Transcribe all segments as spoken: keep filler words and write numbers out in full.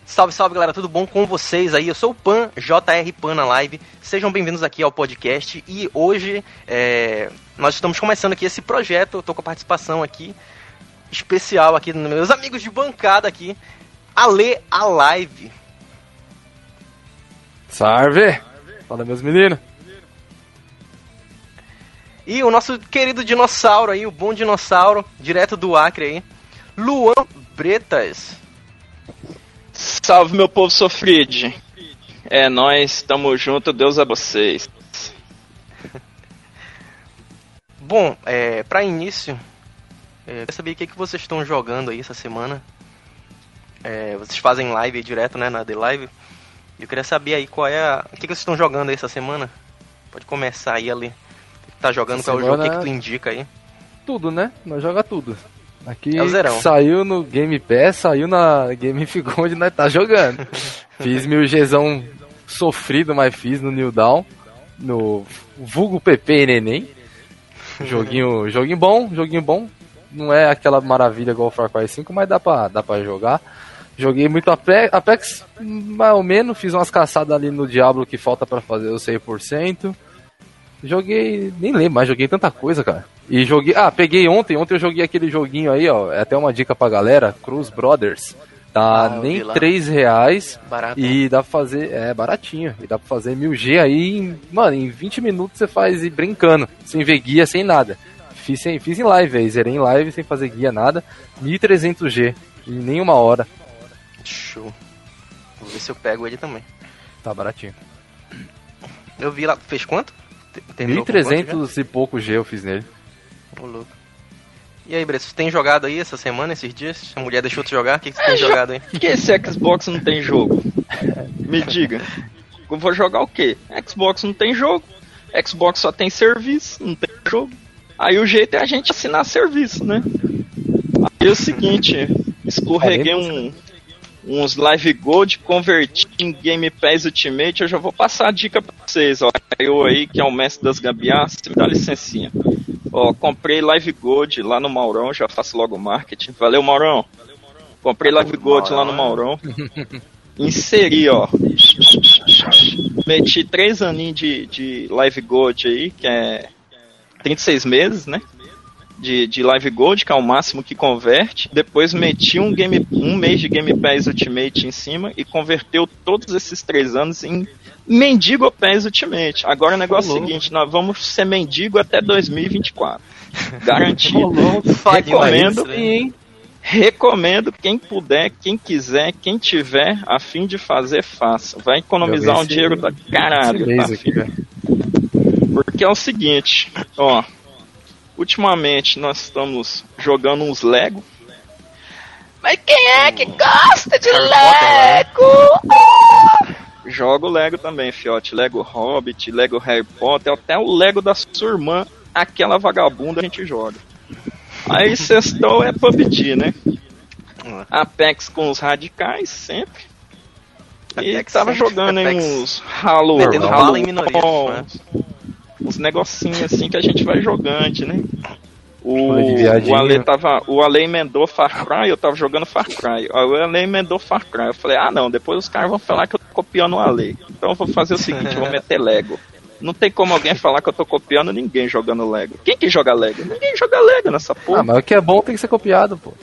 Salve, salve galera, tudo bom com vocês aí? Eu sou o Pan, J R Pan na live. Sejam bem-vindos aqui ao podcast. E hoje é, nós estamos começando aqui esse projeto. Eu tô com a participação aqui especial aqui dos meus amigos de bancada aqui. Ale a live. Salve! Fala, meus meninos. E o nosso querido dinossauro aí, o bom dinossauro, direto do Acre aí, Luan Bretas. Salve, meu povo sofrido. É nóis, tamo junto, Deus a vocês. Bom, é, pra início, é, eu queria saber o que, que vocês estão jogando aí essa semana. É, vocês fazem live aí direto, né, na The Live. Eu queria saber aí qual é a... O que, que vocês estão jogando aí essa semana? Pode começar aí, Ali. Tá jogando, essa qual é o jogo? O que, semana... que tu indica aí? Tudo, né? Nós joga tudo. Aqui é o zerão. Saiu no Game Pass, saiu na Game F onde nós tá jogando. Fiz meu Gzão sofrido, mas fiz no New Dawn, no vulgo P P e Neném. Joguinho, joguinho bom, joguinho bom. Não é aquela maravilha igual o Far Cry cinco, mas dá pra, dá pra jogar. Joguei muito Apex, mais ou menos. Fiz umas caçadas ali no Diablo que falta pra fazer os cem por cento. Joguei, nem lembro, mas joguei tanta coisa, cara. E joguei, ah, peguei ontem, ontem eu joguei aquele joguinho aí, ó, é até uma dica pra galera, Cruz Brothers. Tá ah, nem três reais. Barato. E dá pra fazer, é baratinho, e dá pra fazer mil G aí, em, mano, em vinte minutos você faz ir brincando, sem ver guia, sem nada. Fiz, sem, fiz em live aí, zerei em live, sem fazer guia, nada, mil e trezentos G, em nenhuma hora. Show. Vou ver se eu pego ele também. Tá baratinho. Eu vi lá, fez quanto? mil e trezentos e pouco G eu fiz nele. Ô, louco. E aí, Breno, você tem jogado aí essa semana, esses dias? A mulher deixou tu jogar? O que, que você tem jogado aí? Por que esse Xbox não tem jogo? Me diga. Eu vou jogar o quê? Xbox não tem jogo. Xbox só tem serviço, não tem jogo. Aí o jeito é a gente assinar serviço, né? Aí é o seguinte, escorreguei um... uns Live Gold, converti em Game Pass Ultimate. Eu já vou passar a dica pra vocês, ó. Eu aí, que é o mestre das gambiarras, me dá licencinha. Ó, comprei Live Gold lá no Maurão, já faço logo marketing. Valeu, Maurão. Comprei Live Gold lá no Maurão. Inseri, ó. Meti três aninhos de, de Live Gold aí, que é trinta e seis meses, né? De, de Live Gold, que é o máximo que converte. Depois meti um, game, um mês de Game Pass Ultimate em cima e converteu todos esses três anos em Mendigo Pass Ultimate. Agora o negócio é o seguinte, nós vamos ser mendigo até dois mil e vinte e quatro. Garantido. Recomendo, recomendo quem puder, quem quiser, quem tiver a fim de fazer, faça. Vai economizar um dinheiro da caralho, tá, filho? Porque é o seguinte, ó. Ultimamente nós estamos jogando uns Lego. Mas quem é que gosta de Lego? Ah! Jogo Lego também, fiote. Lego Hobbit, Lego Harry Potter, até o Lego da sua irmã, aquela vagabunda a gente joga. Aí sextou é P U B G, né? Apex com os radicais, sempre. E Apex tava sempre. jogando em uns Halo, Metendo Halo bala em minorias, né? Uns negocinhos assim que a gente vai jogando, né? O, o Ale tava. O Ale emendou Far Cry, eu tava jogando Far Cry. O Ale emendou Far Cry. Eu falei, ah não, depois os caras vão falar que eu tô copiando o Ale. Então eu vou fazer o seguinte, eu vou meter Lego. Não tem como alguém falar que eu tô copiando ninguém jogando Lego. Quem que joga Lego? Ninguém joga Lego nessa porra. Ah, mas o que é bom tem que ser copiado, pô.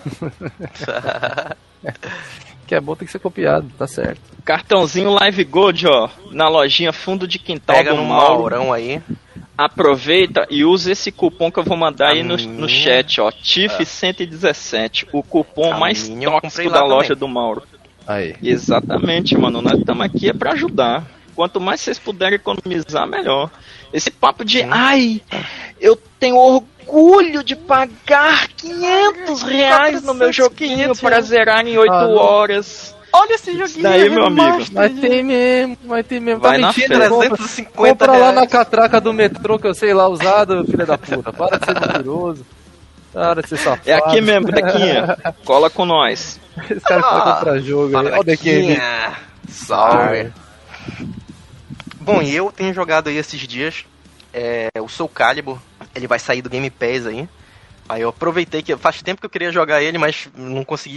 O que é bom tem que ser copiado, tá certo. Cartãozinho Live Gold, ó, na lojinha fundo de quintal Pega do no Mauro. Maurão aí. Aproveita e usa esse cupom que eu vou mandar aí no, no chat, ó. T I F cento e dezessete, o cupom a mais minha tóxico da loja também. Do Mauro. Aí. Exatamente, mano. Nós estamos aqui é pra ajudar. Quanto mais vocês puderem economizar, melhor. Esse papo de, Sim. ai, eu tenho orgulho de pagar quinhentos reais no meu joguinho pra zerar em oito ah, horas. Olha esse joguinho daí, meu amigo. Vai ter mesmo, vai ter mesmo. Vai tá na mentindo, trezentos e cinquenta compra reais. lá na catraca do metrô que eu sei lá usado, filha da puta. Para de ser mentiroso. Para de ser safado. É aqui mesmo, Dequinha. Cola com nós. Esse cara ah, que comprar jogo aí. Olha o Dequinha. Sorry. Bom, e eu tenho jogado aí esses dias é, o Soul Calibur. Ele vai sair do Game Pass aí. Aí eu aproveitei que faz tempo que eu queria jogar ele, mas não conseguia, não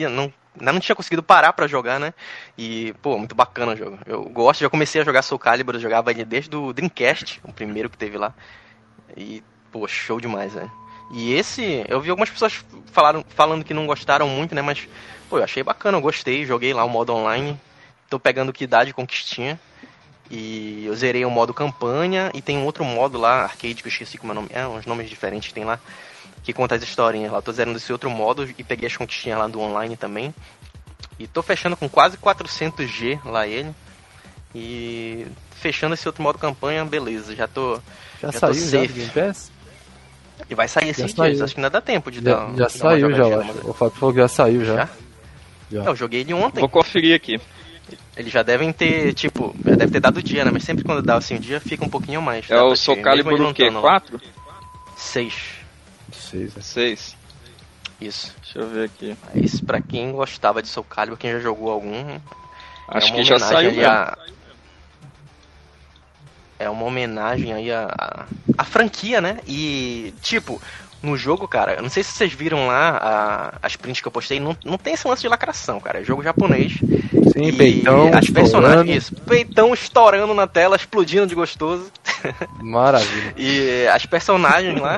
ainda não tinha conseguido parar pra jogar, né? E, pô, muito bacana o jogo. Eu gosto, já comecei a jogar Soul Calibur, eu jogava ele desde o Dreamcast, o primeiro que teve lá. E, pô, show demais, velho. E esse, eu vi algumas pessoas falaram, falando que não gostaram muito, né? Mas, pô, eu achei bacana, eu gostei, joguei lá o modo online. Tô pegando que idade conquistinha. E eu zerei o modo campanha. E tem um outro modo lá, arcade, que eu esqueci como é o nome. É, uns nomes diferentes que tem lá. Que conta as historinhas lá. Tô zerando esse outro modo e peguei as conquistinhas lá do online também. E tô fechando com quase quatrocentos G lá ele. E fechando esse outro modo campanha, beleza. Já tô Já, já saiu tô já safe. do Game Pass? E vai sair esses Já dias, saiu. acho que ainda dá tempo de Já, dar, já de dar saiu uma já, eu jogadinha, acho. mas- O Fábio falou que já saiu já. Já? Já. Não, eu joguei ele ontem. Vou conferir aqui. Eles já devem ter, tipo, já deve ter dado dia, né? Mas sempre quando dá assim o dia, fica um pouquinho mais. É Dá o pra Soul ter, Calibur mesmo o quê? adiantando lá. quatro? Seis. Seis, né? seis. Isso. Deixa eu ver aqui. Isso pra quem gostava de Soul Calibur, quem já jogou algum. Acho é uma que já homenagem saiu ali mesmo. a... É uma homenagem aí a, a, a franquia, né? E, tipo, no jogo, cara, eu não sei se vocês viram lá a, as prints que eu postei, não, não tem esse lance de lacração, cara. É jogo japonês. Sim, E peitão, as personagens, estourando. isso, peitão estourando na tela, explodindo de gostoso. Maravilha. E as personagens lá.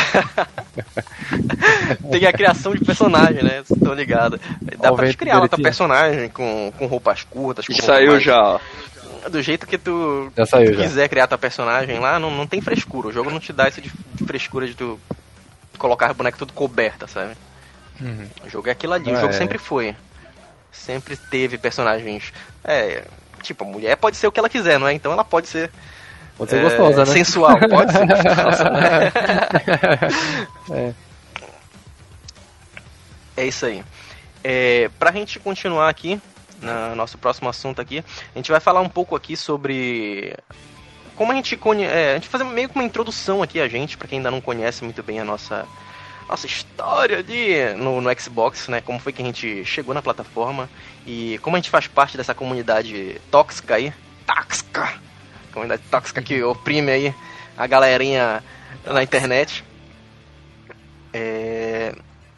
Tem a criação de personagem, né? Vocês estão ligados. Dá Ó, o pra te vento criar lá tua direitinho. personagem com, com roupas curtas. Com Já roupa saiu mais- já, ó. Do jeito que tu Já saiu já. quiser criar tua personagem lá, não, não tem frescura. O jogo não te dá isso de, de frescura de tu colocar o boneco tudo coberta, sabe? Uhum. O jogo é aquilo ali, o É. jogo sempre foi. Sempre teve personagens. É. Tipo, a mulher pode ser o que ela quiser, não é? Então ela pode ser. Pode ser é, gostosa, né? Sensual, pode ser gostosa, né? É. É isso aí. É, pra gente continuar aqui, no nosso próximo assunto aqui, a gente vai falar um pouco aqui sobre como a gente conhece. É, a gente vai fazer meio que uma introdução aqui a gente, pra quem ainda não conhece muito bem a nossa, nossa história ali no, no Xbox, né? Como foi que a gente chegou na plataforma e como a gente faz parte dessa comunidade tóxica aí. Tóxica! Comunidade tóxica que oprime aí a galerinha na internet. É...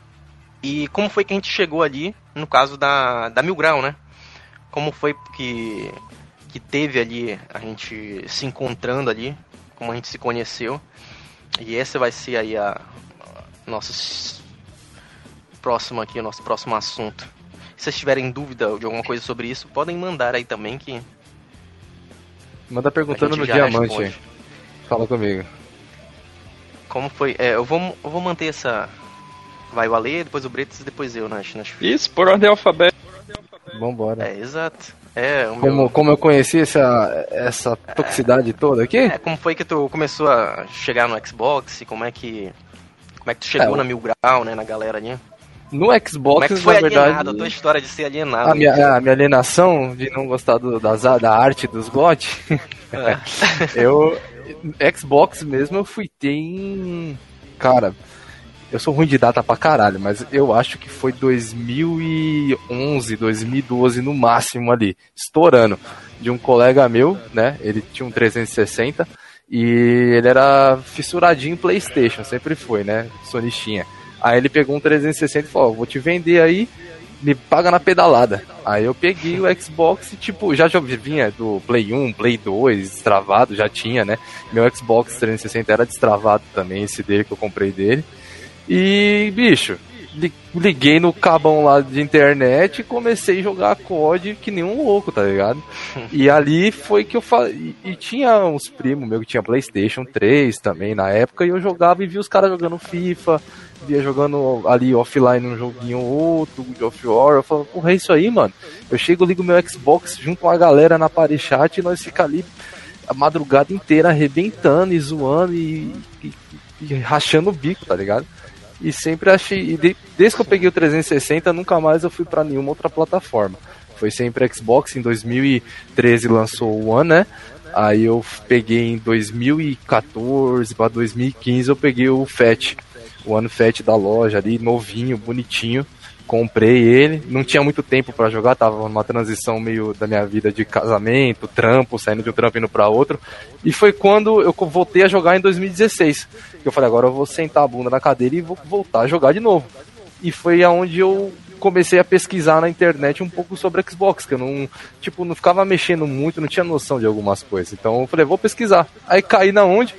E como foi que a gente chegou ali, no caso da, da Mil Grau, né? Como foi que, que teve ali a gente se encontrando ali, como a gente se conheceu. E esse vai ser aí a, a nosso s- próximo aqui, o nosso próximo assunto. Se vocês tiverem dúvida de alguma coisa sobre isso, podem mandar aí também que Manda a perguntando gente no já diamante. responde. Aí. Fala comigo. Como foi? É, eu, vou, eu vou manter essa... Vai o Ale, depois o Bretas e depois eu nas... nas... Isso, por ordem alfabética. Vambora. É, exato. É, o Como, meu... como eu conheci essa, essa toxicidade toda aqui? É, como foi que tu começou a chegar no Xbox? E como é que... Como é que tu chegou É, na Mil Grau, né? Na galera ali? No Como é Xbox, que foi na alienado? verdade, A tua história de ser alienado. a minha, a minha alienação de não gostar do, das, da arte dos G O T, É. eu... Xbox mesmo eu fui ter em... Cara, eu sou ruim de data pra caralho, mas eu acho que foi dois mil e onze, dois mil e doze no máximo ali, estourando. De um colega meu, né? Ele tinha um trezentos e sessenta e ele era fissuradinho em PlayStation, sempre foi, né? Sonistinha. Aí ele pegou um trezentos e sessenta e falou: ó, vou te vender aí, me paga na pedalada. Aí eu peguei o Xbox e, tipo, já, já vinha do Play um, Play dois, destravado, já tinha, né? Meu Xbox trezentos e sessenta era destravado também, esse dele que eu comprei dele. E, bicho, li- liguei no cabão lá de internet e comecei a jogar C O D que nem um louco, tá ligado? E ali foi que eu falei. E, e tinha uns primos meus que tinha PlayStation três também na época, e eu jogava e via os caras jogando FIFA, via jogando ali offline um joguinho ou outro, God of War. Eu falava, porra, é isso aí, mano. Eu chego, ligo meu Xbox junto com a galera na party chat e nós fica ali a madrugada inteira arrebentando e zoando e, e, e rachando o bico, tá ligado? E sempre achei, e de, desde que eu peguei o trezentos e sessenta, nunca mais eu fui pra nenhuma outra plataforma. Foi sempre Xbox. Em dois mil e treze lançou o One, né? Aí eu peguei em dois mil e quatorze para dois mil e quinze, eu peguei o Fat, o One Fat da loja ali, novinho, bonitinho. Comprei ele, não tinha muito tempo pra jogar, tava numa transição meio da minha vida de casamento, trampo, saindo de um trampo indo pra outro. E foi quando eu voltei a jogar em dois mil e dezesseis. Que eu falei, agora eu vou sentar a bunda na cadeira e vou voltar a jogar de novo. E foi aonde eu comecei a pesquisar na internet um pouco sobre Xbox, que eu não, tipo, não ficava mexendo muito, não tinha noção de algumas coisas. Então eu falei, vou pesquisar. Aí caí na onde?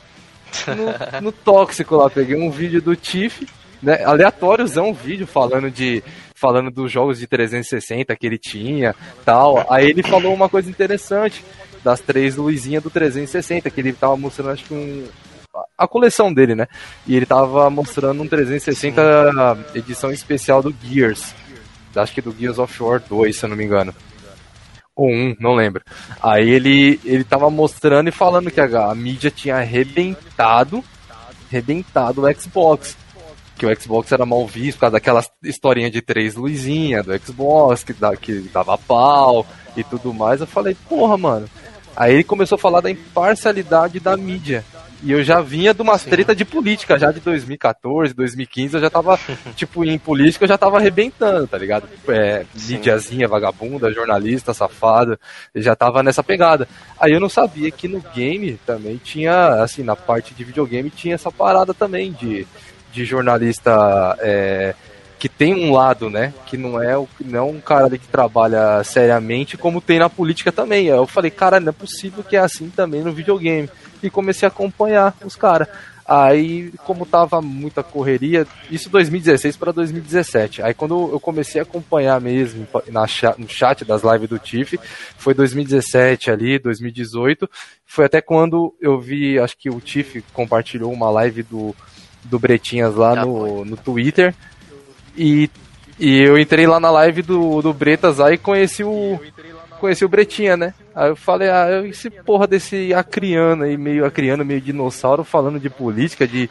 No, no Tóxico lá, peguei um vídeo do Tiff, né, aleatóriozão, um vídeo falando de falando dos jogos de trezentos e sessenta que ele tinha, tal. Aí ele falou uma coisa interessante das três luzinhas do trezentos e sessenta, que ele tava mostrando, acho que um a coleção dele, né? E ele tava mostrando um trezentos e sessenta Sim. edição especial do Gears. Acho que do Gears of War dois, se eu não me engano. Ou um, não lembro. Aí ele, ele tava mostrando e falando que a, a mídia tinha arrebentado, arrebentado o Xbox. Que o Xbox era mal visto por causa daquela historinha de três luzinhas do Xbox, que, da, que dava pau e tudo mais. Eu falei, porra, mano. Aí ele começou a falar da imparcialidade da mídia. E eu já vinha de umas treta de política, já de dois mil e catorze, dois mil e quinze, eu já tava, tipo, em política eu já tava arrebentando, tá ligado? É, mídiazinha, vagabunda, jornalista, safado, eu já tava nessa pegada. Aí eu não sabia que no game também tinha, assim, na parte de videogame tinha essa parada também de, de jornalista é, que tem um lado, né, que não é, o, não é um cara ali que trabalha seriamente, como tem na política também. Aí eu falei, cara, não é possível que é assim também no videogame. E comecei a acompanhar os caras. Aí, como tava muita correria, isso dois mil e dezesseis para dois mil e dezessete. Aí quando eu comecei a acompanhar mesmo na chat, no chat das lives do Tiff, foi dois mil e dezessete ali, dois mil e dezoito. Foi até quando eu vi, acho que o Tiff compartilhou uma live do, do Bretinhas lá no, no Twitter. E, e eu entrei lá na live do, do Bretas aí e conheci o... conheci o Bretinha, né? Aí eu falei, ah, esse porra desse acriano aí, meio acriano, meio dinossauro, falando de política, de,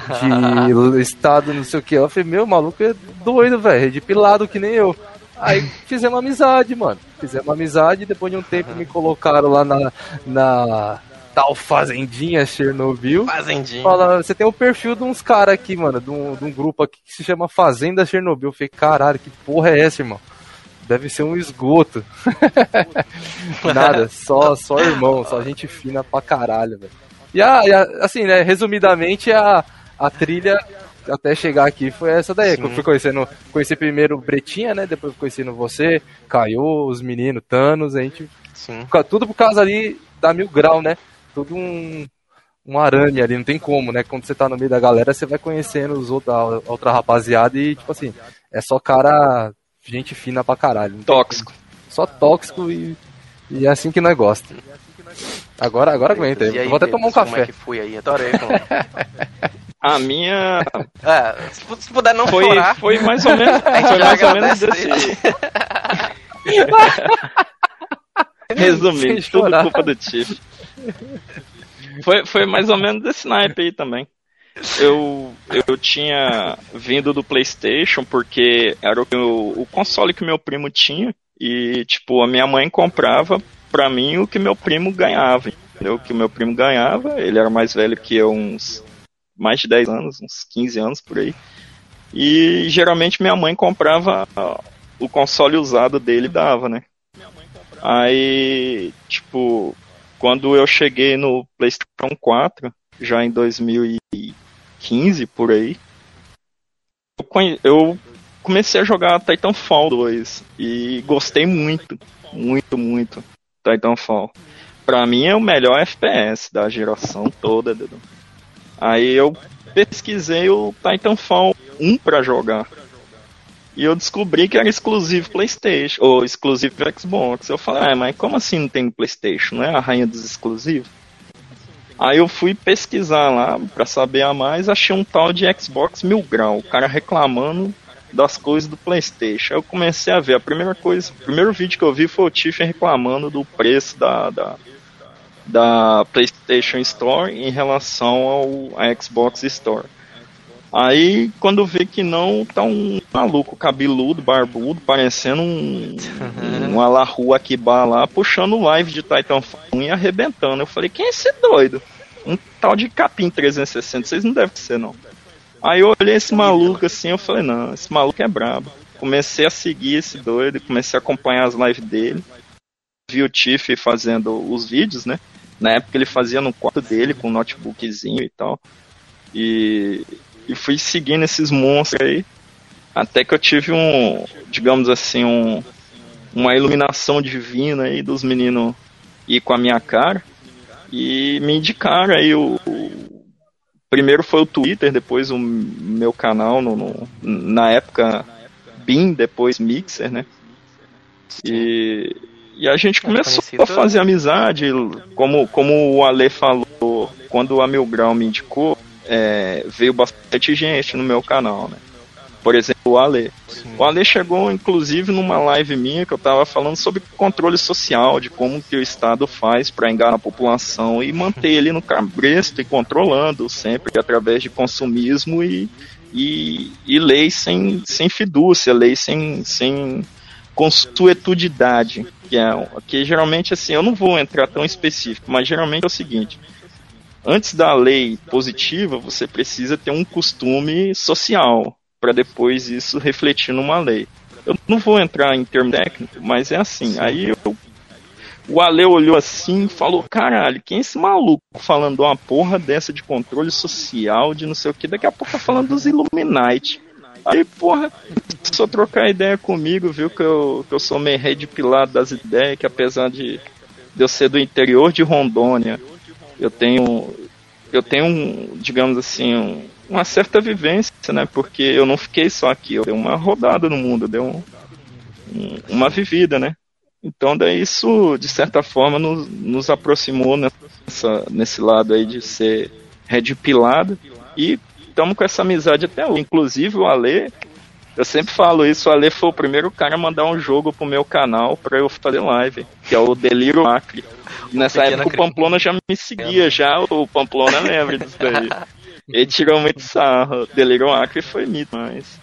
de estado, não sei o que. Eu falei, meu, maluco é doido, velho, de pilado que nem eu. Aí fizemos amizade, mano. Fizemos amizade e depois de um tempo me colocaram lá na, na tal Fazendinha Chernobyl. Fazendinha. Fala, você tem o perfil de uns caras aqui, mano, de um, de um grupo aqui que se chama Fazenda Chernobyl. Eu falei, caralho, que porra é essa, irmão? Deve ser um esgoto. Nada, só, só irmão, só gente fina pra caralho, velho. E, a, e a, assim, né, resumidamente, a, a trilha até chegar aqui foi essa daí. Eu fui conhecendo, conheci primeiro o Bretinha, né, depois fui conhecendo você, Caio, os meninos, Thanos, a gente... Sim. Tudo por causa ali da Mil Grau, né? Tudo um, um arame ali, não tem como, né? Quando você tá no meio da galera, você vai conhecendo os outros, a outra rapaziada e, tipo assim, é só cara... gente fina pra caralho. Tóxico. Só tóxico e, e é assim que nós gosta. Agora, agora aguenta aí. aí Vou até tomar um como café. É que foi aí? Adorei. A minha... É, se puder não foi, chorar. Foi mais ou menos, foi mais ou menos desse... Resumindo, tudo culpa do Tiff. Foi, foi mais ou menos desse naipe aí também. Eu, eu tinha vindo do PlayStation porque era o, o console que meu primo tinha e, tipo, a minha mãe comprava pra mim o que meu primo ganhava, entendeu? O que meu primo ganhava, ele era mais velho que eu, uns mais de dez anos, uns quinze anos por aí. E geralmente minha mãe comprava o console usado dele e dava, né? Aí, tipo, quando eu cheguei no PlayStation quatro, já em dois mil e quinze, por aí, eu, conhe... eu comecei a jogar Titanfall dois e gostei muito, muito, muito Titanfall. Pra mim é o melhor F P S da geração toda, Dedo. Aí eu pesquisei o Titanfall um pra jogar. E eu descobri que era exclusivo PlayStation, ou exclusivo Xbox. Eu falei, ah, mas como assim não tem PlayStation? Não é a rainha dos exclusivos? Aí eu fui pesquisar lá pra saber a mais, achei um tal de Xbox Mil Grau, o cara reclamando das coisas do PlayStation. Aí eu comecei a ver, a primeira coisa, o primeiro vídeo que eu vi foi o Tiff reclamando do preço da, da, da PlayStation Store em relação ao a Xbox Store. Aí, quando vê que não, tá um maluco cabeludo, barbudo, parecendo um, um Alahu Akiba lá, puxando live de Titanfall e arrebentando. Eu falei, quem é esse doido? Um tal de Capim trezentos e sessenta, vocês não devem ser, não. Aí eu olhei esse maluco assim, eu falei, não, esse maluco é brabo. Comecei a seguir esse doido, comecei a acompanhar as lives dele. Vi o Tiff fazendo os vídeos, né? Na época ele fazia no quarto dele, com um notebookzinho e tal. E... E fui seguindo esses monstros aí. Até que eu tive um, digamos assim, um, uma iluminação divina aí dos meninos ir com a minha cara e me indicaram aí o, o primeiro foi o Twitter, depois o meu canal no, no, na época Beam, depois Mixer, né? E, e a gente começou a fazer amizade, como, como o Ale falou, quando a Mil Grau me indicou, é, veio bastante gente no meu canal, né? Por exemplo, o Ale. Sim. O Ale chegou, inclusive, numa live minha que eu tava falando sobre controle social, de como que o Estado faz para enganar a população e manter ele no cabresto e controlando sempre através de consumismo e, e, e leis sem, sem fidúcia, leis sem, sem consuetudidade. Que, é, que geralmente, assim, eu não vou entrar tão específico, mas geralmente é o seguinte: antes da lei positiva, você precisa ter um costume social, para depois isso refletir numa lei. Eu não vou entrar em termo técnico, mas é assim. Aí eu, o Ale olhou assim e falou: caralho, quem é esse maluco falando uma porra dessa de controle social, de não sei o que, daqui a pouco tá falando dos Illuminati. Aí, porra, só trocar ideia comigo, viu que eu, que eu sou meio rei de pilado das ideias, que apesar de, de eu ser do interior de Rondônia, eu tenho, eu tenho um, digamos assim, um, uma certa vivência, né? Porque eu não fiquei só aqui, eu dei uma rodada no mundo, dei um, um, uma vivida, né? Então daí isso, de certa forma, nos, nos aproximou nessa, nesse lado aí de ser red pilado e estamos com essa amizade até hoje. Inclusive o Ale, eu sempre falo isso, o Ale foi o primeiro cara a mandar um jogo pro meu canal pra eu fazer live, que é o Delírio Acre. Nessa Pequena época o Pamplona já me seguia, já o Pamplona lembra disso daí. Ele tirou muito sarro. Delírio Acre foi mito, mas...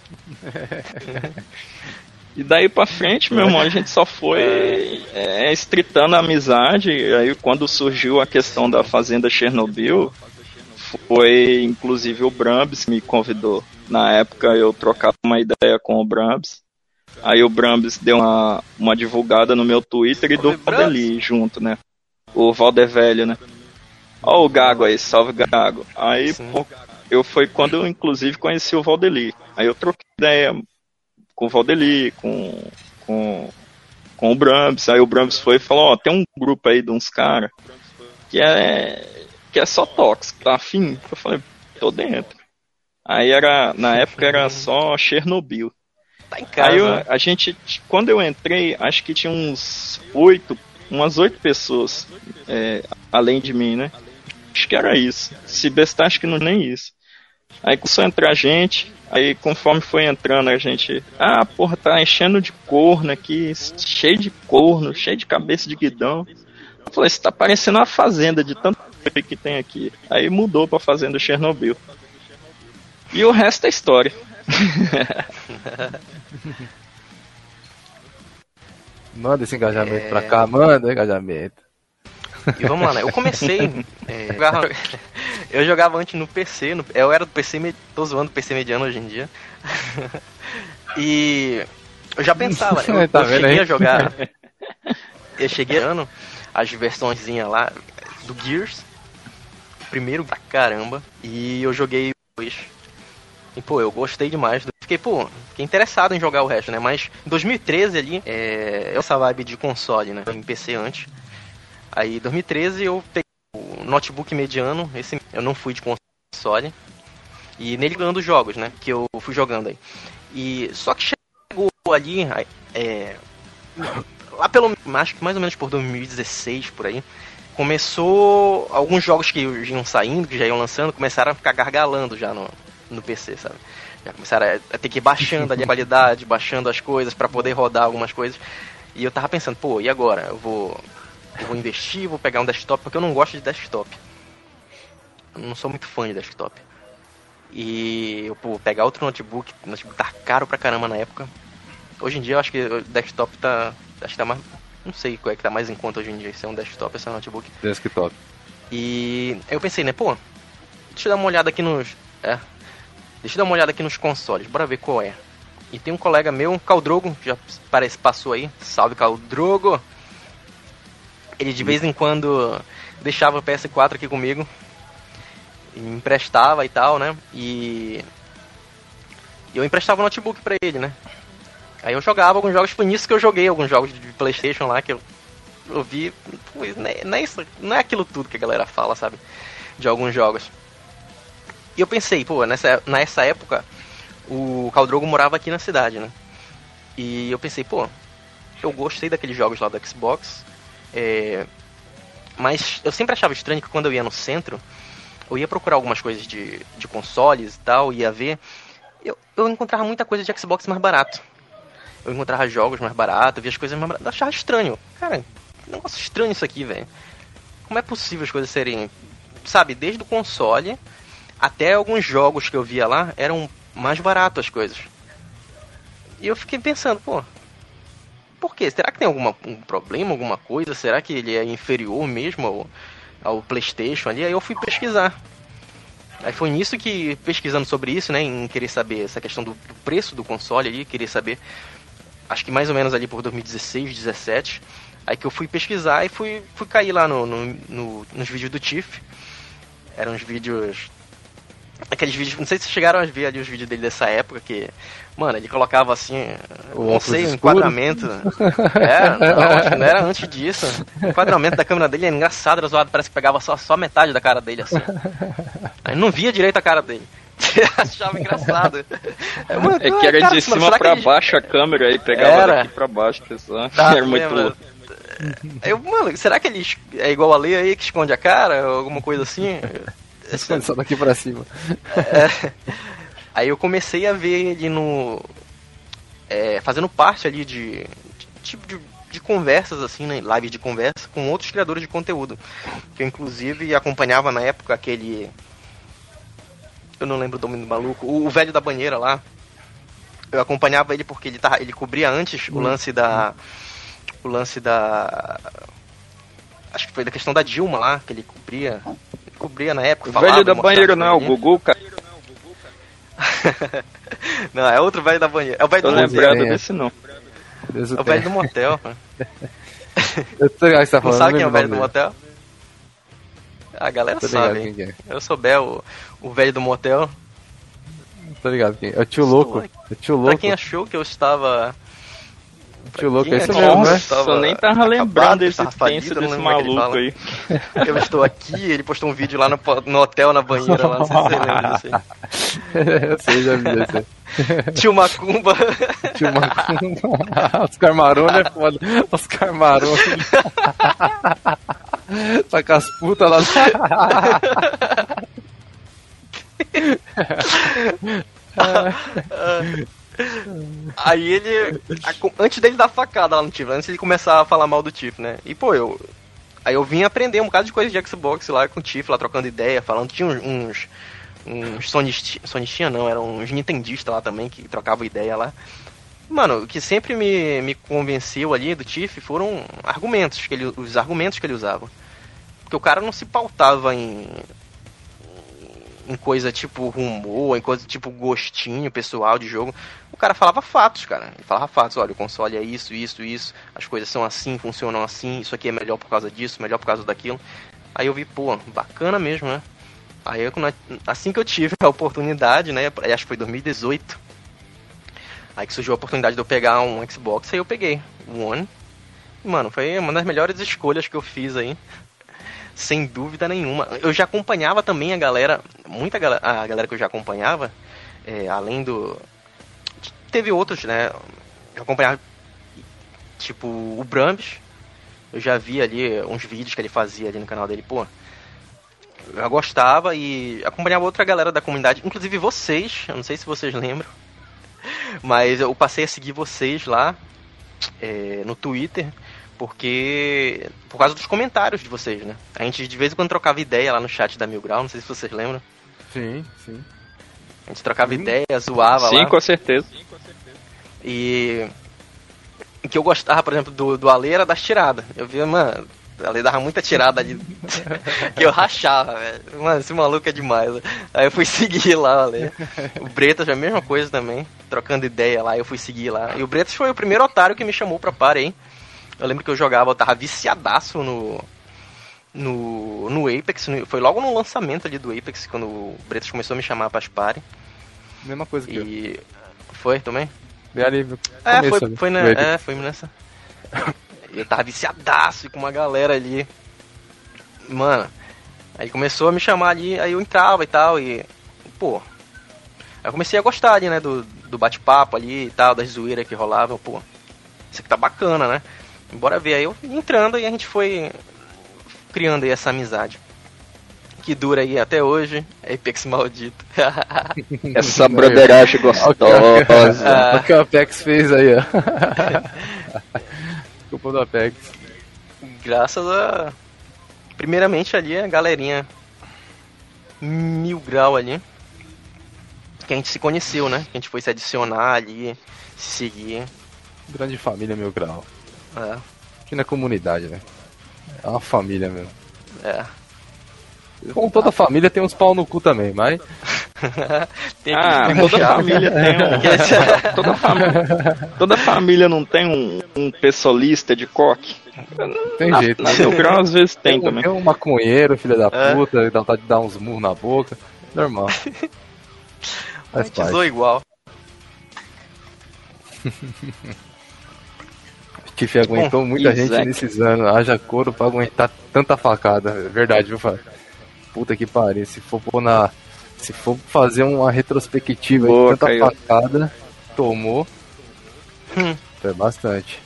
E daí pra frente, meu irmão, a gente só foi é, estritando a amizade. Aí quando surgiu a questão da Fazenda Chernobyl, foi inclusive o Brambis que me convidou. Na época eu trocava uma ideia com o Brambis. Aí o Brambis deu uma, uma divulgada no meu Twitter e do Valdeli junto, né? O Valdevelho, né? Ó o Gago aí, salve Gago. Aí, pô, eu foi quando eu inclusive conheci o Valdeli. Aí eu troquei ideia com o Valdeli, com, com, com o Brambis. Aí o Brambis foi e falou: ó, tem um grupo aí de uns caras que é, que é só tóxico, tá afim? Eu falei: tô dentro. Aí era, na época era só Chernobyl. Tá em casa. Aí eu, a gente, quando eu entrei, acho que tinha uns oito, umas oito pessoas, é, além de mim, né? Acho que era isso. Se bestar, acho que não nem isso. Aí começou a entrar gente, aí conforme foi entrando a gente, ah, porra, tá enchendo de corno aqui, cheio de corno, cheio de cabeça de guidão. Eu falei: isso tá parecendo uma fazenda de tanto que tem aqui. Aí mudou pra Fazenda Chernobyl. E o resto é história. Manda esse engajamento é... pra cá, manda engajamento. E vamos lá, né? Eu comecei. É, eu, jogava, eu jogava antes no P C. No, eu era do P C. Tô zoando P C mediano hoje em dia. E eu já pensava, eu, tá eu cheguei aí? a jogar. Eu cheguei ano as versõezinhas lá do Gears. Primeiro pra caramba. E eu joguei dois. E pô, eu gostei demais. Fiquei, pô, fiquei interessado em jogar o resto, né? Mas em dois mil e treze ali, é, essa vibe de console, né? Em P C antes. Aí em dois mil e treze eu peguei o notebook mediano, esse eu não fui de console. E nele ganhando jogos, né? Que eu fui jogando aí. E só que chegou ali, é, lá pelo, acho que mais ou menos por dois mil e dezesseis, por aí, começou alguns jogos que iam saindo, que já iam lançando, começaram a ficar gargalando já no, no P C, sabe? Já começaram a, a ter que ir baixando ali a qualidade, baixando as coisas pra poder rodar algumas coisas. E eu tava pensando, pô, e agora? Eu vou... Eu vou investir, vou pegar um desktop, porque eu não gosto de desktop. Eu não sou muito fã de desktop. E eu vou pegar outro notebook, o notebook tá caro pra caramba na época. Hoje em dia eu acho que o desktop tá... Acho que tá mais... Não sei qual é que tá mais em conta hoje em dia, se é um desktop ou se é um notebook. Desktop. E aí eu pensei, né, pô, deixa eu dar uma olhada aqui nos... É, deixa eu dar uma olhada aqui nos consoles, bora ver qual é. E tem um colega meu, Caldrogo, que já parece passou aí. Salve, Caldrogo! Ele de vez em quando deixava o P S quatro aqui comigo, e me emprestava e tal, né? E E eu emprestava o notebook pra ele, né? Aí eu jogava alguns jogos, foi nisso que eu joguei alguns jogos de PlayStation lá, que eu, eu vi. Pô, não, é, não, é isso, não é aquilo tudo que a galera fala, sabe? De alguns jogos. E eu pensei, pô, nessa, nessa época, o Khal Drogo morava aqui na cidade, né? E eu pensei, pô, eu gostei daqueles jogos lá do Xbox, é, mas eu sempre achava estranho que quando eu ia no centro, eu ia procurar algumas coisas de, de consoles e tal, ia ver, eu, eu encontrava muita coisa de Xbox mais barato. Eu encontrava jogos mais baratos, via as coisas mais baratas, eu achava estranho. Cara, que negócio estranho isso aqui, velho. Como é possível as coisas serem, sabe, desde o console até alguns jogos que eu via lá, eram mais baratos as coisas. E eu fiquei pensando, pô, por quê? Será que tem algum um problema, alguma coisa? Será que ele é inferior mesmo ao, ao PlayStation ali? Aí eu fui pesquisar. Aí foi nisso que, pesquisando sobre isso, né, em querer saber essa questão do, do preço do console ali, querer saber, acho que mais ou menos ali por dois mil e dezesseis, dezessete, aí que eu fui pesquisar e fui, fui cair lá no, no, no, nos vídeos do Tiff. Eram uns vídeos... Aqueles vídeos, não sei se vocês chegaram a ver ali os vídeos dele dessa época, que, mano, ele colocava assim, o não sei, o enquadramento. É, não, acho que não era antes disso. O enquadramento da câmera dele é engraçado, era zoado, parece que pegava só, só metade da cara dele, assim. Aí não via direito a cara dele. Achava engraçado. É, mano, é que era cara, de cima mano, pra ele... baixo a câmera, aí pegava era... daqui pra baixo, pessoal. Tá, era muito louco. Eu, mano, será que ele é igual a Lei aí que esconde a cara, ou alguma coisa assim? Só daqui pra cima. É, aí eu comecei a ver ele no... É, fazendo parte ali de... Tipo de, de, de conversas, assim, né? Lives de conversa com outros criadores de conteúdo. Que eu, inclusive, acompanhava na época aquele... Eu não lembro o nome do maluco. O, o velho da banheira lá. Eu acompanhava ele porque ele, tava, ele cobria antes o lance da... O lance da... Acho que foi da questão da Dilma lá, que ele cobria... Cobria na época. O falava, velho da banheira não é o Gugu, cara? Não, é outro velho da banheira. É o velho do motel. Tô lembrado desse não. É o velho do motel. Eu tô ligado que você tá falando. Não sabe quem é o velho do motel? A galera sabe, hein? É. Eu souber o, o velho do motel. Tô ligado quem é. É o tio louco. É o tio louco. Pra quem achou que eu estava... Tio louco, é isso mesmo, né? Nossa, eu nem tava lembrando desse tenso desse maluco aí. Eu estou aqui, ele postou um vídeo lá no, no hotel, na banheira, lá, não sei se você lembra disso aí. Eu sei, já vi isso. Tio Macumba. Tio Macumba. Oscar Maroni é foda. Oscar Maroni. Tá com as putas lá. Aí ele, antes dele dar facada lá no Tiff, antes de ele começar a falar mal do Tiff, né? E pô, eu aí eu vim aprender um bocado de coisa de Xbox lá com o Tiff, lá trocando ideia, falando, tinha uns uns, uns sonistinha, sonistinha não, eram uns nintendistas lá também que trocavam ideia lá. Mano, o que sempre me, me convenceu ali do Tiff foram argumentos, que ele, os argumentos que ele usava. Porque o cara não se pautava em em coisa tipo rumor, em coisa tipo gostinho pessoal de jogo. O cara falava fatos, cara. Ele falava fatos, olha, o console é isso, isso, isso, as coisas são assim, funcionam assim, isso aqui é melhor por causa disso, melhor por causa daquilo. Aí eu vi, pô, bacana mesmo, né? Aí eu, assim que eu tive a oportunidade, né, acho que foi dois mil e dezoito, aí que surgiu a oportunidade de eu pegar um Xbox, aí eu peguei o One. E, mano, foi uma das melhores escolhas que eu fiz aí. Sem dúvida nenhuma. Eu já acompanhava também a galera, muita galera, a galera que eu já acompanhava, é, além do... Teve outros, né? Eu acompanhava, tipo, o Brambis. Eu já vi ali uns vídeos que ele fazia ali no canal dele, pô. Eu gostava e acompanhava outra galera da comunidade, inclusive vocês, eu não sei se vocês lembram, mas eu passei a seguir vocês lá, é, no Twitter, porque... Por causa dos comentários de vocês, né? A gente de vez em quando trocava ideia lá no chat da Mil Grau, não sei se vocês lembram. Sim, sim. A gente trocava sim. ideia, zoava sim, lá. Sim, com certeza. E... O que eu gostava, por exemplo, do, do Ale era das tiradas. Eu via, mano, o Ale dava muita tirada ali. Que eu rachava, velho. Mano, esse maluco é demais. Aí eu fui seguir lá, o Ale. O Bretas é a mesma coisa também. Trocando ideia lá, eu fui seguir lá. E o Bretas foi o primeiro otário que me chamou pra par, hein? Eu lembro que eu jogava, eu tava viciadaço no, no, no Apex, no, foi logo no lançamento ali do Apex, quando o Bretas começou a me chamar pras party. Mesma coisa que eu. E... Foi também? Bem ali, É, começo foi, ali. foi, né? É, foi nessa. Eu tava viciadaço com uma galera ali. Mano, aí começou a me chamar ali, aí eu entrava e tal, e... Pô... Aí eu comecei a gostar ali, né, do, do bate-papo ali e tal, das zoeiras que rolavam, pô... Isso aqui tá bacana, né? Bora ver. Aí eu entrando e a gente foi criando aí essa amizade. Que dura aí até hoje, Apex maldito. Essa broderagem gostosa. Olha o que o Apex fez aí, ó. Culpa do Apex. Graças a... Primeiramente ali a galerinha mil grau ali. Que a gente se conheceu, né? Que a gente foi se adicionar ali, se seguir. Grande família Mil Grau. É. Aqui na comunidade, né? É uma família mesmo. É. Como toda família tem uns pau no cu também, mas... Tem Ah, que toda puxar. família tem um... toda, família, toda família não tem um, um pessoalista de coque? Tem Na- jeito, na né? Mil Grau às vezes tem um, também. Tem um maconheiro, filho da É. puta, dá vontade de dar uns murros na boca. Normal. A Faz gente parte. zoa igual. Tiff aguentou muita gente Isaac. nesses anos. Haja couro pra aguentar tanta facada. É verdade, viu, Fábio? Puta que pariu. Se for pôr na. Se for fazer uma retrospectiva Boa, de tanta Caio. facada, tomou. Hum. Foi bastante.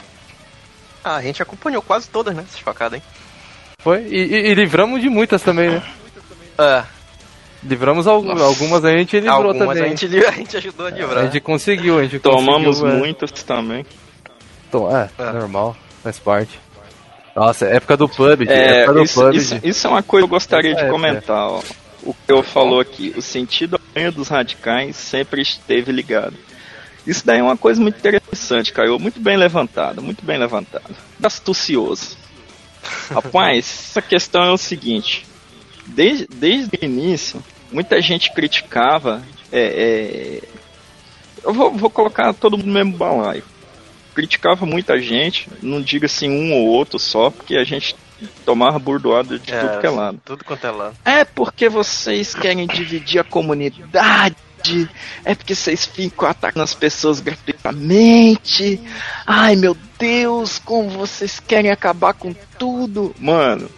Ah, a gente acompanhou quase todas, né? Essas facadas, hein? Foi. E, e- e livramos de muitas também, né? É. Livramos al- algumas, a gente livrou Algumas também. a gente, li- a gente ajudou a livrar. A gente conseguiu, a gente Tomamos conseguiu, é. muitas também. To- É, É. normal, faz parte. Nossa, época do P U B G, É, época do isso, P U B G. isso, isso é uma coisa que eu gostaria Essa de é, comentar. Ó. O que eu falou aqui, o sentido aranha dos radicais sempre esteve ligado. Isso daí é uma coisa muito interessante, Caio. Muito bem levantado, muito bem levantado. Astucioso. Rapaz, essa questão é o seguinte. Desde, desde o início, muita gente criticava. É, é, eu vou, vou colocar todo mundo no mesmo balaio. Criticava muita gente, não diga assim um ou outro só, porque a gente tomava burdoada de tudo que é lado. Tudo quanto é lado. É porque vocês querem dividir a comunidade, é porque vocês ficam atacando as pessoas gratuitamente. Ai meu Deus, como vocês querem acabar com tudo. Mano,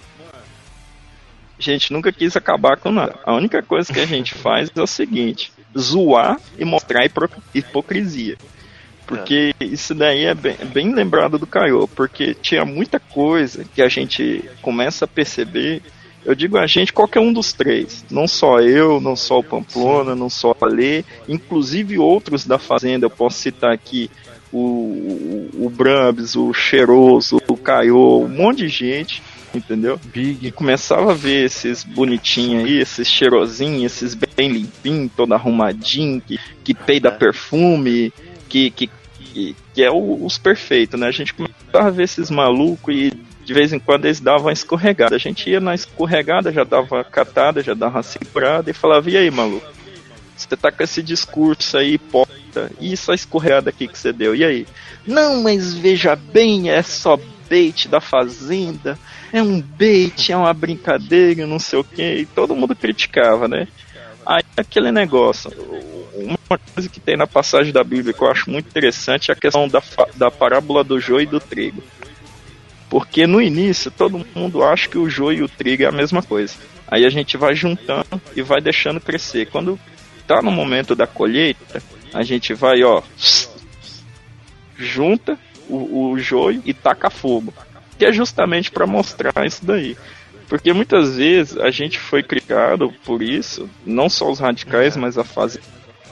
a gente nunca quis acabar com nada. A única coisa que a gente faz é o seguinte: zoar e mostrar hipro- hipocrisia. Porque isso daí é bem, bem lembrado do Caio, porque tinha muita coisa que a gente começa a perceber. Eu digo a gente, qualquer um dos três. Não só eu, não só o Pamplona, não só a Lê, inclusive outros da Fazenda. Eu posso citar aqui o, o, o Brambis, o Cheiroso, o Caio, um monte de gente, entendeu? Big. E começava a ver esses bonitinhos aí, esses cheirosinhos, esses bem limpinhos, todo arrumadinho, que, que peida perfume, que, que, que, que é o, os perfeitos, né? A gente começava a ver esses malucos e de vez em quando eles davam uma escorregada. A gente ia na escorregada, já dava uma catada, já dava uma segurada e falava: e aí, maluco? Você tá com esse discurso aí, hipócrita, e essa escorregada aqui que você deu, e aí? Não, mas veja bem, é só bait da Fazenda, é um bait, é uma brincadeira, não sei o que, e todo mundo criticava, né? Aí aquele negócio, uma coisa que tem na passagem da Bíblia que eu acho muito interessante é a questão da, da parábola do joio e do trigo. Porque no início todo mundo acha que o joio e o trigo é a mesma coisa. Aí a gente vai juntando e vai deixando crescer. Quando tá no momento da colheita, a gente vai, ó, junta o, o joio e taca fogo. Que é justamente para mostrar isso daí. Porque muitas vezes a gente foi criado por isso, não só os radicais, mas a fase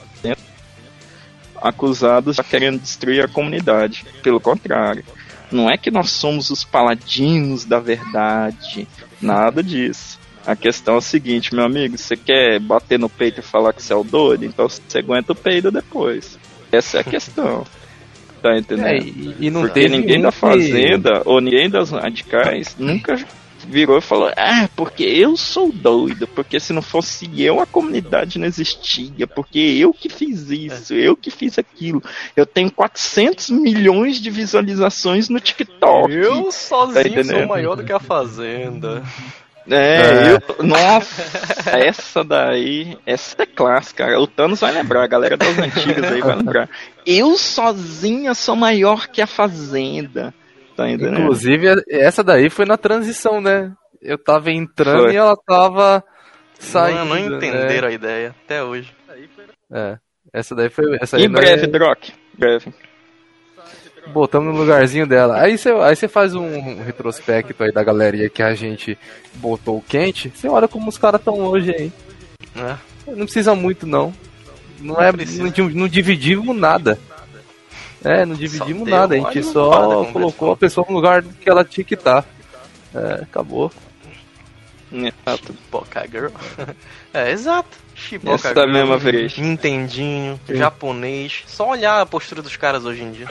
acusados de querendo destruir a comunidade. Pelo contrário, não é que nós somos os paladinos da verdade, nada disso. A questão é o seguinte, meu amigo, você quer bater no peito e falar que você é o doido? Então você aguenta o peido depois. Essa é a questão. Tá entendendo? É, e, e não Porque teve ninguém da que- Fazenda ou ninguém das radicais nunca virou e falou: ah, porque eu sou doido, porque se não fosse eu a comunidade não existia, porque eu que fiz isso, eu que fiz aquilo, eu tenho quatrocentos milhões de visualizações no TikTok. Eu Tá sozinho sou entendendo? maior do que a Fazenda. É, É. eu. Nossa, essa daí. Essa é clássica. O Thanos vai lembrar, a galera das antigas aí vai lembrar. Eu sozinha sou maior que a Fazenda. Tá entendendo? Inclusive, essa daí foi na transição, né? Eu tava entrando Foi. e ela tava saindo. Não, não entenderam né? a ideia até hoje. É. Essa daí foi. Essa aí Em nós breve, Drock. Breve. botamos no lugarzinho dela. Aí você aí você faz um retrospecto aí da galeria que a gente botou quente. Você olha como os caras estão hoje aí. Né? Não precisa muito, não. Não, Não é, precisa. não, di- não dividimos nada. É, não dividimos deu nada. A óleo gente no só fora da conversa. colocou a pessoa no lugar que ela tinha que estar. É, acabou. Exato. Chipoca Girl. É, exato. Chipoca Essa da Girl, mesma vez. Nintendinho, Sim. japonês. Só olhar a postura dos caras hoje em dia.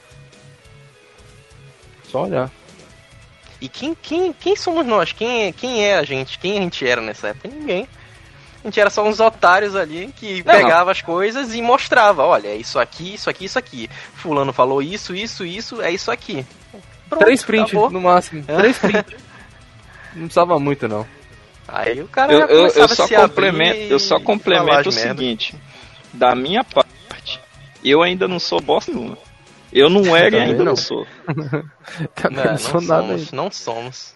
Só olhar. E quem, quem, quem somos nós? Quem, é- quem é a gente? Quem a gente era nessa época? Ninguém. A gente era só uns otários ali que Não. pegava as coisas e mostrava. Olha, é isso aqui, isso aqui, isso aqui. Fulano falou isso, isso, isso, é isso aqui. Pronto, Três prints acabou. no máximo. Três prints. Não precisava muito, não. Aí o cara Eu, já eu, começava eu só a se abrir complemento, eu só e complemento falar o as merda. seguinte. Da minha parte, eu ainda não sou bosta nenhuma. Eu não era e Também ainda não. não sou. Também Não, não não sou nada somos, ainda. não somos.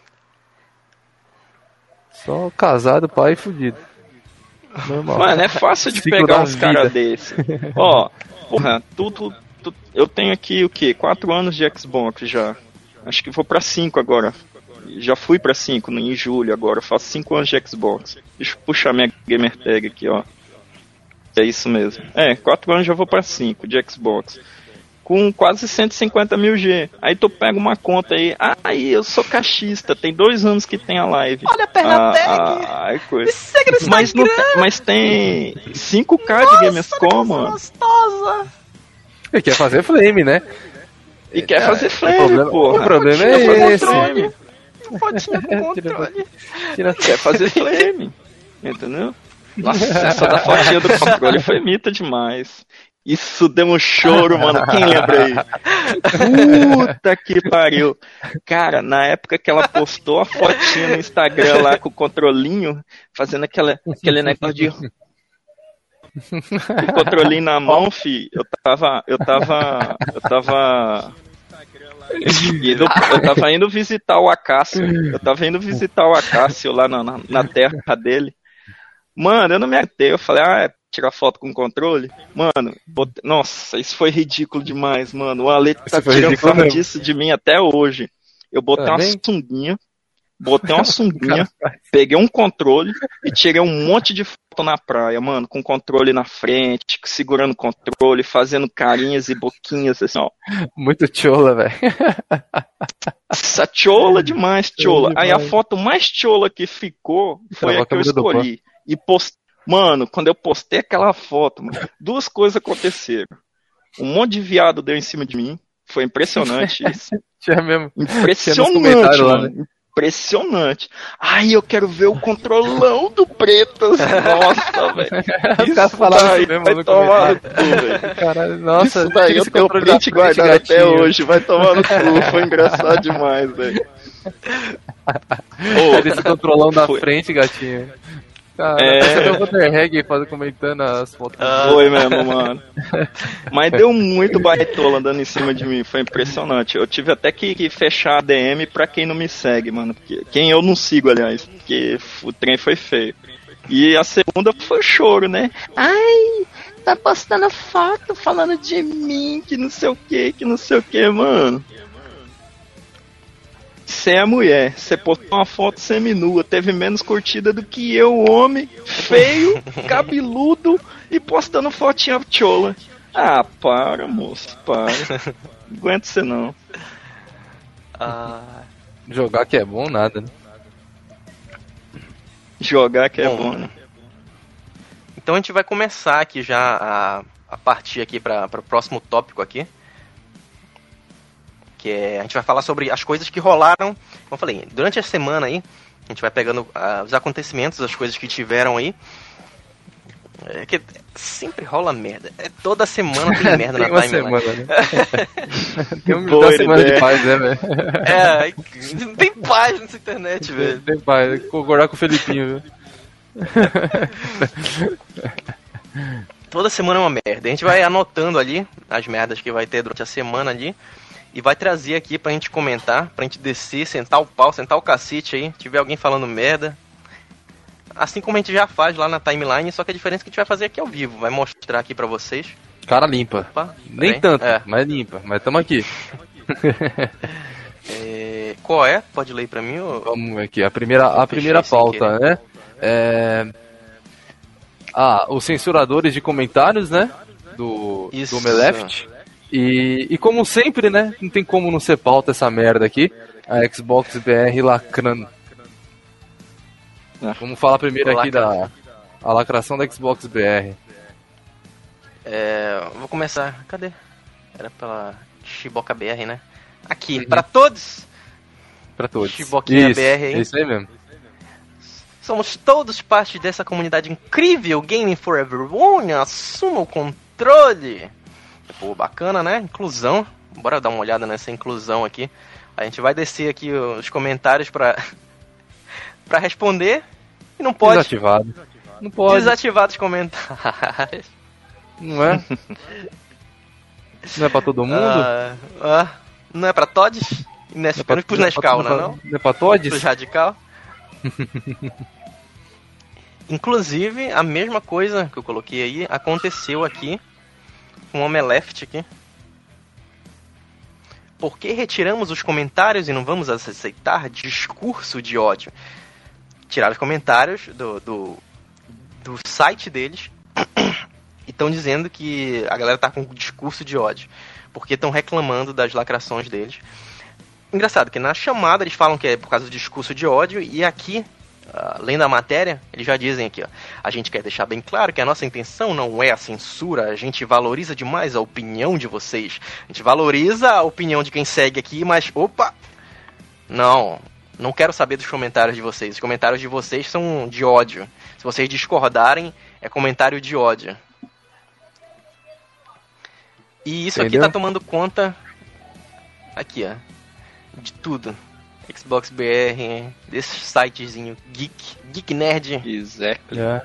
Só casado, pai e fudido. Normal. Mano, é fácil de Ciclo pegar da uns caras vida. desses. Ó, porra, tudo, tu- eu tenho aqui o quê? Quatro anos de Xbox já. Acho que vou pra cinco agora. Já fui pra cinco no- em julho agora. Faço cinco anos de Xbox. Deixa eu puxar minha gamer tag aqui, ó. É isso mesmo. É, quatro anos já vou pra cinco de Xbox. Com quase cento e cinquenta mil G. Aí tu pega uma conta aí. Ah, aí eu sou caixista. Tem dois anos que tem a live. Olha a perna ah, tag. ah, ai, coisa. Segue no Mas, não Instagram. tem- mas tem cinco K de Gamescom, mano. Gostosa. Ele quer fazer flame, né? E quer fazer o flame, problema, porra. o problema Quer fazer é esse. flame. Fotinha com controle. Tira- Quer fazer flame. Entendeu? Nossa, essa da fotinha do controle foi mita demais. Isso deu um choro, mano. Quem lembra aí? Puta que pariu. Cara, na época que ela postou a fotinha no Instagram lá com o controlinho, fazendo aquela, aquele negócio de. O controlinho na mão, fi, eu tava. Eu tava. Eu tava. indo- eu tava indo visitar o Acácio. Eu tava indo visitar o Acácio lá na, na, na terra dele. Mano, eu não me atei. Eu falei, ah, é tirar foto com controle? Mano, botei- nossa, isso foi ridículo demais, mano. O Ale tá Isso foi tirando ridículo sarro mesmo. disso de mim até hoje. Eu botei uma Também? sunguinha, botei uma sunguinha, peguei um controle e tirei um monte de foto na praia, mano, com o controle na frente, segurando o controle, fazendo carinhas e boquinhas, assim, ó. Muito chola, velho. Essa chola demais, chola. Aí a demais. foto mais chola que ficou foi Travou a que eu a câmera do escolhi. E post... Mano, quando eu postei aquela foto, mano, duas coisas aconteceram. Um monte de viado deu em cima de mim. Foi impressionante isso. Tinha mesmo. Impressionante, comentários lá, mano. Impressionante. Ai, eu quero ver o controlão do Pretas. Nossa, velho. Os caras falaram daí isso mesmo vai no tomar no comentário. cu, velho. Caralho, nossa, Isso daí tira eu esse tenho o controle da print frente, guardado até gatinho. hoje. Vai tomar no cu. Foi engraçado demais, velho. Ô, Tira esse controlão da foi- frente, gatinho. Cara, É. você deu o Vanderheg fazendo comentando as fotos. Ah, Foi mesmo, mano. Mas deu muito baitola andando em cima de mim, foi impressionante. Eu tive até que, que fechar a D M pra quem não me segue, mano. Porque, quem eu não sigo, aliás, porque o trem foi feio. E a segunda foi choro, né? Ai, tá postando foto falando de mim, que não sei o que, que não sei o que, mano. Você é mulher, você postou uma foto seminua, teve menos curtida do que eu, homem, feio, cabeludo e postando fotinha chola. Ah, para, moço, para. Não aguento você não. ah, Jogar que é bom, nada, né? Jogar que é Bom. bom, né? então a gente vai começar aqui já a, a partir aqui para o próximo tópico aqui. Que é, a gente vai falar sobre as coisas que rolaram, como eu falei, durante a semana aí, a gente vai pegando ah, os acontecimentos, as coisas que tiveram aí. É que sempre rola merda. É, toda semana tem merda tem na uma timeline. semana, né? Tem uma Boa semana ideia. de paz, né, velho? É, não tem paz nessa internet, velho. Tem paz, concordar com o Felipinho, viu? Toda semana é uma merda. A gente vai anotando ali as merdas que vai ter durante a semana ali. E vai trazer aqui pra gente comentar, pra gente descer, sentar o pau, sentar o cacete aí. Se tiver alguém falando merda. Assim como a gente já faz lá na timeline, só que a diferença é que a gente vai fazer aqui ao vivo. Vai mostrar aqui pra vocês. Cara limpa. Opa, Nem peraí. tanto, É. mas limpa. Mas tamo aqui. É, qual é? Pode ler pra mim? Ou... Vamos ver aqui. A primeira, a primeira sem pauta, né? É... Ah, os censuradores de comentários, né? Do, Isso. do Omeleft. E, e como sempre, né? Não tem como não ser pauta essa merda aqui. A Xbox B R lacrando. Ah. Vamos falar primeiro aqui Lacra. da a lacração da Xbox B R. É, vou começar. Cadê? Era pela Chiboca B R, né? Aqui, Uhum. pra todos. Pra todos. Chiboquinha Isso, B R, hein? é isso aí mesmo. Somos todos parte dessa comunidade incrível, Gaming for Everyone. Assuma o controle. Pô, bacana, né? Inclusão. Bora dar uma olhada nessa inclusão aqui. A gente vai descer aqui os comentários pra, pra responder. E não pode Desativado. Não pode, desativar os comentários. não é? Não é pra todo mundo? Ah, ah, não é pra todos? E Nes- Não é pra- Menos pros não é pra Nescau, todo não é mundo, não? Não é pra todos? Pros radical. Inclusive, a mesma coisa que eu coloquei aí aconteceu aqui com o Omeleft aqui. Por que retiramos os comentários e não vamos aceitar discurso de ódio? Tiraram os comentários do, do, do site deles e estão dizendo que a galera tá com discurso de ódio. Porque estão reclamando das lacrações deles. Engraçado que na chamada eles falam que é por causa do discurso de ódio e aqui, além da matéria, eles já dizem aqui, ó, a gente quer deixar bem claro que a nossa intenção não é a censura, a gente valoriza demais a opinião de vocês. A gente valoriza a opinião de quem segue aqui, mas, opa, não, não quero saber dos comentários de vocês. Os comentários de vocês são de ódio. Se vocês discordarem, é comentário de ódio. E isso Entendeu? aqui tá tomando conta, aqui, ó, de tudo. Xbox B R, desse sitezinho geek, geek nerd. Exactly. É.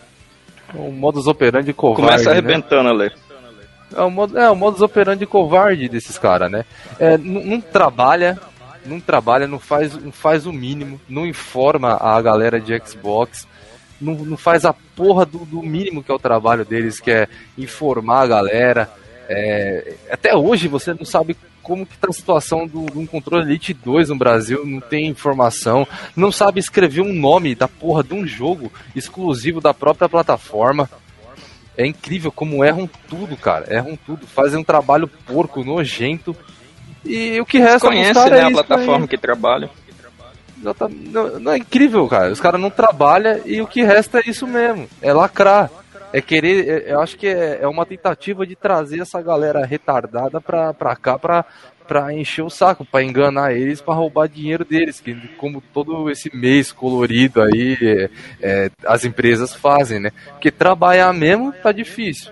O modus operandi covarde, Começa né? arrebentando, Ale. É o, modo, é o modus operandi covarde desses caras, né? É, não, não trabalha, não trabalha, não faz, não faz o mínimo, não informa a galera de Xbox, não, não faz a porra do, do mínimo que é o trabalho deles, que é informar a galera. É, até hoje você não sabe como que tá a situação do, de um controle Elite dois no Brasil, não tem informação, não sabe escrever um nome da porra de um jogo exclusivo da própria plataforma. É incrível como erram tudo, cara, erram tudo, fazem um trabalho porco, nojento, e o que resta pros Conhece, caras né, é a isso plataforma aí. que trabalha. Exatamente. Não, não é incrível, cara, os caras não trabalham e o que resta é isso mesmo, é lacrar. É querer, é- eu acho que é, é uma tentativa de trazer essa galera retardada pra, pra cá pra, pra encher o saco, pra enganar eles, pra roubar dinheiro deles, que como todo esse mês colorido aí é, é, as empresas fazem, né? Porque trabalhar mesmo tá difícil,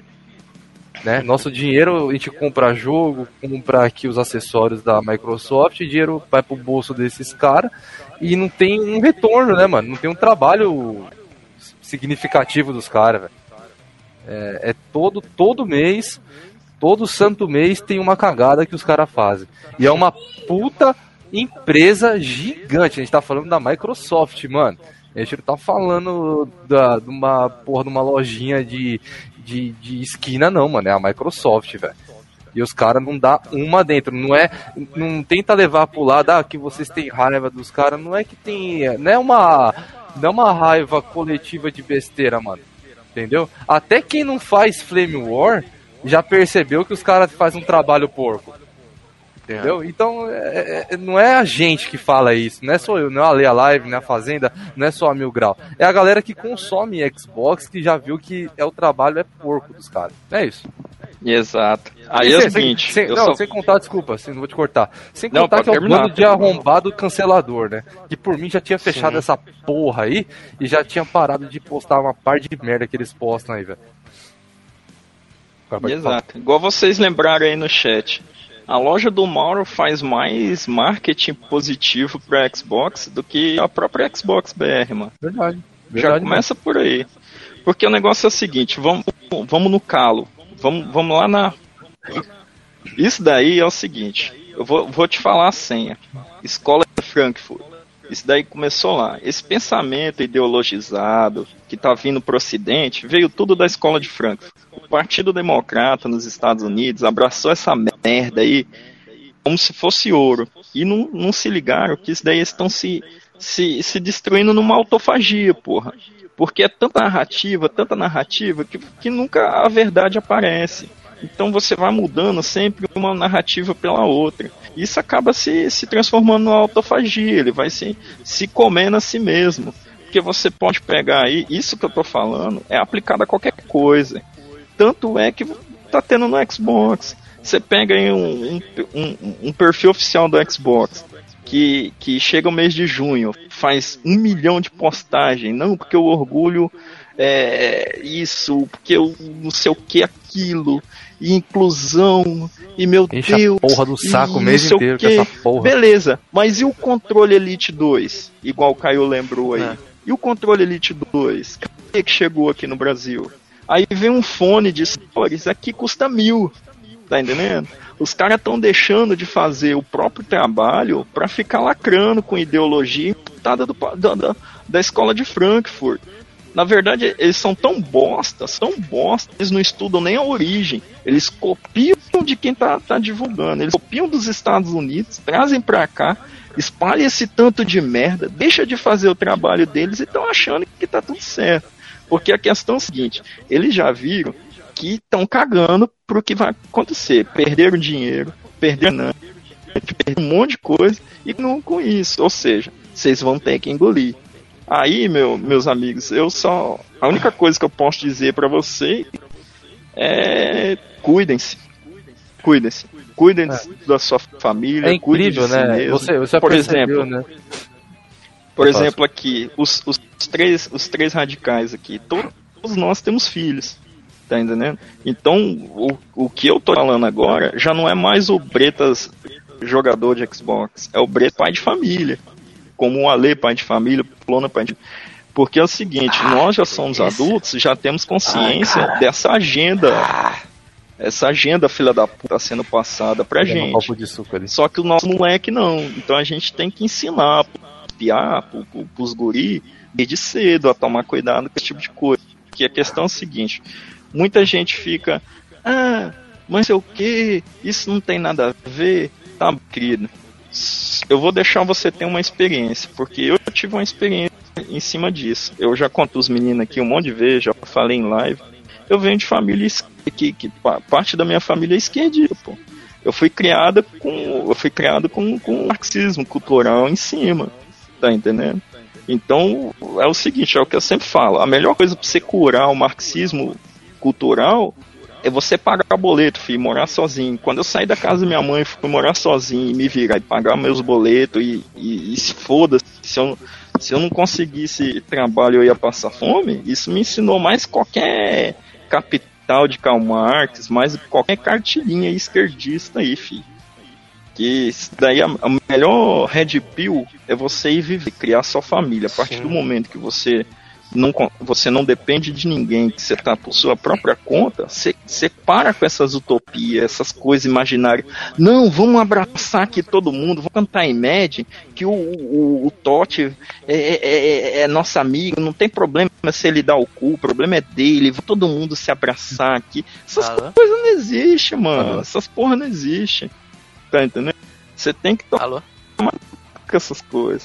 né? Nosso dinheiro, a gente compra jogo, compra aqui os acessórios da Microsoft, o dinheiro vai pro bolso desses caras e não tem um retorno, né, mano? Não tem um trabalho significativo dos caras, velho. É, é todo, todo mês, todo santo mês tem uma cagada que os caras fazem. E é uma puta empresa gigante. A gente tá falando da Microsoft, mano. A gente não tá falando da, de uma porra de uma lojinha de, de, de esquina, não, mano. É a Microsoft, velho. E os caras não dá uma dentro. Não é. Não tenta levar pro lado, ah, que vocês têm raiva dos caras. Não é que tem. Não é uma. Não é uma raiva coletiva de besteira, mano. Entendeu? Até quem não faz Flame War já percebeu que os caras fazem um trabalho porco. Entendeu? Então, é, é, não é a gente que fala isso, não é só eu, não é a Leia Live, não é a Fazenda, não é só a Mil Grau. É a galera que consome Xbox que já viu que é o trabalho é porco dos caras. É isso. Exato. Aí E é o sem- seguinte, sem- eu não, só... sem contar, desculpa, assim, não vou te cortar. Sem Não, contar pode que é um terminar, bando de pode terminar. arrombado cancelador, né? Que por mim já tinha fechado Sim. essa porra aí e já tinha parado de postar uma par de merda que eles postam aí, velho. Agora pode falar. Exato. Igual vocês lembraram aí no chat. A loja do Mauro faz mais marketing positivo pra Xbox do que a própria Xbox B R, mano. Verdade. Já verdade começa por aí. Porque o negócio é o seguinte, vamos, vamos no calo. Vamos, vamos lá na... Isso daí é o seguinte, eu vou, vou te falar a senha. Escola de Frankfurt. Isso daí começou lá. Esse pensamento ideologizado que tá vindo pro ocidente veio tudo da Escola de Frankfurt. O Partido Democrata nos Estados Unidos abraçou essa merda aí como se fosse ouro. E não, não se ligaram que isso daí eles estão se, se, se destruindo numa autofagia, porra. Porque é tanta narrativa, tanta narrativa, que, que nunca a verdade aparece. Então você vai mudando sempre uma narrativa pela outra. Isso acaba se, se transformando numa autofagia, ele vai se, se comendo a si mesmo. Porque você pode pegar aí, isso que eu tô falando, é aplicado a qualquer coisa. Tanto é que tá tendo no Xbox. Você pega aí um, um, um, um perfil oficial do Xbox, que, que chega o mês de junho, faz um milhão de postagens, não porque o orgulho é isso, porque eu não sei o que aquilo, e inclusão, e meu Enche Deus, a porra do saco e o mês não sei inteiro quê. com essa porra. Beleza, mas e o controle Elite dois? Igual o Caio lembrou aí. É. E o controle Elite dois? Cadê que chegou aqui no Brasil? Aí vem um fone de stories, aqui custa mil. Tá entendendo? Os caras estão deixando de fazer o próprio trabalho para ficar lacrando com ideologia imputada do, da, da, da escola de Frankfurt. Na verdade, eles são tão bosta, tão bosta, eles não estudam nem a origem. Eles copiam de quem tá, tá divulgando. Eles copiam dos Estados Unidos, trazem pra cá, espalham esse tanto de merda, deixa de fazer o trabalho deles e estão achando que tá tudo certo. Porque a questão é a seguinte, eles já viram que estão cagando pro que vai acontecer. Perderam dinheiro, perderam perderam um monte de coisa e não com isso. Ou seja, vocês vão ter que engolir. Aí, meu, meus amigos, eu só... A única coisa que eu posso dizer pra vocês é... Cuidem-se. Cuidem-se. Cuidem É. da sua família. É incrível, cuidem de si né? mesmo. Você, você Por percebeu, exemplo, né? Por Eu faço. exemplo, aqui, os, os, três, os três radicais aqui, todos nós temos filhos, tá entendendo? Então, o, o que eu tô falando agora já não é mais o Bretas jogador de Xbox, é o Bretas pai de família, como o Ale pai de família, o Plona pai de... Porque é o seguinte, Ah, nós já somos isso. adultos, já temos consciência Ah, dessa agenda, essa agenda, filha da puta, tá sendo passada pra Pegando um gente. copo de suco ali. Só que o nosso moleque não. Então a gente tem que ensinar pros piá, pro, pro, pros guri, desde cedo, a tomar cuidado com esse tipo de coisa. Porque a questão é a seguinte, muita gente fica, ah, mas sei o que, isso não tem nada a ver. Tá, querido, eu vou deixar você ter uma experiência, porque eu tive uma experiência em cima disso. Eu já conto os meninos aqui um monte de vezes, já falei em live. Eu venho de família que, que parte da minha família é esquerdista, pô. Eu fui criado com, eu fui criado com, com marxismo cultural em cima, tá entendendo? Então é o seguinte, é o que eu sempre falo. A melhor coisa para você curar o marxismo cultural é você pagar boleto, filho, morar sozinho. Quando eu saí da casa da minha mãe, fui morar sozinho e me virar e pagar meus boletos e, e, e se foda, se eu, se eu não conseguisse trabalho eu ia passar fome, isso me ensinou mais qualquer Capital de Karl Marx, mais qualquer cartilhinha esquerdista aí, filho. Que daí a, a melhor red pill é você ir viver, criar sua família. A partir Sim. do momento que você não, você não depende de ninguém, que você tá por sua própria conta, você, você para com essas utopias, essas coisas imaginárias. Não, vamos abraçar aqui todo mundo, vamos cantar em Imagine, que o, o, o Totti é, é, é, é nosso amigo, não tem problema se ele dá o cu, o problema é dele, vamos todo mundo se abraçar aqui. Essas Alô? coisas não existem, mano. Alô? Essas porra não existem. Tá entendendo? Você tem que tomar Alô? com essas coisas.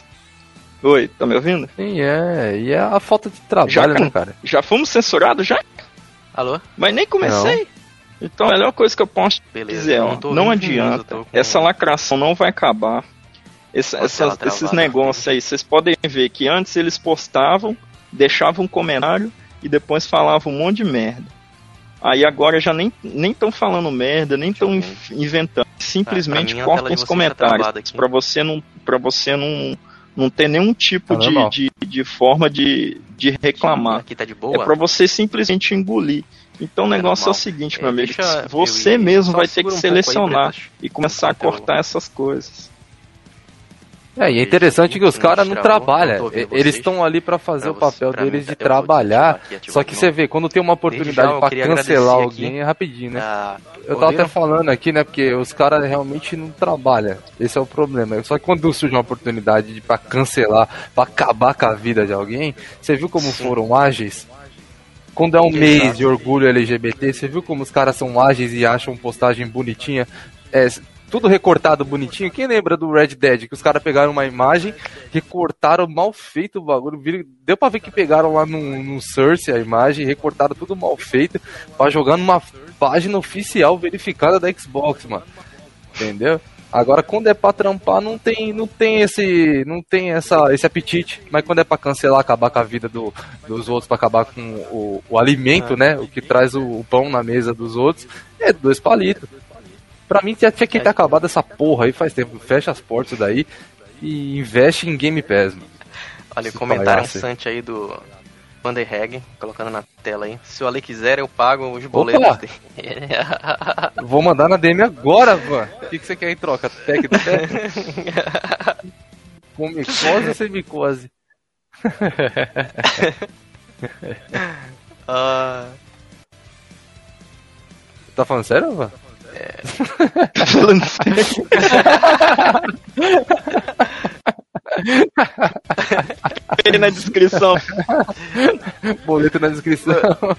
Oi, tá me ouvindo? Sim, é. E é a falta de trabalho, Já, né, cara? já fomos censurados? Já? Alô? Mas nem comecei. Então a melhor coisa que eu posso Beleza, dizer, eu ó, não tô não ouvindo ninguém, eu adianta. tô com- Essa lacração não vai acabar. Essa- Pode essas- falar, esses travado. negócios aí, vocês podem ver que antes eles postavam, deixavam um comentário e depois falavam um monte de merda. Aí agora já nem nem estão falando merda, nem estão inventando. Simplesmente ah, cortam os comentários para você não para você não não ter nenhum tipo tá de, de, de forma de, de reclamar. Aqui tá de boa. É para você simplesmente engolir. Então o negócio é, é o seguinte, meu é, amigo, deixa, você eu, mesmo vai ter que um selecionar aí, e começar a cortar essas coisas. É, e é interessante que os caras não trabalham. Eles estão ali para fazer o papel deles de trabalhar. Só que você vê, quando tem uma oportunidade para cancelar alguém, é rapidinho, né? Eu tava até falando aqui, né? Porque os caras realmente não trabalham. Esse é o problema. Só que quando surge uma oportunidade para cancelar, para acabar com a vida de alguém, você viu como foram ágeis? Quando é um mês de orgulho L G B T, você viu como os caras são ágeis e acham postagem bonitinha? É, tudo recortado bonitinho. Quem lembra do Red Dead? Que os caras pegaram uma imagem, recortaram mal feito o bagulho. Deu pra ver que pegaram lá no, no Source a imagem, recortaram tudo mal feito pra jogar numa página oficial verificada da Xbox, mano. Entendeu? Agora, quando é pra trampar, não tem, não tem, esse, não tem essa, esse apetite. Mas quando é pra cancelar, acabar com a vida do, dos outros, pra acabar com o, o alimento, é. né? O que traz o, o pão na mesa dos outros, é dois palitos. Pra mim, tinha que ter acabado essa porra aí faz tempo. Fecha as portas daí e investe em Game Pass, mano. Olha, o comentário interessante aí do Vanderhag, colocando na tela aí. Se o Ale quiser, eu pago os boletos dele. Vou mandar na D M agora, mano. O que, que você quer em troca? Tec do pé? Com micose ou sem micose? uh... Tá falando sério, mano? É. Tá falando sério? Ele na descrição. Boleto na descrição.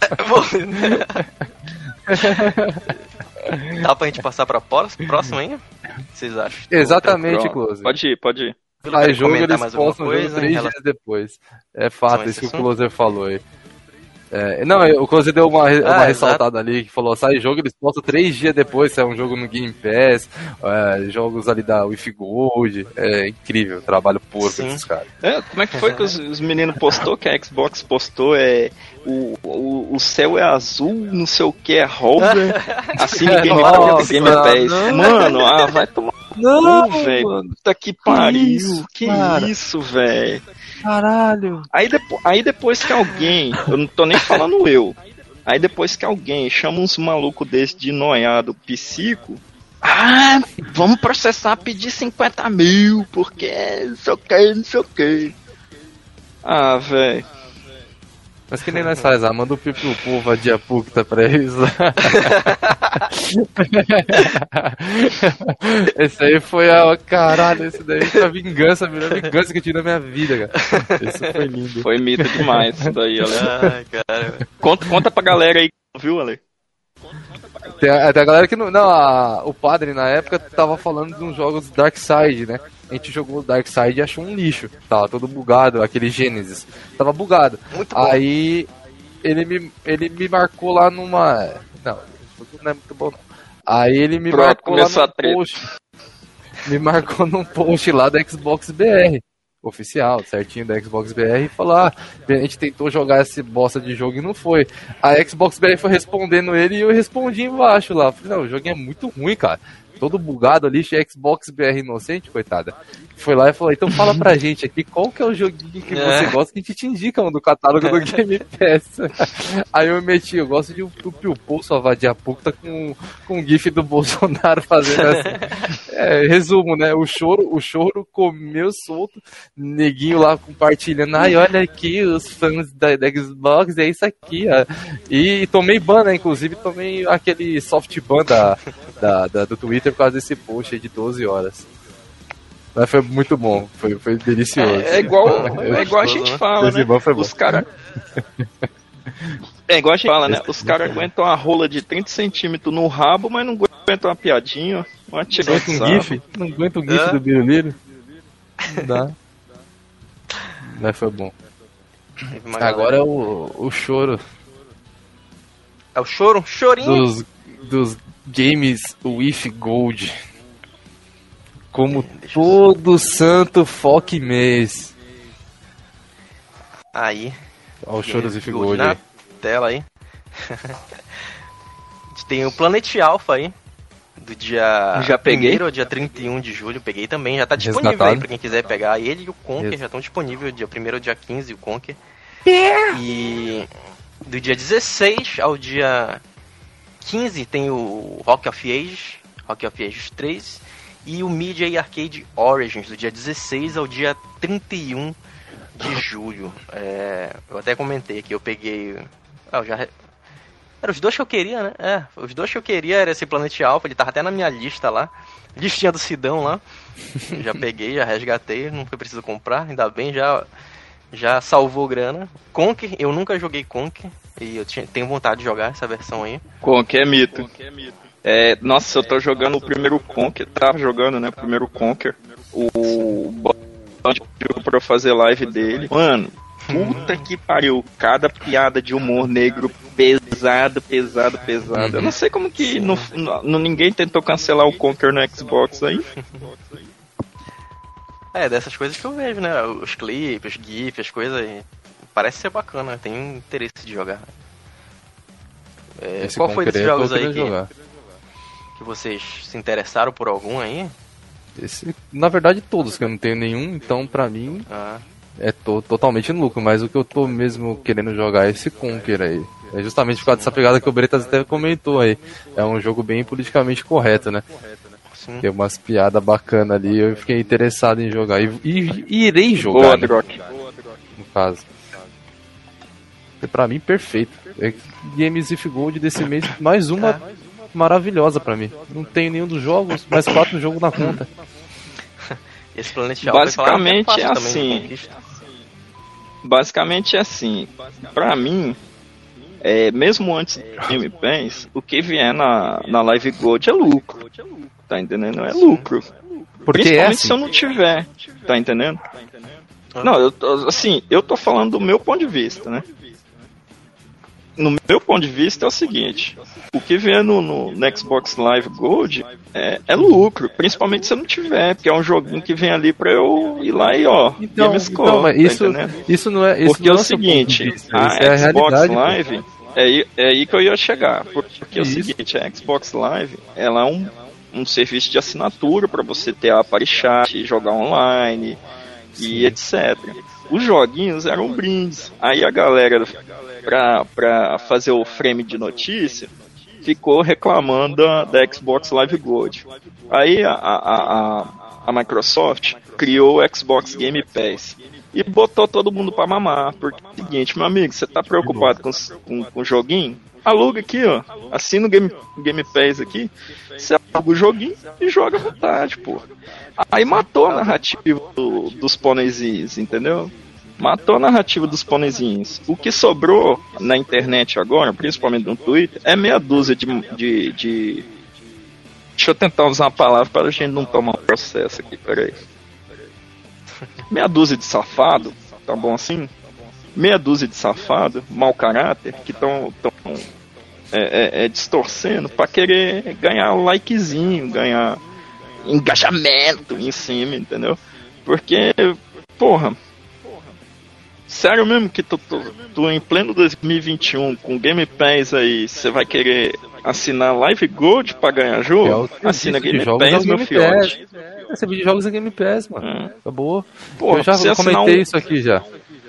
Dá pra gente passar pra próxima aí? Vocês acham? Exatamente, Close. Pode ir, pode ir. Aí jogo eles postam jogo três dias depois. É fato, isso que o Closer falou aí. É, não, o Closer deu uma, uma ah, ressaltada ali, que falou, sai jogo, eles postam três dias depois, sai um jogo no Game Pass, é, jogos ali da Wi-Fi Gold, é incrível, trabalho porco desses caras. É, como é que foi que os, os meninos postou, que a Xbox postou, é, o, o, o céu é azul, não sei o que, é rosa, assim ninguém me Game Pass. Mano, ah, vai tomar não, velho, puta que pariu, que cara. Isso, velho. Caralho. Aí, depo- aí depois que alguém, eu não tô nem falando eu, aí depois que alguém chama uns malucos desse de noiado psico, ah, vamos processar, pedir cinquenta mil, porque não sei o que, não sei o que. Ah, velho. Mas que nem nós faz, ah, manda o pipo povo a dia puta pra eles. Esse aí foi a. Caralho, esse daí foi a vingança, a melhor vingança que eu tive na minha vida, cara. Esse foi lindo. Foi mito demais isso daí, Ale. Ai, cara. Conta, conta pra galera aí, viu, Ale? Tem a, tem a galera que não. Não, a, o padre na época tava falando de uns jogos Dark Side, né? A gente jogou o Dark Side e achou um lixo. Tava todo bugado, aquele Genesis. Tava bugado. Muito bom. Aí ele me, ele me marcou lá numa. Não, não é muito bom não. Aí ele me Pronto, marcou lá num post. Me marcou num post lá da Xbox B R. Oficial, certinho da Xbox B R, e falou, ah, a gente tentou jogar esse bosta de jogo e não foi. A Xbox B R foi respondendo ele e eu respondi embaixo lá. Falei, não, o jogo é muito ruim, cara. Todo bugado ali, Xbox B R inocente, coitada. Foi lá e falou, então fala pra gente aqui qual que é o joguinho que é. você gosta que a gente te indica um do catálogo do Game Pass. Aí eu meti, eu gosto de um Piu-Piu só vadia puta com, com um gif do Bolsonaro fazendo assim. É, resumo, né? O choro, o choro comeu solto, neguinho lá compartilhando, ai, olha aqui os fãs da, da Xbox, é isso aqui, ó. E tomei ban, né? Inclusive tomei aquele soft ban da, da, da, do Twitter por causa desse post aí de doze horas. Mas foi muito bom, foi, foi delicioso. É, é igual, é igual a gente fala, né? Os caras. É igual a gente fala, né? Os caras aguentam uma rola de trinta centímetros no rabo, mas não aguentam uma piadinha. Uma não aguenta um gif? Não aguenta um gif é? do Biruliro? Não dá. Mas foi bom. Agora é o, o choro. É o choro? Chorinho? Dos, dos games Wi-Fi Gold. Como todo santo foque mês. Aí. Olha o choro do Wi-Fi Gold na aí. tela aí. Tem o Planet Alpha aí, do dia Já peguei. primeiro ao dia trinta e um de julho, peguei também, já tá disponível Resgatado. aí pra quem quiser pegar. Ele e o Conker Isso. já estão disponíveis, dia primeiro ao dia quinze, o Conker. E do dia dezesseis ao dia quinze tem o Rock of Ages, Rock of Ages três, e o Midway Arcade Origins, do dia dezesseis ao dia trinta e um de julho. É, eu até comentei aqui, eu peguei... Ah, eu já... Eram os dois que eu queria, né? É, os dois que eu queria era esse Planet Alpha, ele tava até na minha lista lá. Listinha do Sidão lá. Já peguei, já resgatei, não foi preciso comprar, ainda bem, já, já salvou grana. Conker, eu nunca joguei Conker, e eu tinha, tenho vontade de jogar essa versão aí. Conker é mito. É, nossa, eu tô jogando o primeiro Conker, tava jogando, né, o primeiro Conker. O Band pediu pra eu fazer live dele. Mano, puta que pariu, cada piada de humor negro pesado, pesado, pesado. Eu não sei como que no, no, ninguém tentou cancelar o Conker no Xbox aí. É, dessas coisas que eu vejo, né? Os clipes, os GIFs, as coisas aí. Parece ser bacana, tenho interesse de jogar. É, Esse qual foi Conker desses aí eu tô jogos aí querendo que, jogar. que vocês se interessaram por algum aí? Esse, na verdade, todos, que eu não tenho nenhum, então pra mim Ah, é to, totalmente no lucro. Mas o que eu tô mesmo querendo jogar é esse Conker aí. É justamente por causa dessa pegada que o Bretas até comentou aí. É um jogo bem politicamente correto, né? sim. Tem umas piadas bacanas ali, eu fiquei interessado em jogar. E, e- e irei jogar, Boa, né, Drock. no caso. E pra mim, perfeito. É Games If Gold desse mês, mais uma maravilhosa pra mim. Não tenho nenhum dos jogos, mais quatro jogos na conta. Esse Planet Alpha Basicamente falaram que é fácil também de assim. conquista. Basicamente é assim. Pra mim, é, mesmo antes do Game Pass, o que vier na, na Live Gold é lucro. Tá entendendo? É lucro. Porque é Principalmente assim. se eu não tiver. Tá entendendo? Não, eu tô, assim, eu tô falando do meu ponto de vista, né? No meu ponto de vista é o seguinte: o que vier no, no, no Xbox Live Gold é, é lucro, principalmente se eu não tiver, porque é um joguinho que vem ali pra eu ir lá e ó, Então, Gamescore, então, mas tá isso, entendendo? isso não é. Isso Porque não é o é seu ponto de seguinte, vista, a isso é a Xbox realidade, pô. Live, é aí, é aí que eu ia chegar, porque é o Isso. seguinte, a Xbox Live, ela é um, um serviço de assinatura pra você ter a Party Chat, jogar online e etcétera. Os joguinhos eram brindes, aí a galera, pra, pra fazer o frame de notícia, ficou reclamando da, da Xbox Live Gold. Aí a, a, a, a Microsoft criou o Xbox Game Pass e botou todo mundo pra mamar. Porque é o seguinte, meu amigo, você tá preocupado com, com, com o joguinho? Aluga aqui, ó. Assina o Game, Game Pass aqui, você aluga o joguinho e joga à vontade, pô. Aí matou a narrativa do, dos pôneizinhos, entendeu? Matou a narrativa dos pôneizinhos. O que sobrou na internet agora, principalmente no Twitter, é meia dúzia de... de, de... Deixa eu tentar usar uma palavra para a gente não tomar um processo aqui, peraí. Meia dúzia de safado, tá bom assim? Meia dúzia de safado, mau caráter, que estão é, é, é, distorcendo para querer ganhar um likezinho, ganhar engajamento em cima, entendeu? Porque, porra... Sério mesmo que tu, tu, tu em pleno dois mil e vinte e um, com Game Pass aí, você vai querer assinar Live Gold pra ganhar jogo? É Assina Game jogos é Pass, o meu Game fiote. Pass. Esse vídeo de jogos é Game Pass, mano. Hum. Acabou. Porra, eu já você assinar comentei um- isso aqui já.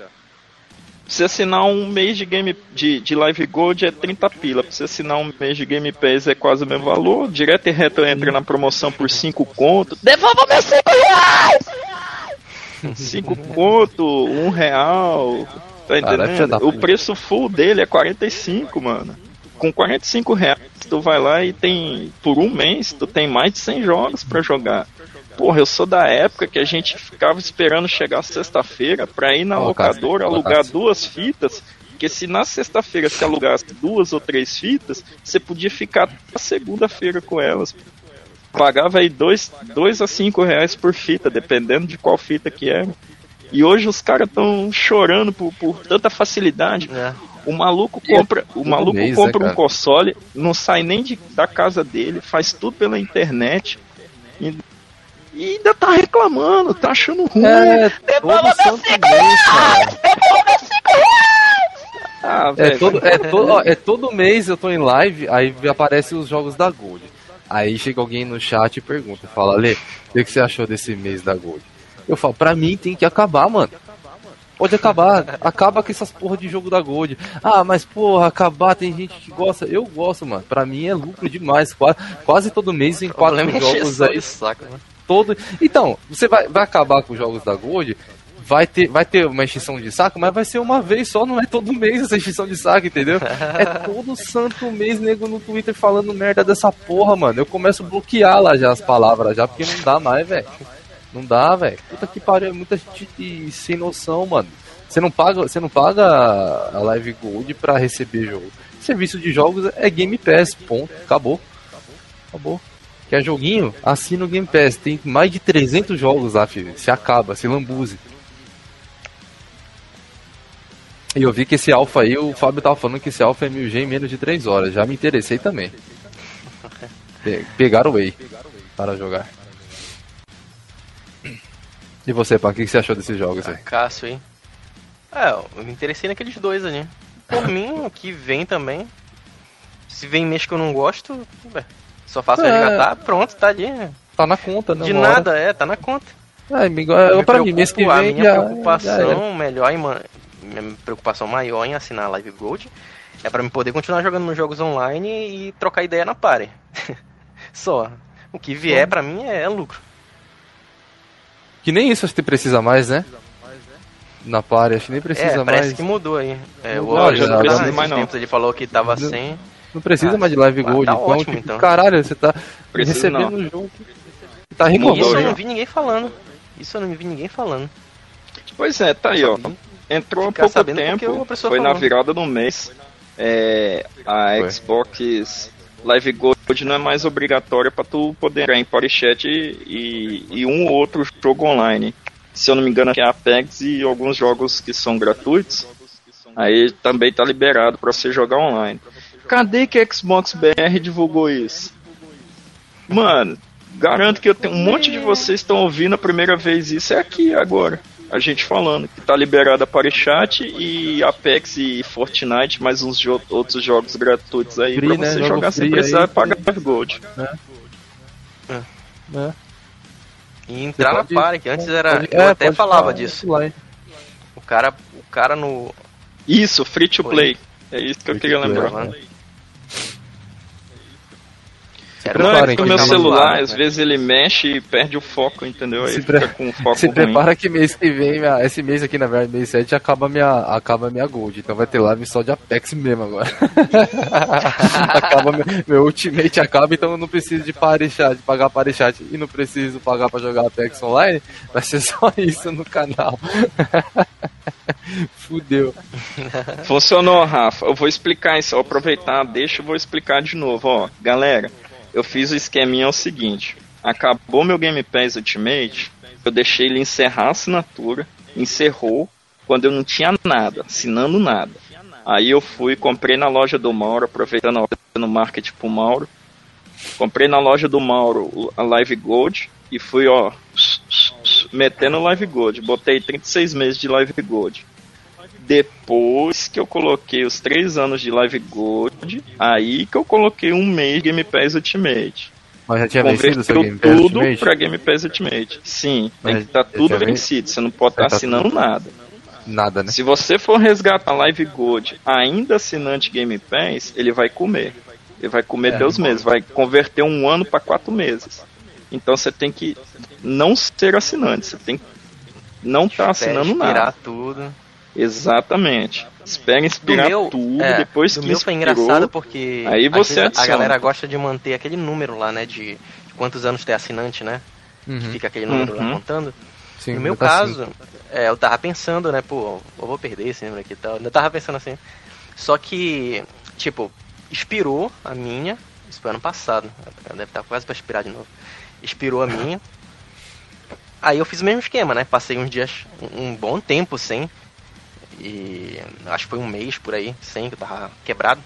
Você assinar um mês de Game de, de Live Gold é trinta pila. Pra você assinar um mês de Game Pass é quase o mesmo valor. Direto e reto entra na promoção por cinco conto. Devolva meus cinco reais! cinco conto, um real. Tá Cara, é filha entendendo? da O puta. preço full dele é quarenta e cinco, mano. Com quarenta e cinco reais, tu vai lá e tem, por um mês, tu tem mais de cem jogos pra jogar. Porra, eu sou da época que a gente ficava esperando chegar sexta-feira pra ir na Ó, locadora Cássio, ó, alugar Cássio. duas fitas. Porque se na sexta-feira você alugasse duas ou três fitas, você podia ficar até a segunda-feira com elas. Pagava aí dois, dois a cinco reais por fita, dependendo de qual fita que era. E hoje os caras estão chorando por, por tanta facilidade. É. O maluco compra, o Todo maluco mês, compra né, um cara? console, não sai nem de, da casa dele, faz tudo pela internet. E, e ainda tá reclamando, tá achando ruim. É, todo santo mês, cara. Ah, É velho. todo, é, todo, ó, é todo mês eu tô em live, aí aparecem os jogos da Gold. Aí chega alguém no chat e pergunta, fala, Lê, o que você achou desse mês da Gold? Eu falo, pra mim tem que acabar, mano. Pode acabar, acaba com essas porra de jogo da Gold. Ah, mas porra, acabar, tem gente que gosta. Eu gosto, mano. Pra mim é lucro demais. Quase, quase todo mês tem quatro jogos aí. Saco, né? Todo... Então, você vai, vai acabar com os jogos da Gold, vai ter, vai ter uma extinção de saco, mas vai ser uma vez só, não é todo mês essa extinção de saco, entendeu? É todo santo mês, nego, no Twitter falando merda dessa porra, mano. Eu começo a bloquear lá já as palavras já, porque não dá mais, velho. Não dá, velho. Puta que pariu, é muita gente sem noção, mano. Você não paga, você não paga a Live Gold pra receber jogo. Serviço de jogos é Game Pass, ponto. Acabou. Acabou. Quer joguinho? Assina o Game Pass. Tem mais de trezentos jogos lá, filho. Se acaba, se lambuze. E eu vi que esse alpha aí, o Fábio tava falando que esse alpha é mil G em menos de três horas. Já me interessei também. Pegaram o Whey para jogar. E você, Pá, o que você achou desses jogos aí? Cássio, hein? É, eu me interessei naqueles dois ali. Por mim, o que vem também. Se vem mês que eu não gosto, ué, só faço É. resgatar, pronto, tá ali. Tá na conta, né? De uma hora. nada, é, tá na conta. É, amigo, é, Me pra mim, mês que preocupo- vem a minha já, já preocupação era. melhor em, ma- minha preocupação maior em assinar a Live Gold é pra me poder continuar jogando nos jogos online e trocar ideia na party. Só. O que vier pra mim é, é lucro. Que nem isso acho que precisa mais, né? Na party, acho que nem precisa é, parece mais. que mudou aí. É, o Mudou, Oliver, já não lá precisa nesses mais, não. tempos ele falou que tava Não. sem. Não precisa Ah, mais de Live tá Gold. então, ótimo, tipo, então. caralho, você tá Precisa recebendo não. o jogo. Tá reclamando. Isso eu Mudou, não já. vi ninguém falando. Isso eu não vi ninguém falando. Pois é, tá aí, ó. Entrou há Ficar pouco sabendo porque tempo, uma pessoa foi na falou. virada do mês. É, a Foi. Xbox Live Gold não é mais obrigatória pra tu poder entrar em Party Chat e, e um ou outro jogo online. Se eu não me engano, aqui é Apex e alguns jogos que são gratuitos. Aí também tá liberado pra você jogar online. Cadê que a Xbox B R divulgou isso? Mano, garanto que eu tenho um monte de vocês estão ouvindo a primeira vez isso é aqui agora. A gente falando que tá liberada para chat e Apex e Fortnite, mais uns jo- outros jogos gratuitos aí Free, pra né? você Jogo jogar sem free precisar aí, pagar Gold. É. E entrar Você na pode- party, que antes era. pode- eu é, até pode falava falar disso. lá, hein? O cara, o cara no. Isso, free to play. É isso que eu Free queria to play, lembrar. né? Se Era Não, é preparem que o que meu já celular, zoado, às né? vezes ele mexe e perde o foco, entendeu? Aí Se fica pre- com o foco Se ruim. prepara que mês que vem, minha- esse mês aqui, na verdade, mês sete, acaba minha, acaba minha Gold. Então vai ter live só de Apex mesmo agora. acaba meu, meu Ultimate acaba, então eu não preciso de Parichat, de pagar Parichat e não preciso pagar pra jogar Apex Online. Vai ser só isso no canal. Fudeu. Funcionou, Rafa. Eu vou explicar isso. Vou aproveitar, deixa eu vou explicar de novo. Ó, galera, eu fiz o esqueminha é o seguinte. Acabou meu Game Pass Ultimate, eu deixei ele encerrar a assinatura. Encerrou quando eu não tinha nada, assinando nada. Aí eu fui, comprei na loja do Mauro, aproveitando no marketing pro Mauro. Comprei na loja do Mauro a Live Gold e fui, ó, metendo Live Gold. Botei trinta e seis meses de Live Gold. Depois que eu coloquei os três anos de Live Gold, aí que eu coloquei um mês de Game Pass Ultimate. Mas já tinha vencido o seu Game Converteu Pass tudo Ultimate? pra Game Pass Ultimate. Sim, tem Mas que estar já tudo tinha ven- vencido. Você não pode estar Já tá assinando tudo- nada. Nada, né? Se você for resgatar Live Gold ainda assinante Game Pass, ele vai comer. Ele vai comer É, Deus meses. Vai converter um ano para quatro meses. Então você tem que não ser assinante. Você tem que não estar tá assinando expirar nada. tudo. Exatamente. Espera inspirar do meu, tudo, é, depois do que meu foi inspirou, engraçado porque aí às você vezes a adiciona. galera gosta de manter aquele número lá, né, de, de quantos anos tem assinante, né? Uhum. Fica aquele número lá Uhum. contando. Sim, no meu tá assim. caso, é, eu tava pensando, né, pô, eu vou perder esse número aqui e tal. Eu tava pensando assim. Só que, tipo, expirou a minha. Isso foi ano passado. Deve estar quase pra expirar de novo. Expirou a minha. Aí eu fiz o mesmo esquema, né? Passei uns dias, um, um bom tempo sem. E acho que foi um mês por aí, sem, que eu tava quebrado.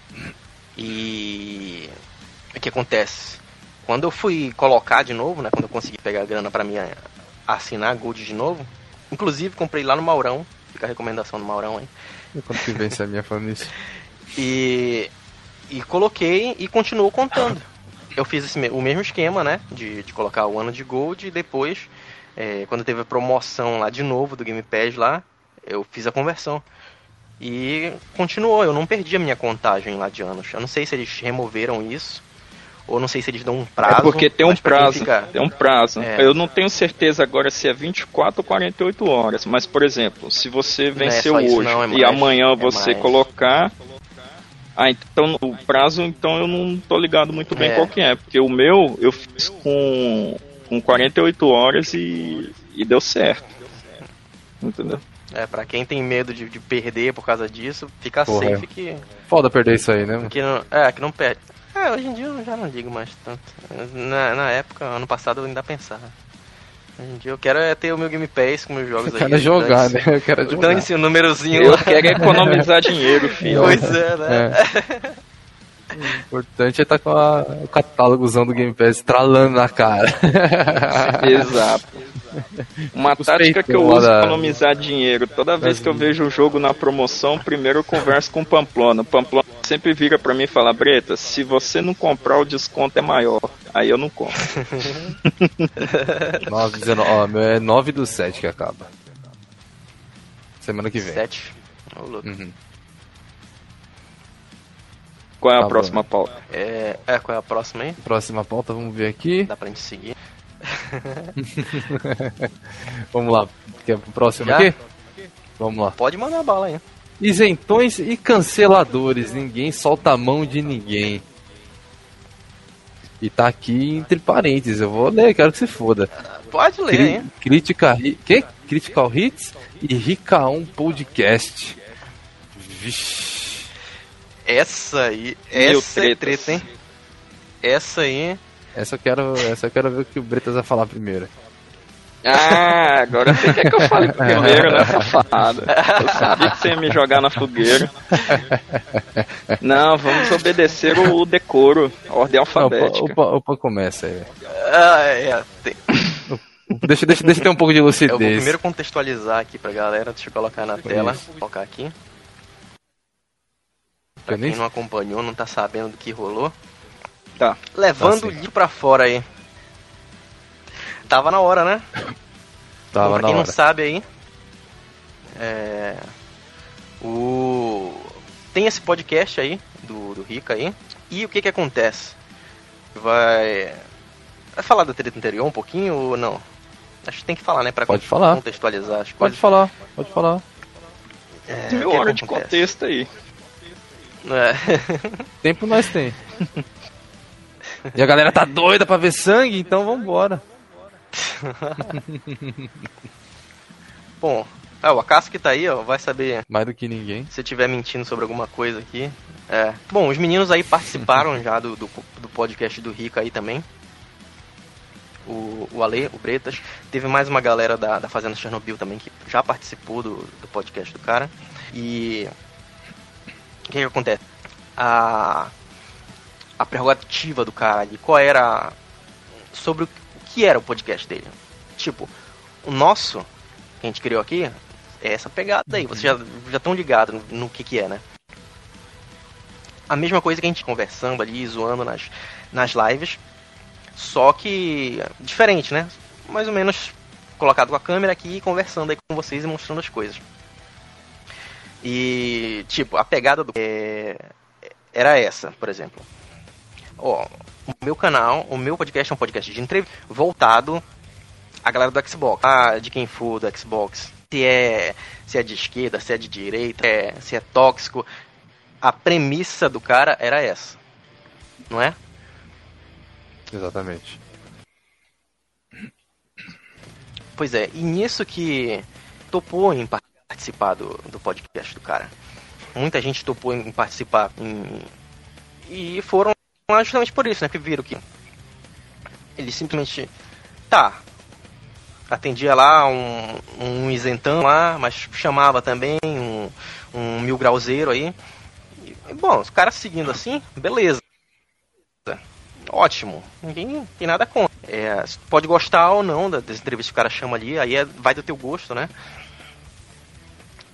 E o que acontece? Quando eu fui colocar de novo, né? Quando eu consegui pegar a grana pra mim assinar a Gold de novo, inclusive comprei lá no Maurão, Fica a recomendação do Maurão aí. Quando que vence a minha falando isso? E, e coloquei e continuo contando. Eu fiz esse, o mesmo esquema, né? De, de colocar o ano de Gold e depois, é, quando teve a promoção lá de novo do Game Pass lá, eu fiz a conversão. E continuou, eu não perdi a minha contagem lá de anos. Eu não sei se eles removeram isso, ou não sei se eles dão um prazo. É porque tem um prazo, fica... tem um prazo. É. Eu não tenho certeza agora se é vinte e quatro ou quarenta e oito horas, mas, por exemplo, se você venceu não é hoje não, é mais, e amanhã é você mais. colocar... Ah, então o prazo, então eu não tô ligado muito bem É. qual que é, porque o meu eu fiz com, com quarenta e oito horas e, e deu certo. Entendeu? É, pra quem tem medo de, de perder por causa disso, fica Porra, safe que, Foda perder isso aí, né, mano? que não, é, que não perde. É, hoje em dia eu já não digo mais tanto. Na, na época, ano passado eu ainda pensava. Hoje em dia eu quero é ter o meu Game Pass com meus jogos Eu aí. quero jogar, dane-se- né? Eu quero jogar. Dane-se o númerozinho Eu lá. quero economizar dinheiro, filho. Pois é, né? O importante é estar com a, o catálogozão do Game Pass estralando na cara. Exato. Uma Os tática que eu peitão lá uso da- pra economizar dinheiro. Toda vez que eu vejo um jogo na promoção, primeiro eu converso com o Pamplona. O Pamplona sempre vira pra mim e fala: Breta, se você não comprar, o desconto é maior. Aí eu não compro. nove, dezenove, ó, meu é nove do sete que acaba. Semana que vem. Sete. Ô, louco. Uhum. Qual é a Tá bom. próxima pauta? É, é, qual é a próxima aí? Próxima pauta, vamos ver aqui. Dá pra gente seguir. Vamos lá. Quer pro próximo Já? aqui? Vamos lá. Pode mandar bala aí. Isentões e canceladores. Ninguém solta a mão de ninguém. E tá aqui entre parênteses. Eu vou ler, quero que se foda. Pode ler, Cri- hein? Critica, que? Critical Hits e Rica um Podcast. Vixe. Essa aí, Mil essa é tretas. treta, hein? Essa aí. Essa eu quero, essa eu quero ver o que o Bretas vai falar primeiro. Ah, agora você quer que eu fale primeiro, né, safado? Eu sabia que você ia me jogar na fogueira. Não, vamos obedecer o decoro, a ordem Não, alfabética. opa, opa, opa, começa aí. velho. Ah, é. Tem... Deixa, deixa, deixa eu ter um pouco de Eu vou lucidez. primeiro contextualizar aqui pra galera. Deixa eu colocar na tela. Vou colocar aqui. Pra Eu nem- quem não acompanhou, não tá sabendo do que rolou. Tá. Levando Tá o sim. livro pra fora aí. Tava na hora, né? Bom, Tava pra na quem não hora. sabe aí, é, o... tem esse podcast aí, do, do Rica aí, e o que que acontece? Vai... Vai falar da treta anterior um pouquinho ou não? Acho que tem que falar, né, pra Pode falar. contextualizar as Pode coisas. falar, pode falar. É, Mil o que horas de acontece? contexto aí. É. Tempo nós tem. E a galera tá doida pra ver sangue, então vambora. Bom, ah, o Acaso que tá aí, ó, vai saber Mais do que ninguém. se eu estiver mentindo sobre alguma coisa aqui. É. Bom, os meninos aí participaram já do, do, do podcast do Rica aí também. O, o Ale, o Bretas. Teve mais uma galera da, da Fazenda Chernobyl também que já participou do, do podcast do cara. E o que que acontece? A, a prerrogativa do cara ali, qual era sobre o, o que era o podcast dele? Tipo, o nosso, que a gente criou aqui, é essa pegada aí. Vocês já já estão ligados no, no que que é, né? A mesma coisa que a gente conversando ali, zoando nas, nas lives, só que diferente, né? Mais ou menos colocado com a câmera aqui e conversando aí com vocês e mostrando as coisas. E, tipo, a pegada do... É, era essa, por exemplo. Ó, o meu canal, o meu podcast é um podcast de entrevista voltado à galera do Xbox. Ah, de quem for do Xbox. Se é, se é de esquerda, se é de direita, é, se é tóxico. A premissa do cara era essa. Não é? Exatamente. Pois é, e nisso que topou em participar do, do podcast do cara. Muita gente topou em participar. Em, e foram lá justamente por isso, né? Que viram que ele simplesmente... Tá, atendia lá um, um isentão lá, mas chamava também um, um mil grauzeiro aí. E, bom, os caras seguindo assim, beleza. Ótimo, ninguém tem nada contra. É, pode gostar ou não das entrevistas que o cara chama ali, aí é, vai do teu gosto, né?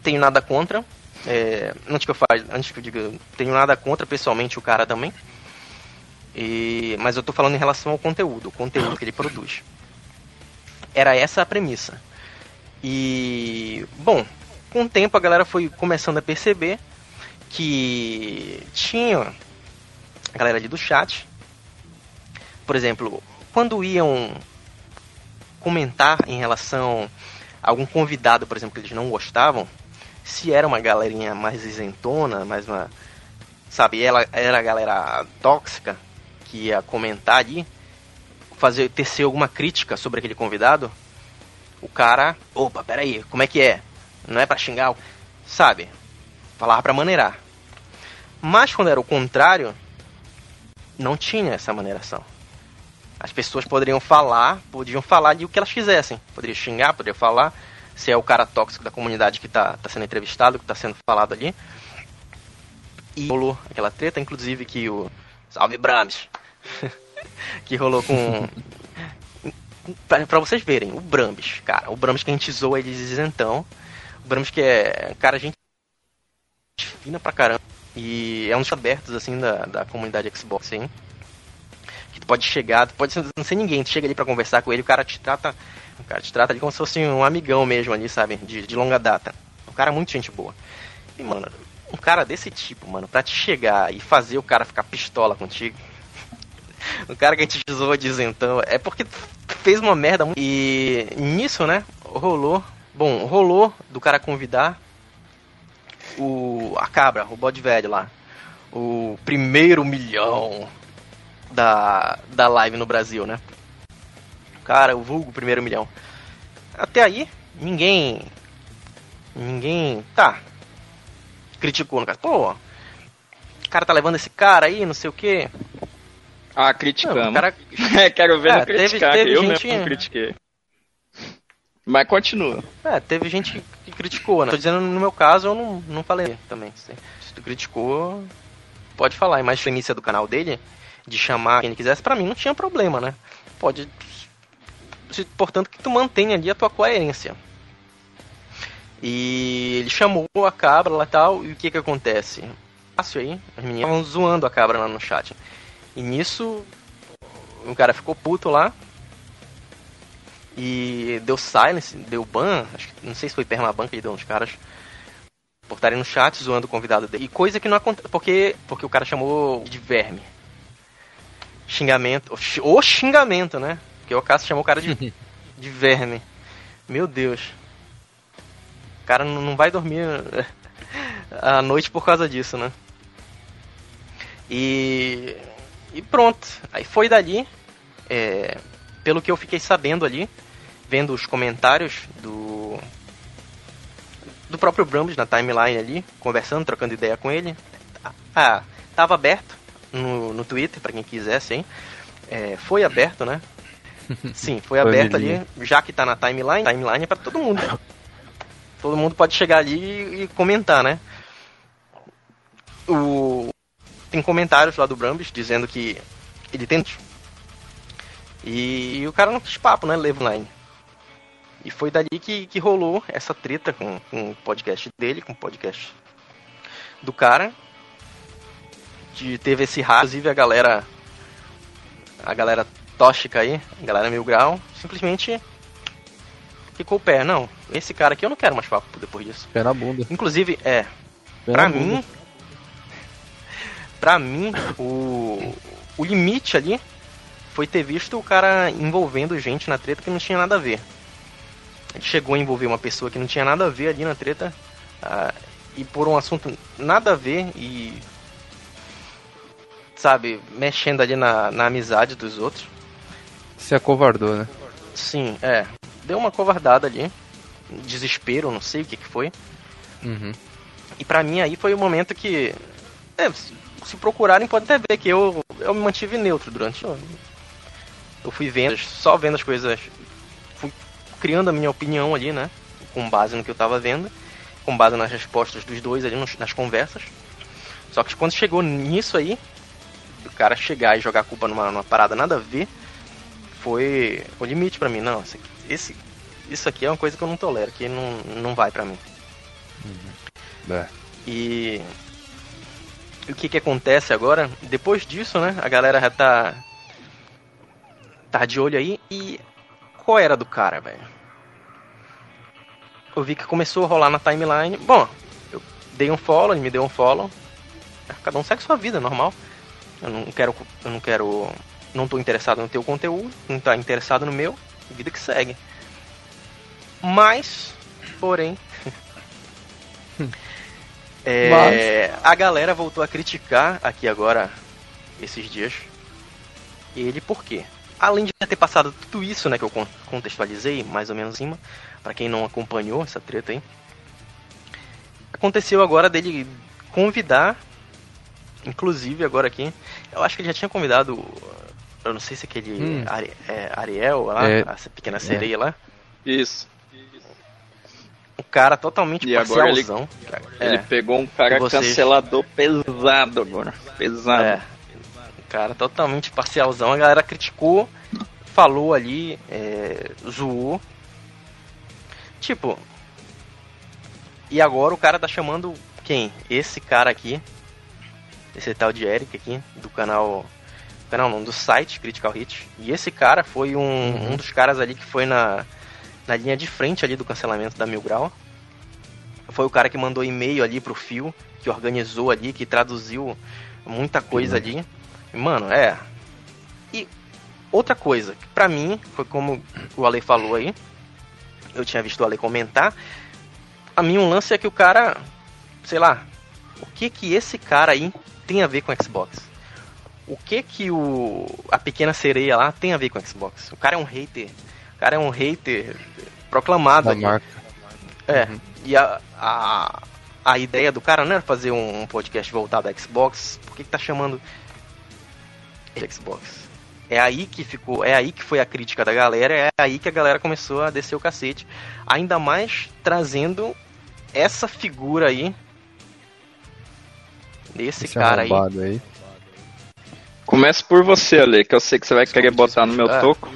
tenho nada contra. É, antes que eu fale, antes que eu diga, tenho nada contra pessoalmente o cara também. E, mas eu tô falando em relação ao conteúdo, o conteúdo que ele produz. Era essa a premissa. E, bom, com o tempo a galera foi começando a perceber que tinha a galera ali do chat, por exemplo, quando iam comentar em relação a algum convidado, por exemplo, que eles não gostavam, se era uma galerinha mais isentona, mais uma, sabe, ela era a galera tóxica que ia comentar ali, fazer, tecer alguma crítica sobre aquele convidado, o cara, opa, peraí, como é que é? Não é pra xingar, sabe? Falava pra maneirar. Mas quando era o contrário, não tinha essa maneiração. As pessoas poderiam falar, podiam falar ali o que elas quisessem. Poderiam xingar, poderiam falar. Se é o cara tóxico da comunidade que tá, tá sendo entrevistado, que tá sendo falado ali. E rolou aquela treta, inclusive que o... Salve Brahms! Que rolou com... Pra, pra vocês verem, o Brahms, cara. O Brahms que a gente zoa ele de isentão. O Brahms que é... Cara, a gente... fina pra caramba. E é um dos abertos, assim, da, da comunidade Xbox, hein? Que tu pode chegar, tu pode não ser ninguém, tu chega ali pra conversar com ele, o cara te trata... O cara te trata ali como se fosse um amigão mesmo ali, sabe? De, de longa data. Um cara muito gente boa. E, mano, um cara desse tipo, mano, pra te chegar e fazer o cara ficar pistola contigo... O cara que a gente zoa de isentão, é porque fez uma merda muito... E nisso, né, rolou... Bom, rolou do cara convidar o a cabra, o bode velho lá. O primeiro milhão da, da live no Brasil, né? Cara, o vulgo primeiro milhão. Até aí, ninguém... Ninguém... Tá. Criticou no caso. Pô, o cara tá levando esse cara aí, não sei o quê. Ah, criticamos. Não, o cara... Quero ver é, não criticar, teve, teve eu gente... mesmo não critiquei. Mas continua. É, teve gente que criticou, né? Tô dizendo, no meu caso, eu não, não falei também. Se tu criticou, pode falar. Mas a início do canal dele, de chamar quem ele quisesse, pra mim não tinha problema, né? Pode... Portanto, que tu mantenha ali a tua coerência. E ele chamou a cabra lá e tal, e o que que acontece? Fácil aí, as meninas estavam zoando a cabra lá no chat. E nisso, o cara ficou puto lá. E deu silence, deu ban, acho que, não sei se foi permaban que ele deu uns caras por estarem no chat zoando o convidado dele. E coisa que não acontece, porque, porque o cara chamou de verme. Xingamento, ou xingamento, né? Porque o Cássio chamou o cara de, de verme. Meu Deus. O cara não vai dormir à noite por causa disso, né? E, e pronto. Aí foi dali, é, pelo que eu fiquei sabendo ali, vendo os comentários do do próprio Brahms na timeline ali, conversando, trocando ideia com ele. Ah, tava aberto no, no Twitter, pra quem quisesse, hein? É, foi aberto, né? Sim, foi aberto ali, já que tá na timeline, timeline é pra todo mundo. Todo mundo pode chegar ali e, e comentar, né? O... Tem comentários lá do Brahms dizendo que ele tenta. E, e o cara não quis papo, né? Leva online. E foi dali que, que rolou essa treta com, com o podcast dele, com o podcast do cara. De, teve esse raio, inclusive a galera. A galera tóxica aí, a galera mil grau, simplesmente ficou o pé. Não, esse cara aqui eu não quero mais papo depois disso. Pé na bunda. Inclusive, é. Pé pra na mim. bunda. Pra mim, o, o limite ali foi ter visto o cara envolvendo gente na treta que não tinha nada a ver. Ele chegou a envolver uma pessoa que não tinha nada a ver ali na treta, uh, e por um assunto nada a ver, e sabe, mexendo ali na, na amizade dos outros. Se acovardou, né? Sim, é. Deu uma covardada ali, desespero, não sei o que que foi. Uhum. E pra mim aí foi o momento que... É, se procurarem podem até ver que eu, eu me mantive neutro durante... Eu fui vendo, só vendo as coisas... Fui criando a minha opinião ali, né? Com base no que eu tava vendo. Com base nas respostas dos dois ali, nas conversas. Só que quando chegou nisso aí... O cara chegar e jogar a culpa numa, numa parada nada a ver... Foi o limite pra mim. Não, esse, esse, isso aqui é uma coisa que eu não tolero. Que não, não vai pra mim. Uhum. É. E o que que acontece agora? Depois disso, né, a galera já tá tá de olho aí. E qual era do cara, velho? Eu vi que começou a rolar na timeline. Bom, eu dei um follow, ele me deu um follow. Cada um segue sua vida, normal. Eu não quero, eu não quero, não tô interessado no teu conteúdo, não tá interessado no meu, vida que segue. Mas, porém, é, Mas... a galera voltou a criticar aqui agora, esses dias, ele por quê? Além de ter passado tudo isso, né, que eu contextualizei, mais ou menos em cima, pra quem não acompanhou essa treta aí, aconteceu agora dele convidar, inclusive agora aqui, eu acho que ele já tinha convidado, eu não sei se aquele hum. Ari, é, Ariel lá, é, essa pequena sereia é. lá. Isso. Um cara totalmente e parcialzão. Agora ele, ele é. pegou um cara vocês... cancelador pesado agora. Pesado. É. Um cara totalmente parcialzão. A galera criticou, falou ali, é, zoou. Tipo, e agora o cara tá chamando quem? Esse cara aqui, esse tal de Eric aqui, do canal, canal não, do site Critical Hit. E esse cara foi um, uhum. um dos caras ali que foi na, na linha de frente ali do cancelamento da Mil Grau. Foi o cara que mandou e-mail ali pro Phil, que organizou ali, que traduziu muita coisa uhum. ali. E, mano, é... E outra coisa, que pra mim, foi como o Ale falou aí, eu tinha visto o Ale comentar, a mim um lance é que o cara, sei lá, o que que esse cara aí tem a ver com Xbox? O que que o a pequena sereia lá tem a ver com Xbox? O cara é um hater, o cara é um hater proclamado da marca. É, uhum. E a, a, a ideia do cara não era fazer um, um podcast voltado a Xbox. Por que que tá chamando de Xbox? É aí que ficou, é aí que foi a crítica da galera, é aí que a galera começou a descer o cacete. Ainda mais trazendo essa figura aí, desse Esse cara aí. aí. Começa por você, Ale, que eu sei que você vai querer botar no meu é. toco.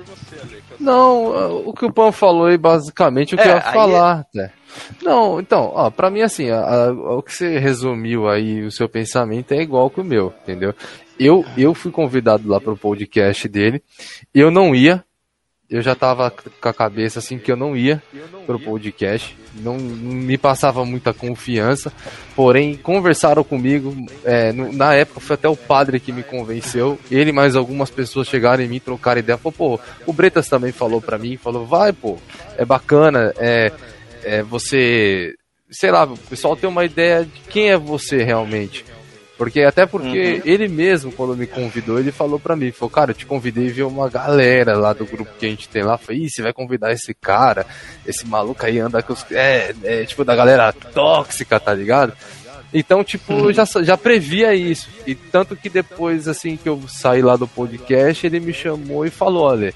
Não, o que o Pão falou aí, basicamente, o que é, eu ia falar. É... Né? Não, então, ó, pra mim, assim, a, a, o que você resumiu aí, o seu pensamento é igual que o meu, entendeu? Eu, eu fui convidado lá pro podcast dele, eu não ia, eu já tava com a cabeça assim que eu não ia pro podcast, não, não me passava muita confiança, porém conversaram comigo, é, no, na época foi até o padre que me convenceu, ele e mais algumas pessoas chegaram em mim, trocaram ideia, falou, pô, o Bretas também falou pra mim, falou, vai pô, é bacana, é, é você, sei lá, o pessoal tem uma ideia de quem é você realmente. Porque, até porque uhum. ele mesmo, quando me convidou, ele falou pra mim, falou, cara, eu te convidei e vi uma galera lá do grupo que a gente tem lá, falei, ih, você vai convidar esse cara, esse maluco aí anda com os... É, é tipo, da galera tóxica, tá ligado? Então, tipo, uhum. eu já, já previa isso. E tanto que depois, assim, que eu saí lá do podcast, ele me chamou e falou, olha,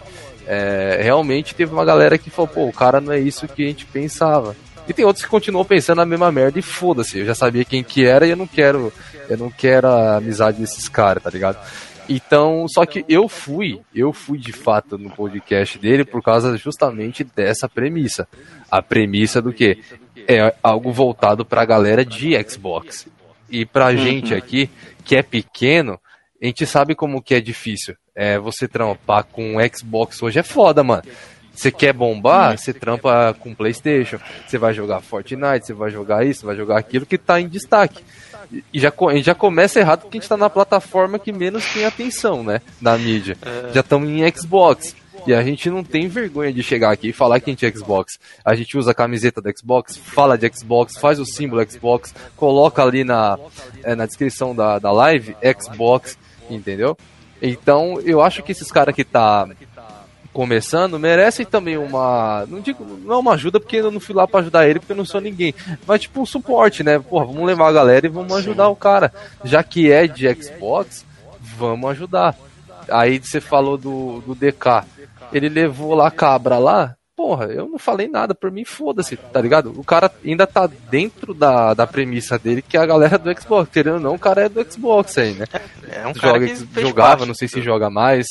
é, realmente teve uma galera que falou, pô, o cara não é isso que a gente pensava. E tem outros que continuam pensando a mesma merda e foda-se, eu já sabia quem que era e eu não quero, eu não quero a amizade desses caras, tá ligado? Então, só que eu fui, eu fui de fato no podcast dele por causa justamente dessa premissa. A premissa do quê? É algo voltado pra galera de Xbox. E pra uhum. gente aqui, que é pequeno, a gente sabe como que é difícil. É, você trampar com Xbox hoje é foda, mano. Você quer bombar, você trampa com PlayStation, você vai jogar Fortnite, você vai jogar isso, vai jogar aquilo que tá em destaque. E já, a gente já começa errado porque a gente tá na plataforma que menos tem atenção, né, na mídia. É. Já estamos em Xbox. E a gente não tem vergonha de chegar aqui e falar que a gente é Xbox. A gente usa a camiseta da Xbox, fala de Xbox, faz o símbolo Xbox, coloca ali na, é, na descrição da, da live, Xbox, entendeu? Então, eu acho que esses caras que tá... começando, merecem também uma, não digo, não é uma ajuda porque eu não fui lá pra ajudar ele porque eu não sou ninguém, mas tipo um suporte, né, porra, vamos levar a galera e vamos ajudar o cara, já que é de Xbox, vamos ajudar. Aí você falou do, do D K, ele levou lá a cabra lá, porra, eu não falei nada, por mim foda-se, tá ligado? O cara ainda tá dentro da, da premissa dele, que é a galera do Xbox, querendo ou não, o cara é do Xbox aí, né? É um cara Joga, que jogava, não sei se joga mais,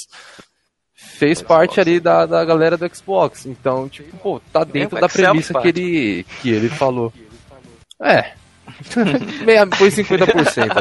fez parte ali da, da galera do Xbox. Então, tipo, pô, tá dentro da premissa que ele, que ele falou. É. Meia, foi cinquenta por cento.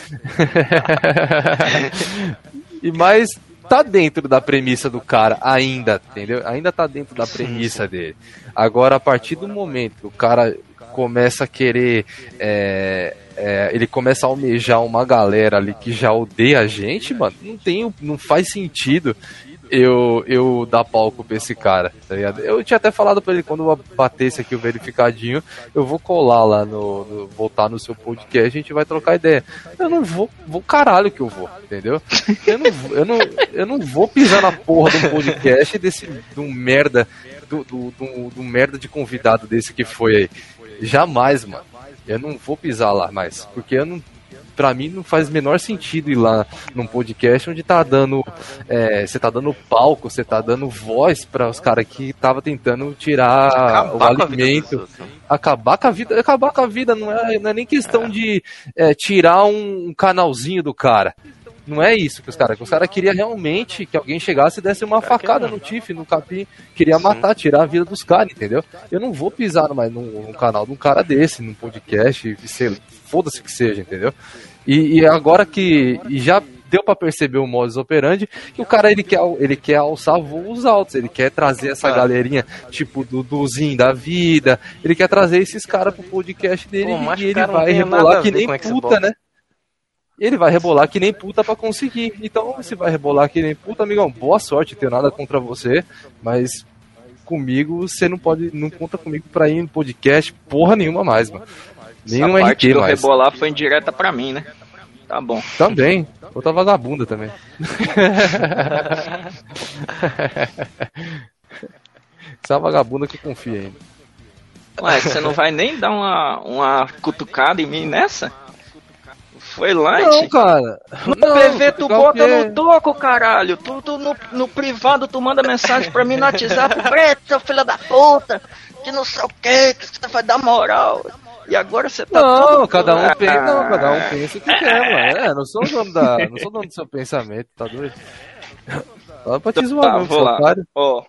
E mais tá dentro da premissa do cara ainda, entendeu? Ainda tá dentro da premissa dele. Agora, a partir do momento que o cara começa a querer é, é, ele começa a almejar uma galera ali que já odeia a gente, mano, não tem, não faz sentido eu, eu dar palco pra esse cara, tá ligado? Eu tinha até falado pra ele, quando eu batesse aqui o verificadinho, eu vou colar lá no, no voltar no seu podcast, a gente vai trocar ideia. Eu não vou, vou caralho que eu vou, entendeu? Eu não, eu não, eu não vou pisar na porra de um podcast desse, de um merda, do, do, do, do merda de convidado desse que foi aí. Jamais, mano. Eu não vou pisar lá mais, porque eu não, pra mim não faz o menor sentido ir lá num podcast onde tá dando, é, você tá dando palco, você tá dando voz para os caras que tava tentando tirar acabar o alimento, acabar com a vida, acabar com a vida, não é, não é nem questão é. de é, tirar um, um canalzinho do cara. Não é isso que os caras... Os caras queriam realmente que alguém chegasse e desse uma facada no Tiff, no Capim. Queria matar, tirar a vida dos caras, entendeu? Eu não vou pisar mais num, num canal de um cara desse, num podcast, foda-se que seja, entendeu? E, e agora que... E já deu pra perceber o modus operandi, que o cara, ele quer, ele quer alçar voos altos, ele quer trazer essa galerinha, tipo, do Duzinho da vida, ele quer trazer esses caras pro podcast dele. Pô, e ele vai rebolar que nem puta, né? Ele vai rebolar que nem puta pra conseguir. Então, se vai rebolar que nem puta, amigão, boa sorte, tenho nada contra você, mas comigo você não pode, não conta comigo pra ir no podcast porra nenhuma mais, mano. Nenhum R T mais. Rebolar foi indireta pra mim, né? Tá bom. Também. Outra vagabunda também. Essa vagabunda que confia ainda. Ué, você não vai nem dar uma, uma cutucada em mim nessa? Foi light? Não, cara. No não, P V tu bota no toco, caralho. Tu, tu no, no privado tu manda mensagem pra mim no WhatsApp. Preto, seu filho da puta. Que não sei o que, que você vai dar moral. E agora você tá não, todo... cada um pensa, não, cada um pensa o que quer, mano. É, não sou dono da, não sou dono do seu pensamento, tá doido? Só pra te zoar, tá, mesmo, vou lá. Ó.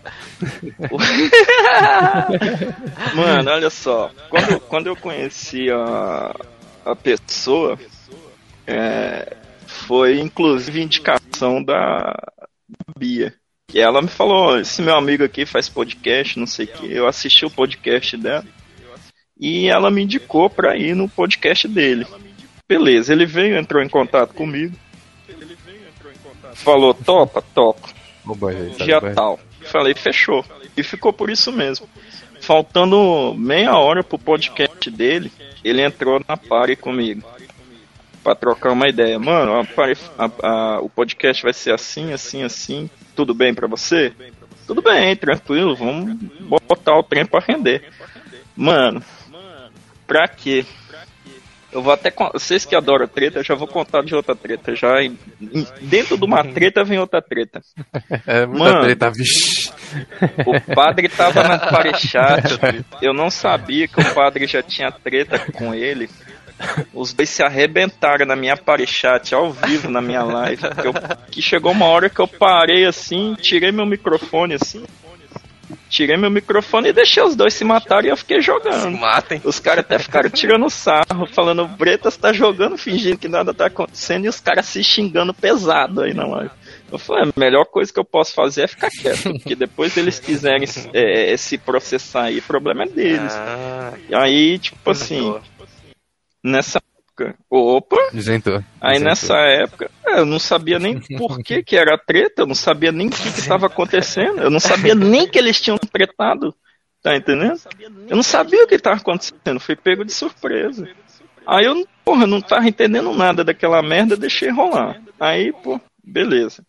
Mano, olha só. Quando, quando eu conheci a, a pessoa, é, foi inclusive indicação da Bia. Que ela me falou, esse meu amigo aqui faz podcast, não sei o que. Eu assisti o podcast dela. E ela me indicou pra ir no podcast dele. Beleza, ele veio, entrou em contato comigo. Falou, topa, topa. Dia tal. Falei, fechou. E ficou por isso mesmo. Faltando meia hora pro podcast dele, ele entrou na party comigo. Pra trocar uma ideia. Mano, a party, a, a, o podcast vai ser assim, assim, assim. Tudo bem pra você? Tudo bem, tranquilo. Vamos botar o trem pra render. Mano, pra quê? Eu vou até... Vocês que adoram treta, eu já vou contar de outra treta. Já em, em, dentro de uma treta vem outra treta. É muita Mano, treta, vixi. O padre tava na Parexat. Eu não sabia que o padre já tinha treta com ele. Os dois se arrebentaram na minha Parexat, ao vivo, na minha live. Que, eu, que chegou uma hora que eu parei assim, tirei meu microfone assim. Tirei meu microfone e deixei os dois se matarem e eu fiquei jogando. Se matem. Os caras até ficaram tirando sarro, falando, Bretas tá jogando, fingindo que nada tá acontecendo, e os caras se xingando pesado aí na live. Eu falei, a melhor coisa que eu posso fazer é ficar quieto, porque depois eles quiserem é, se processar aí, o problema é deles. Ah, e aí, tipo assim, nessa época, opa, isentou. Aí isentou. Nessa época, eu não sabia nem por que que era treta, eu não sabia nem o que que estava acontecendo, eu não sabia nem que eles tinham tretado, tá entendendo? Eu não sabia o que estava acontecendo, fui pego de surpresa. Aí eu, porra, não tava entendendo nada daquela merda, deixei rolar. Aí, pô, beleza.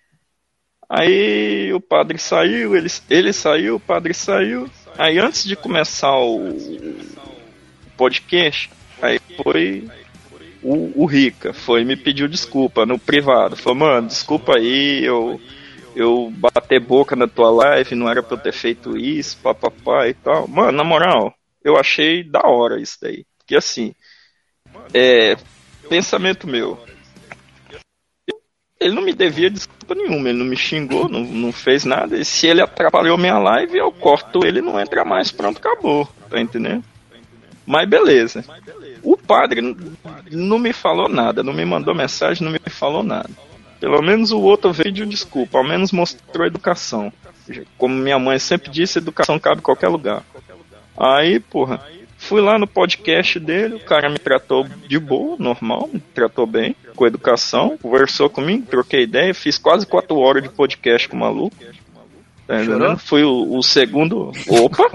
Aí o padre saiu, ele, ele saiu, o padre saiu. Aí antes de começar o podcast, aí foi o, o Rica, foi me pediu desculpa no privado. Falou, mano, desculpa aí, eu, eu bater boca na tua live, não era pra eu ter feito isso, papapá e tal. Mano, na moral, eu achei da hora isso daí. Porque assim, é, pensamento meu, ele não me devia desculpa nenhuma, ele não me xingou, não, não fez nada. E se ele atrapalhou minha live, eu corto ele e não entra mais, pronto, acabou, tá entendendo? Mas beleza. O padre n- não me falou nada, não me mandou mensagem, não me falou nada. Pelo menos o outro veio de desculpa, ao menos mostrou educação. Como minha mãe sempre disse, educação cabe em qualquer lugar. Aí, porra, fui lá no podcast dele, o cara me tratou de boa, normal, me tratou bem, com educação, conversou comigo, troquei ideia, fiz quase quatro horas de podcast com o maluco. Tá entendendo? Fui o, o segundo. Opa!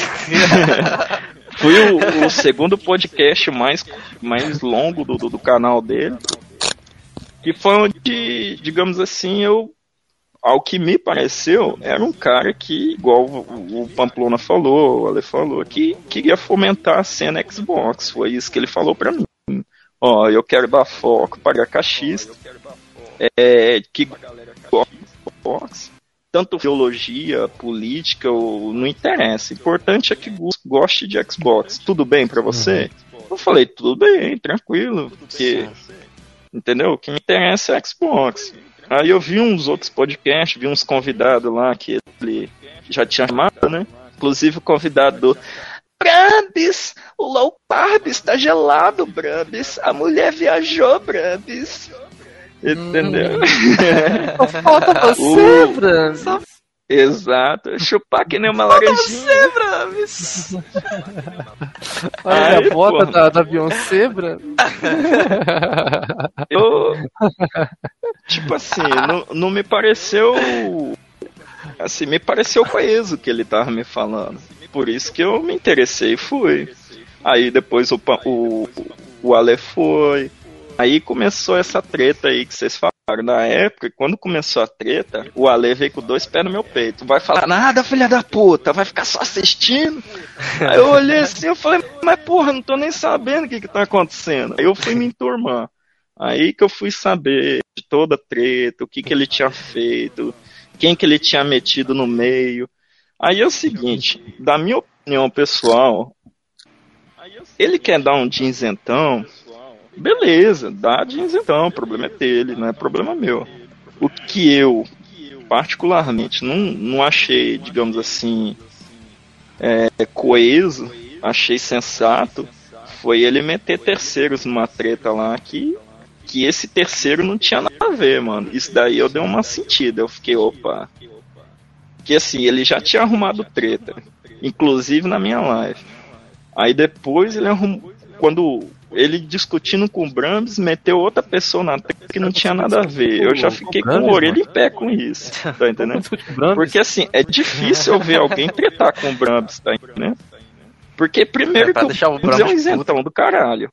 Fui o, o segundo podcast mais, mais longo do, do, do canal dele. Que foi onde, digamos assim, eu. Ao que me pareceu, era um cara que, igual o, o Pamplona falou, o Ale falou, que queria fomentar a cena Xbox. Foi isso que ele falou pra mim. Ó, eu quero dar foco para caixista, é, que gosta de Xbox, tanto teologia, política, ou, não interessa. O importante é que goste de Xbox. Tudo bem pra você? Eu falei, tudo bem, tranquilo, porque, entendeu? O que me interessa é Xbox. Aí eu vi uns outros podcasts, vi uns convidados lá que ele já tinha chamado, né? Inclusive o convidado do Brambis, o low carb está gelado, Brambis. A mulher viajou, Brambis. Entendeu? Só falta você, O- Brambis. Exato. Chupar que nem uma laranjinha. Você, Braves! Olha Aí, a bota porra. da, da Beyoncé, Brambis. Eu. Tipo assim, não, não me pareceu. Assim, me pareceu coeso o que ele tava me falando. Por isso que eu me interessei e fui. Aí depois o, Pa- o, o Ale foi. Aí começou essa treta aí que vocês falaram. Na época, quando começou a treta, o Ale veio com dois pés no meu peito. Vai falar nada, filha da puta, vai ficar só assistindo. Aí eu olhei assim, eu falei, mas porra, não tô nem sabendo o que que tá acontecendo. Aí eu fui me enturmar. Aí que eu fui saber de toda a treta, o que que ele tinha feito, quem que ele tinha metido no meio. Aí é o seguinte, da minha opinião pessoal, ele quer dar um dizentão, beleza, dá dizentão, o problema é dele, não é problema meu. O que eu, particularmente, não, não achei, digamos assim, é, coeso, achei sensato, foi ele meter terceiros numa treta lá que, que esse terceiro não tinha nada a ver, mano. Isso daí eu dei uma sentida, eu fiquei, opa. Que assim, ele já tinha arrumado treta, inclusive na minha live. Aí depois ele arrumou, quando ele discutindo com o Brambis, meteu outra pessoa na treta que não tinha nada a ver. Eu já fiquei com a orelha em pé com isso, tá entendendo? Porque assim, é difícil eu ver alguém tretar com o Brambis, tá entendendo? Porque primeiro É, pra que deixar o o Brambis é um Brambis isentão do caralho.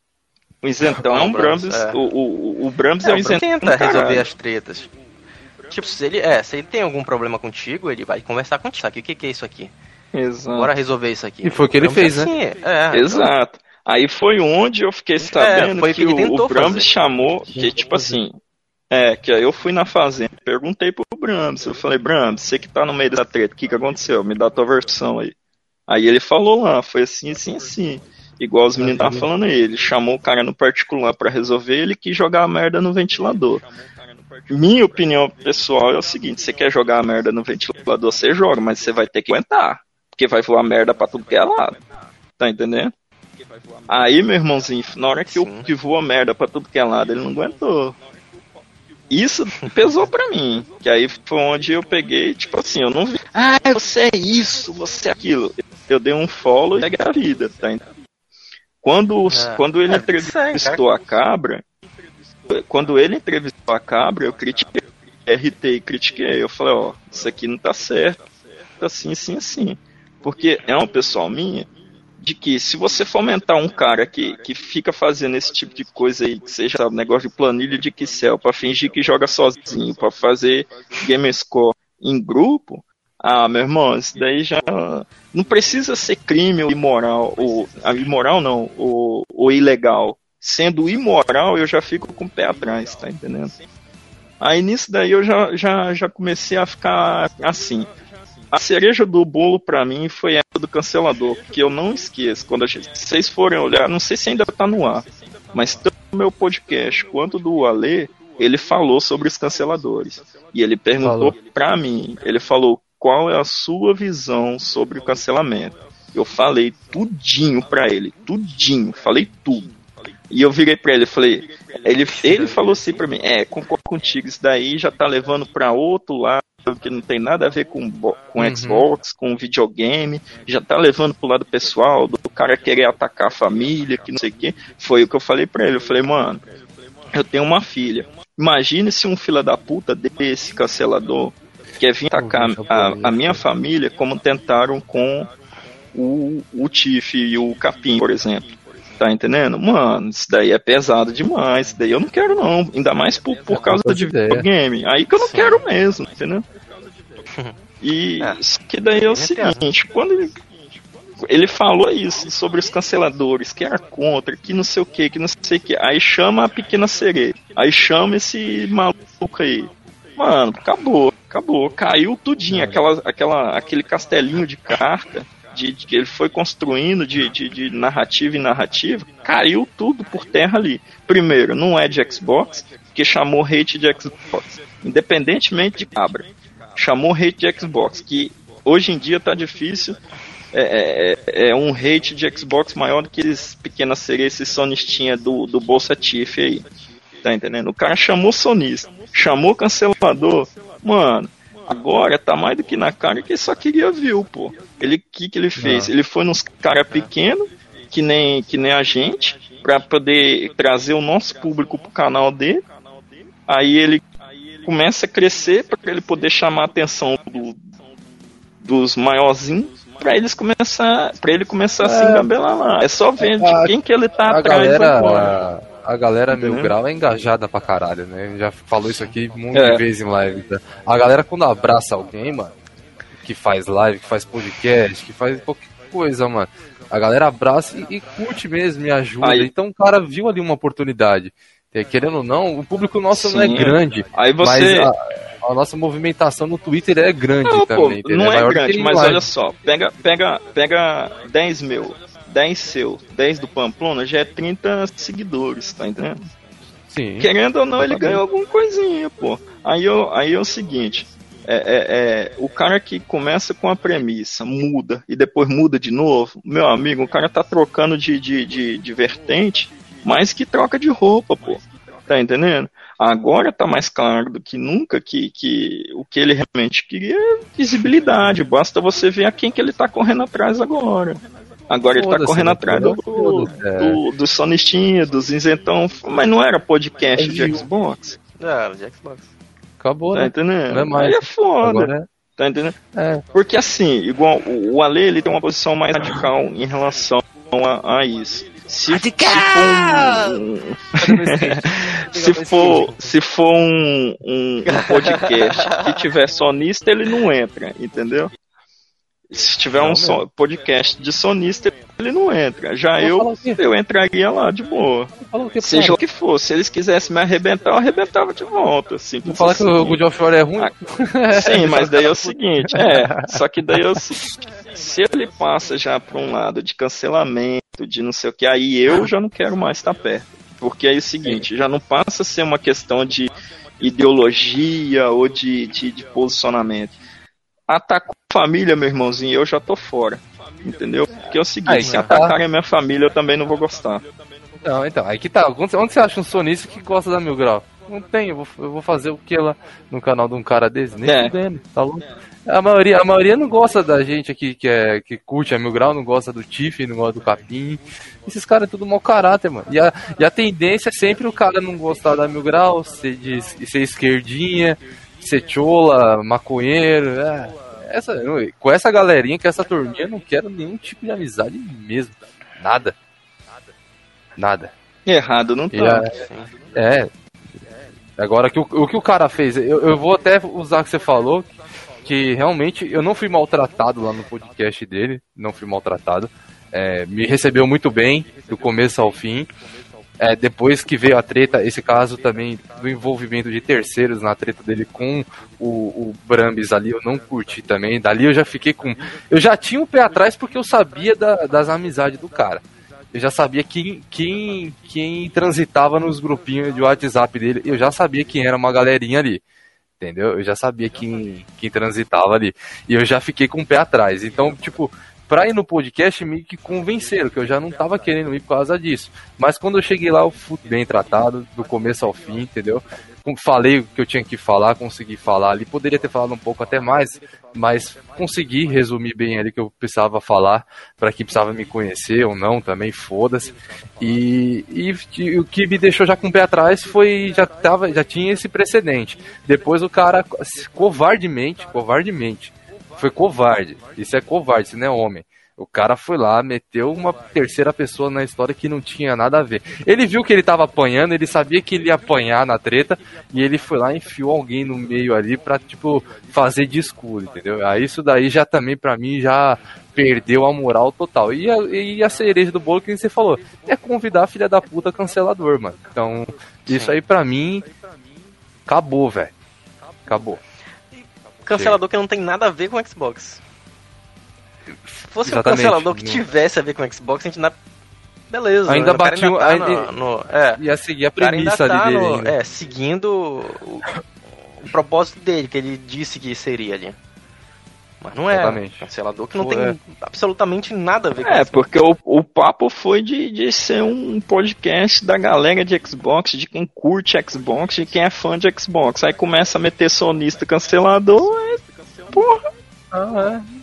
O isentão é um Brambis, Brambis, é. o, o, o Brambis é, É, um o Brambis isentão do tenta resolver caralho. as tretas. Tipo, se ele, é, se ele tem algum problema contigo, ele vai conversar contigo. Sabe, o que, que é isso aqui? Exato. Bora resolver isso aqui. E foi o que ele Brambis fez, é né? assim, é, Exato. Aí foi onde eu fiquei sabendo foi o que, que ele o, tentou o Brambis fazer. chamou, que tipo assim, é, que aí eu fui na fazenda, perguntei pro Brambis, eu falei, Brambis, você que tá no meio da treta, o que que aconteceu? Me dá a tua versão aí. Aí ele falou lá, foi assim, assim, assim. Igual os meninos estavam falando aí, ele chamou o cara no particular pra resolver, ele quis jogar a merda no ventilador. Minha opinião pessoal é o seguinte, você quer jogar a merda no ventilador, você joga, mas você vai ter que aguentar, porque vai voar merda pra tudo que é lado. Tá entendendo? Aí, meu irmãozinho, na hora que, eu, que voa merda pra tudo que é lado, ele não aguentou. Isso pesou pra mim. Que aí foi onde eu peguei, tipo assim, eu não vi. Ah, você é isso, você é aquilo. Eu dei um follow e peguei a vida, tá entendendo? Quando, É. quando ele É, entrevistou a cabra, quando ele entrevistou a cabra, eu critiquei, R T e critiquei. Eu falei, ó, isso aqui não tá certo. Assim, assim, assim. Porque é uma pessoal minha de que se você fomentar um cara que, que fica fazendo esse tipo de coisa aí, que seja sabe, negócio de planilha de Excel, pra fingir que joga sozinho, pra fazer game score em grupo, ah, meu irmão, isso daí já não precisa ser crime ou imoral, ou ah, imoral não, ou, ou ilegal. Sendo imoral, eu já fico com o pé atrás, tá entendendo? Aí nisso daí eu já, já, já comecei a ficar assim. A cereja do bolo pra mim foi essa do cancelador, que eu não esqueço. Quando a gente, se vocês forem olhar, não sei se ainda tá no ar, mas tanto no meu podcast quanto do Ale, ele falou sobre os canceladores. E ele perguntou Falou. pra mim, ele falou qual é a sua visão sobre o cancelamento. Eu falei tudinho pra ele, tudinho, falei tudo. E eu virei pra ele, falei, ele, ele falou assim pra mim, é, concordo contigo, isso daí já tá levando pra outro lado, que não tem nada a ver com, com Uhum. Xbox, com videogame, já tá levando pro lado pessoal, do cara querer atacar a família, que não sei o que. Foi o que eu falei pra ele, eu falei, mano, eu tenho uma filha, imagine se um filho da puta desse cancelador quer vir atacar a, a minha família, como tentaram com o, o Tiff e o Capim, por exemplo. Tá entendendo? Mano, isso daí é pesado demais. Isso daí eu não quero, não. Ainda mais por, por causa de videogame. Aí que eu não Sim. quero mesmo, entendeu? E é. que daí é o seguinte, quando ele, ele falou isso sobre os canceladores, que era contra, que não sei o que, que não sei o que. Aí chama a Pequena Sereia. Aí chama esse maluco aí. Mano, acabou, acabou. Caiu tudinho. Aquela, aquela, aquele castelinho de carta. De, de, que ele foi construindo de, de, de narrativa em narrativa, caiu tudo por terra ali. Primeiro, não é de Xbox, porque chamou hate de Xbox, independentemente de cabra, chamou hate de Xbox, que hoje em dia tá difícil, é, é, é um hate de Xbox maior do que eles pequenas sereias, esse sonistinha do, do Bolsa Tiff aí, tá entendendo? O cara chamou sonista, chamou cancelador, mano. Agora tá mais do que na cara que ele só queria view, pô. Ele que que ele fez? Não. Ele foi nos cara pequeno, que nem que nem a gente, pra poder trazer o nosso público pro canal dele. Aí ele começa a crescer para ele poder chamar a atenção do, dos maiorzinhos, pra eles começar, para ele começar é, a se engabelar lá. É só ver de quem que ele tá a atrás galera, agora. A galera Mil Grau é engajada pra caralho, né? Já falou isso aqui muitas é. vezes em live. Tá? A galera quando abraça alguém, mano, que faz live, que faz podcast, que faz qualquer coisa, mano, a galera abraça e, e curte mesmo, me ajuda. Aí. Então o cara viu ali uma oportunidade. Querendo ou não, o público nosso Sim. não é grande. Aí você... Mas a, a nossa movimentação no Twitter é grande não, também. Pô, não é, é grande, mas live. Olha só, pega, pega, pega dez mil. dez seu, dez do Pamplona já é trinta seguidores, tá entendendo? Sim. Querendo ou não, ele ganhou alguma coisinha, pô. Aí, eu, aí é o seguinte, é, é, é, o cara que começa com a premissa, muda, e depois muda de novo, meu amigo, o cara tá trocando de, de, de, de vertente, mais que troca de roupa, pô. Tá entendendo? Agora tá mais claro do que nunca que, que o que ele realmente queria é visibilidade, basta você ver a quem que ele tá correndo atrás agora. Agora ele tá correndo atrás do, do, do, do sonistinha, dos isentão, mas não era podcast de Xbox. Não, de Xbox. Acabou, tá né? entendendo? Não é mais. Aí é foda. É... Tá entendendo? É. Porque assim, igual o, o Ale, ele tem uma posição mais radical em relação a, a isso. Se, radical! Se for, se for, se for um, um, um podcast que tiver sonista, ele não entra, entendeu? Se tiver não, um so, podcast de sonista, ele não entra. Já eu, eu, eu entraria lá de boa. Que, Seja o que for. Se eles quisessem me arrebentar, eu arrebentava de volta. Assim, não fala assim. Que o God of War é ruim? Ah, sim, mas daí é o seguinte. É, só que daí é o seguinte. Se ele passa já para um lado de cancelamento, de não sei o que, aí eu já não quero mais estar perto. Porque aí é o seguinte, já não passa a ser uma questão de ideologia ou de, de, de posicionamento. Atacou a família, meu irmãozinho, eu já tô fora. Entendeu? Porque é o seguinte, aí, se tá. atacarem a minha família, eu também não vou gostar. Não, então, aí que tá. Onde você acha um sonista que gosta da Mil Grau? Não tem, eu vou, eu vou fazer o que lá no canal de um cara desse? Nem é. Fudendo, tá louco? A maioria, a maioria não gosta da gente aqui que, é, que curte a Mil Grau, não gosta do Tiff, não gosta do Capim. Esses caras é tudo mau caráter, mano. E a, e a tendência é sempre o cara não gostar da Mil Grau, ser, de, ser esquerdinha, ser chola, maconheiro. É, essa, com essa galerinha, com essa turminha, eu não quero nenhum tipo de amizade mesmo. Nada. Nada. Errado não tá. É. Agora, que o, o que o cara fez, eu, eu vou até usar o que você falou, que realmente eu não fui maltratado lá no podcast dele, não fui maltratado. É, me recebeu muito bem, do começo ao fim. É, depois que veio a treta, esse caso também do envolvimento de terceiros na treta dele com o, o Brambis ali, eu não curti também. Dali eu já fiquei com... Eu já tinha um pé atrás porque eu sabia da, das amizades do cara. Eu já sabia quem, quem, quem transitava nos grupinhos de WhatsApp dele. Eu já sabia quem era uma galerinha ali. Entendeu? Eu já sabia quem, quem transitava ali. E eu já fiquei com o pé atrás. Então, tipo, pra ir no podcast me que convenceram, que eu já não tava querendo ir por causa disso. Mas quando eu cheguei lá, eu fui bem tratado, do começo ao fim, entendeu? Falei o que eu tinha que falar, consegui falar ali, poderia ter falado um pouco até mais, mas consegui resumir bem ali o que eu precisava falar, para quem precisava me conhecer ou não também, foda-se. E, e, e o que me deixou já com o pé atrás foi, já, tava, já tinha esse precedente. Depois o cara, covardemente, covardemente, foi covarde, isso é covarde, isso não é homem. O cara foi lá, meteu uma terceira pessoa na história que não tinha nada a ver. Ele viu que ele tava apanhando, ele sabia que ele ia apanhar na treta, e ele foi lá e enfiou alguém no meio ali pra, tipo, fazer de escuro, entendeu? Aí isso daí já também, pra mim, já perdeu a moral total. E a, e a cereja do bolo, que você falou, é convidar a filha da puta cancelador, mano. Então, isso aí pra mim, acabou, velho. Acabou. Cancelador que não tem nada a ver com o Xbox. Se fosse Exatamente. um cancelador que tivesse a ver com o Xbox, a gente ainda... Beleza. Ainda batiu... Tá Ainda, no, no, é, ia seguir a premissa tá ali no, dele. É, seguindo o, o propósito dele, que ele disse que seria ali. Mas não é. Exatamente. Cancelador que não Pô, tem é. absolutamente nada a ver com É, isso. porque o, o papo foi de, de ser um podcast da galera de Xbox, de quem curte Xbox, de quem é fã de Xbox. Aí começa a meter sonista cancelador, é, porra. Ah, é.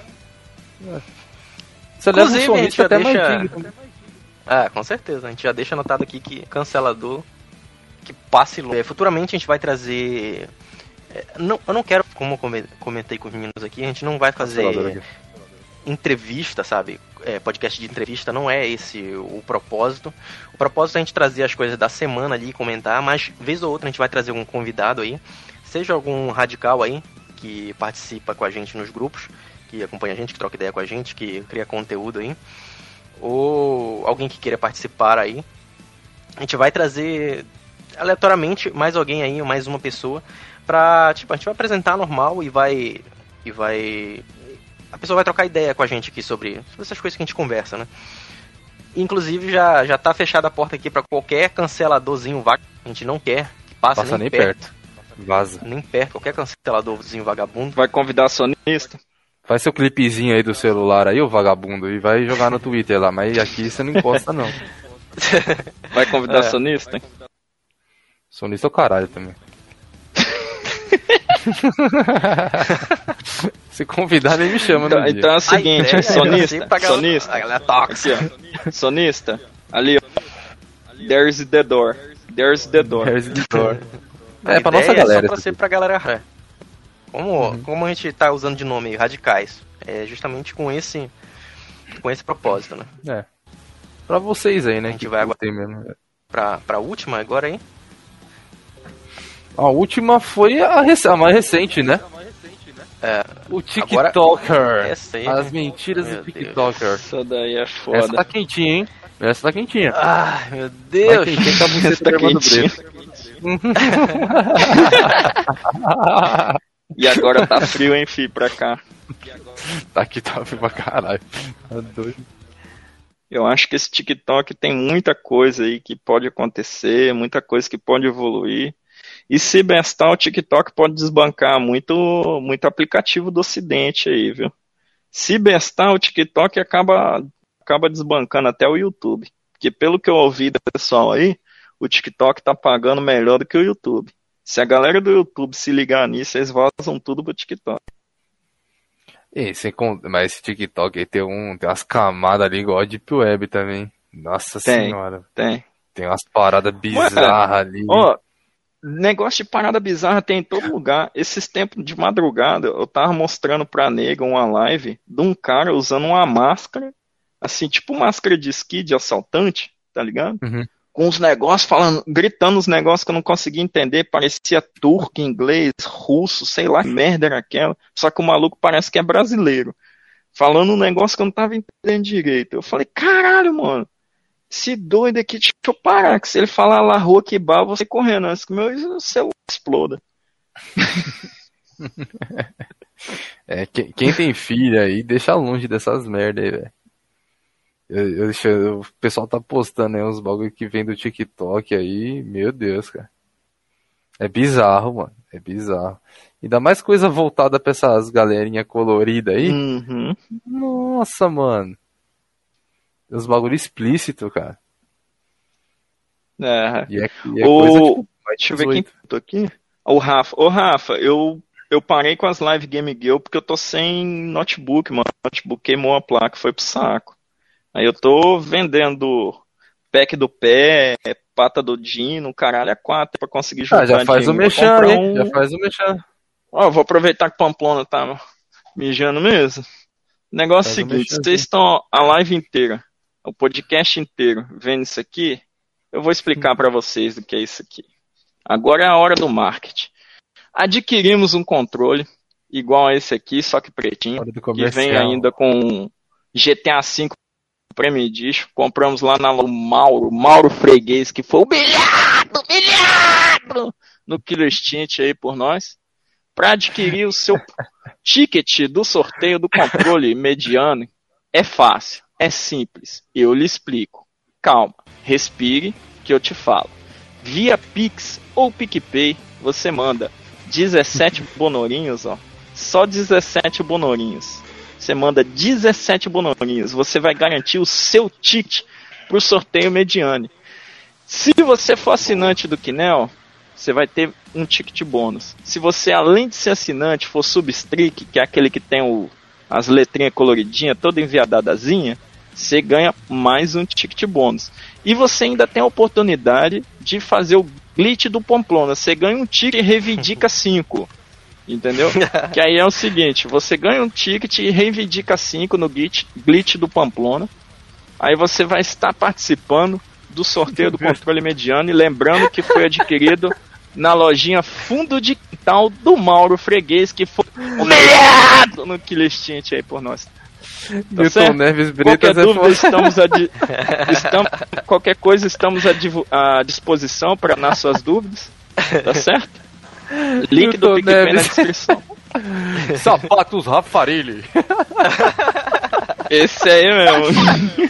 Você leva um Inclusive, a gente sonista já até deixa... mais digno. Ah, com certeza. A gente já deixa anotado aqui que cancelador que passe longe. Futuramente a gente vai trazer... é, Não, eu não quero, como eu come- comentei com os meninos aqui, a gente não vai fazer entrevista, sabe? É, podcast de entrevista, não é esse o propósito. O propósito é a gente trazer as coisas da semana ali e comentar, mas vez ou outra a gente vai trazer algum convidado aí, seja algum radical aí, que participa com a gente nos grupos, que acompanha a gente, que troca ideia com a gente, que cria conteúdo aí, ou alguém que queira participar aí. A gente vai trazer aleatoriamente mais alguém aí, mais uma pessoa, pra, tipo, a gente vai apresentar normal e vai, e vai, a pessoa vai trocar ideia com a gente aqui sobre, sobre essas coisas que a gente conversa, né? Inclusive já, já tá fechada a porta aqui pra qualquer canceladorzinho vago, a gente não quer que passe Passa nem, nem perto. perto. Vaza. Nem perto, qualquer canceladorzinho vagabundo. Vai convidar sonista? Faz seu clipezinho aí do celular aí, ô vagabundo, e vai jogar no Twitter lá, mas aqui você não encosta não. Vai convidar É. sonista? Sonista é o caralho também. Se convidar, nem me chama no Então, dia. então é o seguinte, A ideia é sonista, trazer pra galera- sonista, a galera tóxica. aqui, ó, sonista, ali, ó, there's the door, there's the door. There's the door. A É pra ideia nossa galera. É só pra isso ser aqui. pra galera. É. Como, como a gente tá usando de nome radicais, é justamente com esse com esse propósito, né? É. Pra vocês aí, né? A gente que vai agora- tem mesmo. Pra, pra última agora, hein? A última foi a, rec- a mais recente, né? É, O TikToker. essa aí, As né? mentiras Meu do TikToker. Essa daí é Essa foda. tá quentinha, hein? Essa tá quentinha. Ai, meu Vai Deus! quentinha com a buceta Essa tá da irmã do quentinha. Breno. E agora tá frio, hein, fi, pra cá. Tá aqui, tá pra caralho. Tá doido. Eu acho que esse TikTok tem muita coisa aí que pode acontecer, muita coisa que pode evoluir. E se bestar, o TikTok pode desbancar muito, muito aplicativo do Ocidente aí, viu? Se bestar, o TikTok acaba, acaba desbancando até o YouTube. Porque pelo que eu ouvi do pessoal aí, o TikTok tá pagando melhor do que o YouTube. Se a galera do YouTube se ligar nisso, eles vazam tudo pro TikTok. E, sem con- Mas esse TikTok aí tem, um, tem umas camadas ali igual a Deep Web também. Nossa Tem. senhora. Tem. Tem umas paradas bizarras ali. Ó, negócio de parada bizarra tem em todo lugar. Esses tempos de madrugada, eu tava mostrando pra nega uma live de um cara usando uma máscara, assim, tipo máscara de esqui de assaltante, tá ligado? Uhum. Com os negócios falando, gritando os negócios que eu não conseguia entender, parecia turco, inglês, russo, sei lá que merda era aquela, só que o maluco parece que é brasileiro, falando um negócio que eu não tava entendendo direito. Eu falei, caralho, mano, esse doido aqui, deixa eu parar, que se ele falar lá rua que bar, você correndo antes que meu celular exploda. É, quem, quem tem filha aí, deixa longe dessas merda aí, velho. Eu, eu, deixo- eu- o pessoal tá postando aí uns bagulho que vem do TikTok aí, meu Deus, cara. É bizarro, mano. É bizarro. Ainda mais coisa voltada pra essas galerinha colorida aí. Uhum. Nossa, mano. Os bagulho explícito, cara. É. E é, e é o... coisa tipo, Deixa eu ver quem tô aqui. O Rafa. Ô, Rafa, eu, eu parei com as Live Game Girl porque eu tô sem notebook, mano. O notebook queimou a placa, foi pro saco. Aí eu tô vendendo pack do pé, pata do Dino, caralho, a quatro pra conseguir juntar Ah, já faz o mexão, hein? Um... Já faz o mexão. Ó, vou aproveitar que Pamplona tá mijando mesmo. O negócio é o seguinte, vocês estão a live inteira, o podcast inteiro, vendo isso aqui, eu vou explicar pra vocês o que é isso aqui. Agora é a hora do marketing. Adquirimos um controle, igual a esse aqui, só que pretinho, que vem ainda com G T A cinco Premium Edition. Compramos lá na Mauro, Mauro Freguês, que foi humilhado, humilhado no Killer Instinct aí por nós, para adquirir o seu ticket do sorteio do controle mediano. É fácil, é simples, eu lhe explico. Calma, respire que eu te falo. Via Pix ou PicPay, você manda dezessete bonorinhos, ó. Só dezessete bonorinhos. Você manda dezessete bonorinhos. Você vai garantir o seu ticket para o sorteio mediane. Se você for assinante do Kinel, você vai ter um ticket bônus. Se você, além de ser assinante, for substreak, que é aquele que tem o, as letrinhas coloridinhas, toda enviadadazinha, você ganha mais um ticket bônus. E você ainda tem a oportunidade de fazer o glitch do Pamplona. Você ganha um ticket e reivindica cinco. Entendeu? Que aí é o seguinte, você ganha um ticket e reivindica cinco no glitch, glitch do Pamplona. Aí você vai estar participando do sorteio do controle mediano. E lembrando que foi adquirido na lojinha Fundo de Quintal do Mauro Freguês, que foi humilhado no Killer Instinct aí por nós. Tá Neves qualquer dúvida, é estamos, a di... estamos qualquer coisa estamos à, div... à disposição para nas suas dúvidas, tá certo? Link do PicPay na descrição. Sapatos Raffarilli. Esse aí mesmo.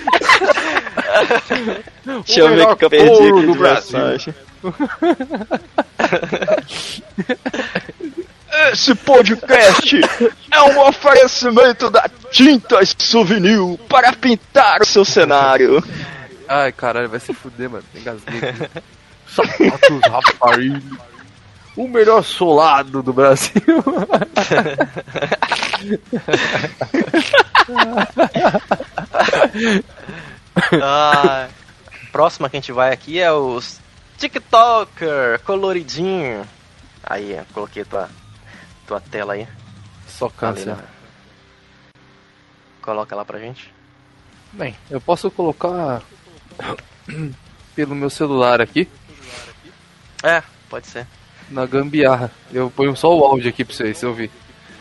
Deixa eu ver que eu perdi aqui do Brasil. Esse podcast é um oferecimento da Tintas Souvenir para pintar o seu cenário. Ai, caralho, vai se fuder, mano. Tem gasgueiro. Sapatos Raffarilli. O melhor solado do Brasil. Ah, próxima que a gente vai aqui é os TikToker coloridinho. Aí, coloquei tua, tua tela aí. Só câncer. Coloca lá pra gente. Bem, eu posso colocar pelo meu celular aqui. É, pode ser. Na gambiarra. Eu ponho só o áudio aqui pra vocês, se eu ouvir.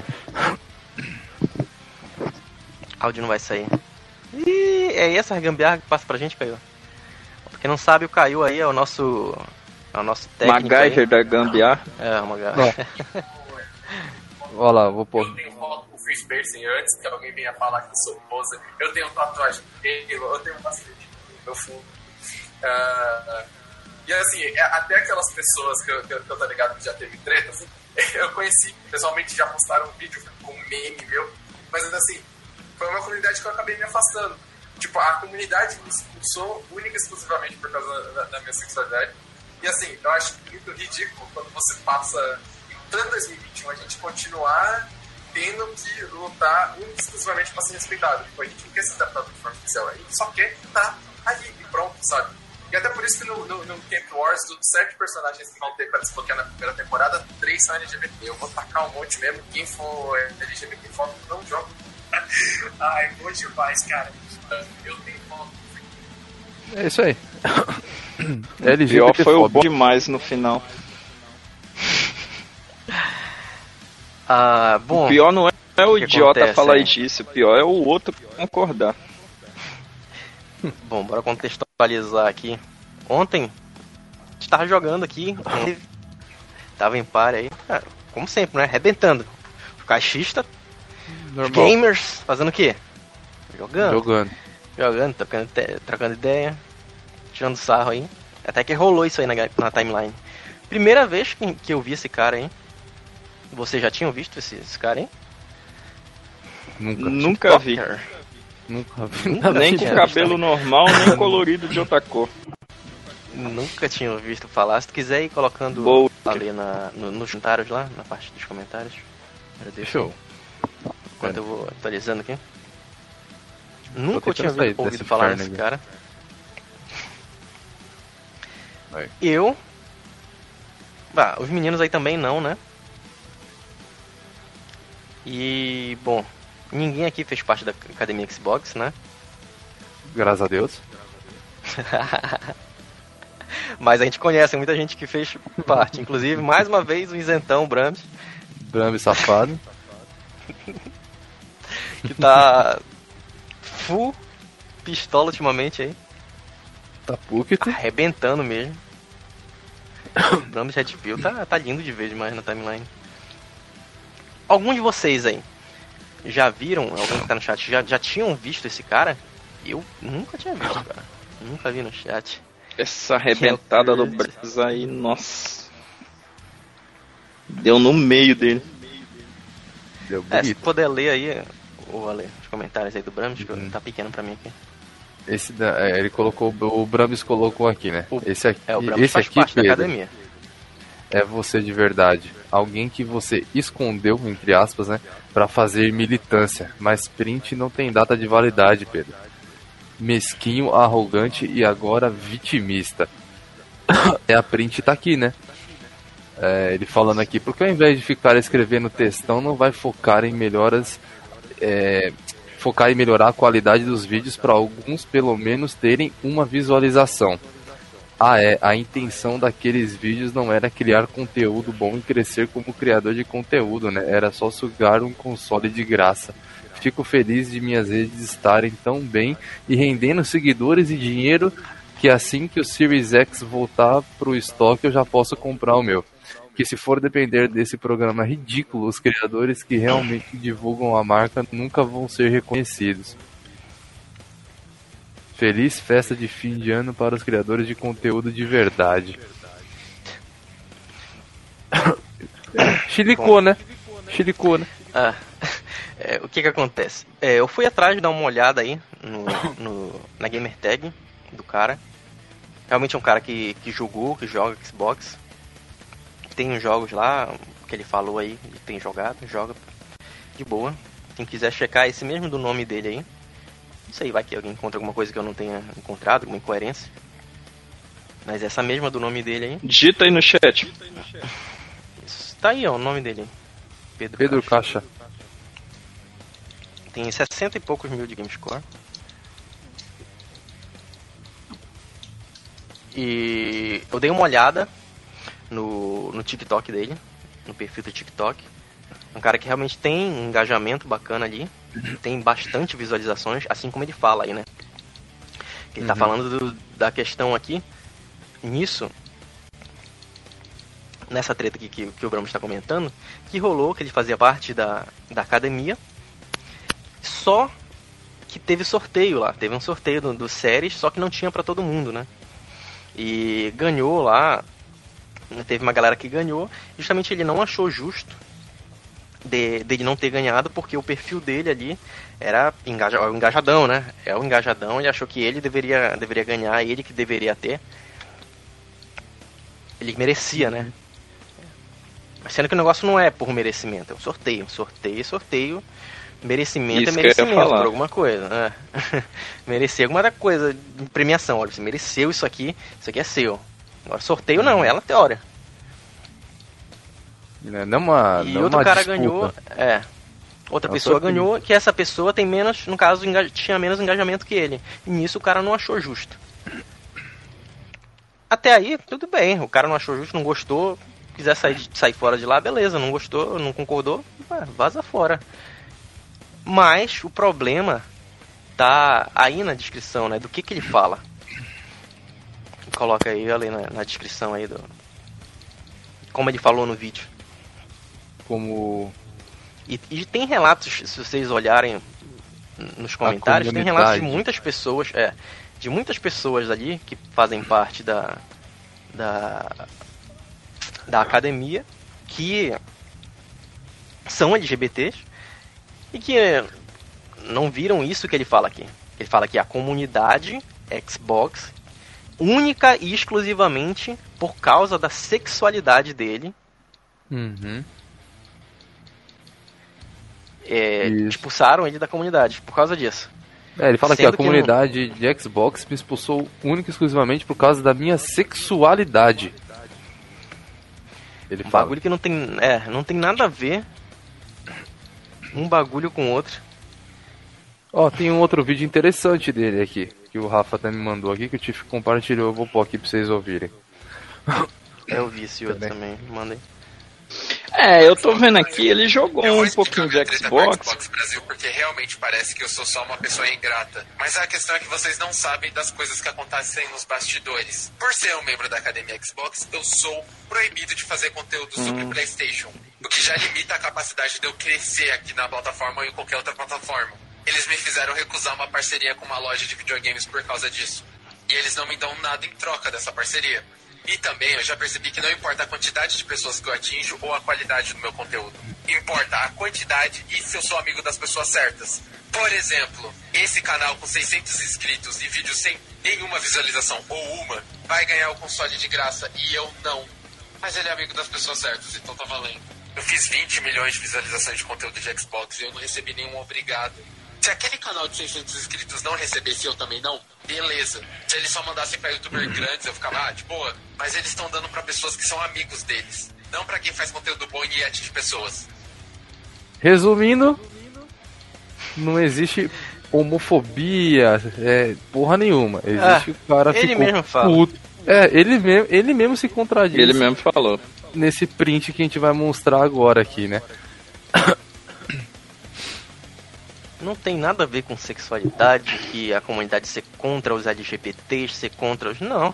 Áudio não vai sair. Ih, é essa gambiarra que passa pra gente, Caio. Pra quem não sabe, o Caio aí é o nosso... É o nosso técnico MacGyver aí. da gambiarra. É, o MacGyver. Olha lá, vou pôr. Eu tenho foto com o Chris Percy antes que alguém venha falar que sou poser. Eu tenho tatuagem dele, eu tenho bastante no meu fundo. Uh, e assim, até aquelas pessoas que eu, que eu, que eu tô ligado que já teve treta, assim, eu conheci, pessoalmente já postaram um vídeo com um meme meu, mas assim, foi uma comunidade que eu acabei me afastando. Tipo, a comunidade me expulsou única e exclusivamente por causa da, da minha sexualidade. E assim, eu acho muito ridículo quando você passa, em pleno dois mil e vinte e um, a gente continuar tendo que lutar única e exclusivamente para ser respeitado. Tipo, a gente não quer ser adaptado de forma oficial, a gente só quer estar ali e pronto, sabe? E até por isso que no, no, no Camp Wars, dos sete personagens que vão ter para desbloquear na primeira temporada, três são L G B T. Eu vou tacar um monte mesmo, quem for L G B T foto não joga. Ai, bom demais, cara. Eu tenho foto. É isso aí. L G B T pior foi foda. o bom demais no final. Ah, bom. O pior não é, é o, o idiota acontece, falar é? disso, o pior é o outro concordar. Bom, bora contextualizar aqui. Ontem, a gente tava jogando aqui, tava em par aí, cara, como sempre, né? Arrebentando. Caixista, Normal. gamers, fazendo o quê? Jogando. Jogando. Jogando, trocando, te- trocando ideia, tirando sarro aí. Até que rolou isso aí na, na timeline. Primeira vez que, que eu vi esse cara aí. Vocês já tinham visto esse, esse cara, hein? Nunca. Nunca vi. Nunca vi. Nem com cabelo normal, nem colorido de outra cor. Nunca tinha visto falar. Se tu quiser ir colocando Boa. ali na, no, nos comentários lá, na parte dos comentários. Deixa eu. Enquanto eu vou atualizando aqui. Nunca eu tinha ouvido, ouvido falar nesse cara. Vai. Eu. Bah, os meninos aí também não, né? E, bom, ninguém aqui fez parte da Academia Xbox, né? Graças a Deus. Mas a gente conhece muita gente que fez parte. Inclusive, mais uma vez, o isentão Brahms. Brahms safado. Que tá full pistola ultimamente aí. Tá púquito. Arrebentando mesmo. O Brahms Redfield tá, tá lindo de ver demais na timeline. Alguns de vocês aí já viram, alguém que tá no chat, já, já tinham visto esse cara? Eu nunca tinha visto, cara. Nunca vi no chat. Essa arrebentada do Brahms aí, nossa. Deu no meio dele. Deu É, se bonito. puder ler aí, ou ler os comentários aí do Brahms, que Uhum. tá pequeno pra mim aqui. Esse da, é, ele colocou, o Brahms colocou aqui, né? O- esse aqui, É, o Brahms esse faz aqui, parte da Pedro, academia. é você de verdade. Alguém que você escondeu, entre aspas, né? Pra fazer militância. Mas print não tem data de validade, Pedro. Mesquinho, arrogante e agora vitimista. É, a print tá aqui, né? É, ele falando aqui, porque ao invés de ficar escrevendo textão, não vai focar em melhoras, é, focar em melhorar a qualidade dos vídeos para alguns pelo menos terem uma visualização. Ah, é, a intenção daqueles vídeos não era criar conteúdo bom e crescer como criador de conteúdo, né? Era só sugar um console de graça. Fico feliz de minhas redes estarem tão bem e rendendo seguidores e dinheiro que assim que o Series X voltar pro estoque eu já posso comprar o meu. Que se for depender desse programa ridículo, os criadores que realmente divulgam a marca nunca vão ser reconhecidos. Feliz festa de fim de ano para os criadores de conteúdo de verdade. Chilicou, né? Chilicou, né? Ah, é, o que que acontece? É, eu fui atrás de dar uma olhada aí no, no, na gamer tag do cara. Realmente é um cara que, que jogou, que joga Xbox. Tem uns jogos lá que ele falou aí, ele tem jogado, joga de boa. Quem quiser checar esse mesmo do nome dele aí. Não sei, vai que alguém encontra alguma coisa que eu não tenha encontrado, alguma incoerência. Mas essa mesma do nome dele aí. Digita aí no chat. Isso, tá aí, ó, o nome dele. Pedro, Pedro Caixa. Caixa. Tem sessenta e poucos mil de GameScore. E eu dei uma olhada no, no TikTok dele, no perfil do TikTok. Um cara que realmente tem um engajamento bacana ali, tem bastante visualizações, assim como ele fala aí, né? Ele tá Uhum. falando do, da questão aqui, nisso, nessa treta aqui que, que o Brahms está comentando, que rolou, que ele fazia parte da, da academia, só que teve sorteio lá, teve um sorteio do, do séries, só que não tinha pra todo mundo, né? E ganhou lá, teve uma galera que ganhou, justamente ele não achou justo de, dele não ter ganhado, porque o perfil dele ali era engaja, o engajadão, né? É o engajadão, ele achou que ele deveria, deveria ganhar, ele que deveria ter. Ele merecia, né? Mas sendo que o negócio não é por merecimento, é um sorteio. Sorteio, sorteio. Merecimento Isso é que eu ia merecimento falar. por alguma coisa, né? Merecer alguma coisa, premiação. Olha, você mereceu isso aqui, isso aqui é seu. Agora, sorteio não, é aleatório. Né? Não uma, E não outro uma cara disputa. ganhou, é. Outra É um pessoa sorteio. ganhou, que essa pessoa tem menos, no caso, enga- tinha menos engajamento que ele. E nisso o cara não achou justo. Até aí, tudo bem. O cara não achou justo, não gostou. Quiser sair, de- sair fora de lá, beleza. Não gostou, não concordou, ué, vaza fora. Mas o problema tá aí na descrição, né? Do que que ele fala. Coloca aí ali na, na descrição aí do... Como ele falou no vídeo. Como E, e tem relatos, se vocês olharem nos comentários, tem relatos de muitas pessoas, é, de muitas pessoas ali que fazem parte da da, da academia, que são L G B Ts e que não viram isso que ele fala aqui. Ele fala que a comunidade Xbox, única e exclusivamente por causa da sexualidade dele, Uhum. é, Isso. expulsaram ele da comunidade por causa disso. É, ele fala que Sendo a que comunidade de Xbox me expulsou única e exclusivamente por causa da minha sexualidade. Ele Um fala. bagulho que não tem, é, não tem nada a ver um bagulho com o outro. Ó, tem um outro vídeo interessante dele aqui, que o Rafa até me mandou aqui, que o Tiff compartilhou, eu vou pôr aqui pra vocês ouvirem. Eu vi esse outro também, mandei. É, eu tô vendo aqui, ele jogou Eu vou um explicar pouquinho minha de treta com a Xbox. Xbox Brasil, porque realmente parece que eu sou só uma pessoa ingrata. Mas a questão é que vocês não sabem das coisas que acontecem nos bastidores. Por ser um membro da Academia Xbox, eu sou proibido de fazer conteúdo sobre PlayStation, o que já limita a capacidade de eu crescer aqui na plataforma ou em qualquer outra plataforma. Eles me fizeram recusar uma parceria com uma loja de videogames por causa disso. E eles não me dão nada em troca dessa parceria. E também eu já percebi que não importa a quantidade de pessoas que eu atinjo ou a qualidade do meu conteúdo. Importa a quantidade e se eu sou amigo das pessoas certas. Por exemplo, esse canal com seiscentos inscritos e vídeos sem nenhuma visualização ou uma, vai ganhar o console de graça e eu não. Mas ele é amigo das pessoas certas, então tá valendo. Eu fiz vinte milhões de visualizações de conteúdo de Xbox e eu não recebi nenhum obrigado. Se aquele canal de seiscentos inscritos não recebesse, eu também não, beleza. Se eles só mandassem pra youtuber grandes, eu ficava, ah, de boa. Mas eles estão dando pra pessoas que são amigos deles, não pra quem faz conteúdo bom e atinge pessoas. Resumindo, não existe homofobia, é, porra nenhuma. Existe Ah, o cara ele ficou mesmo fala. puto. É, ele mesmo, ele mesmo se contradiz Ele mesmo falou. nesse print que a gente vai mostrar agora aqui, né? Não tem nada a ver com sexualidade, que a comunidade ser contra os L G B Ts, ser contra os... Não.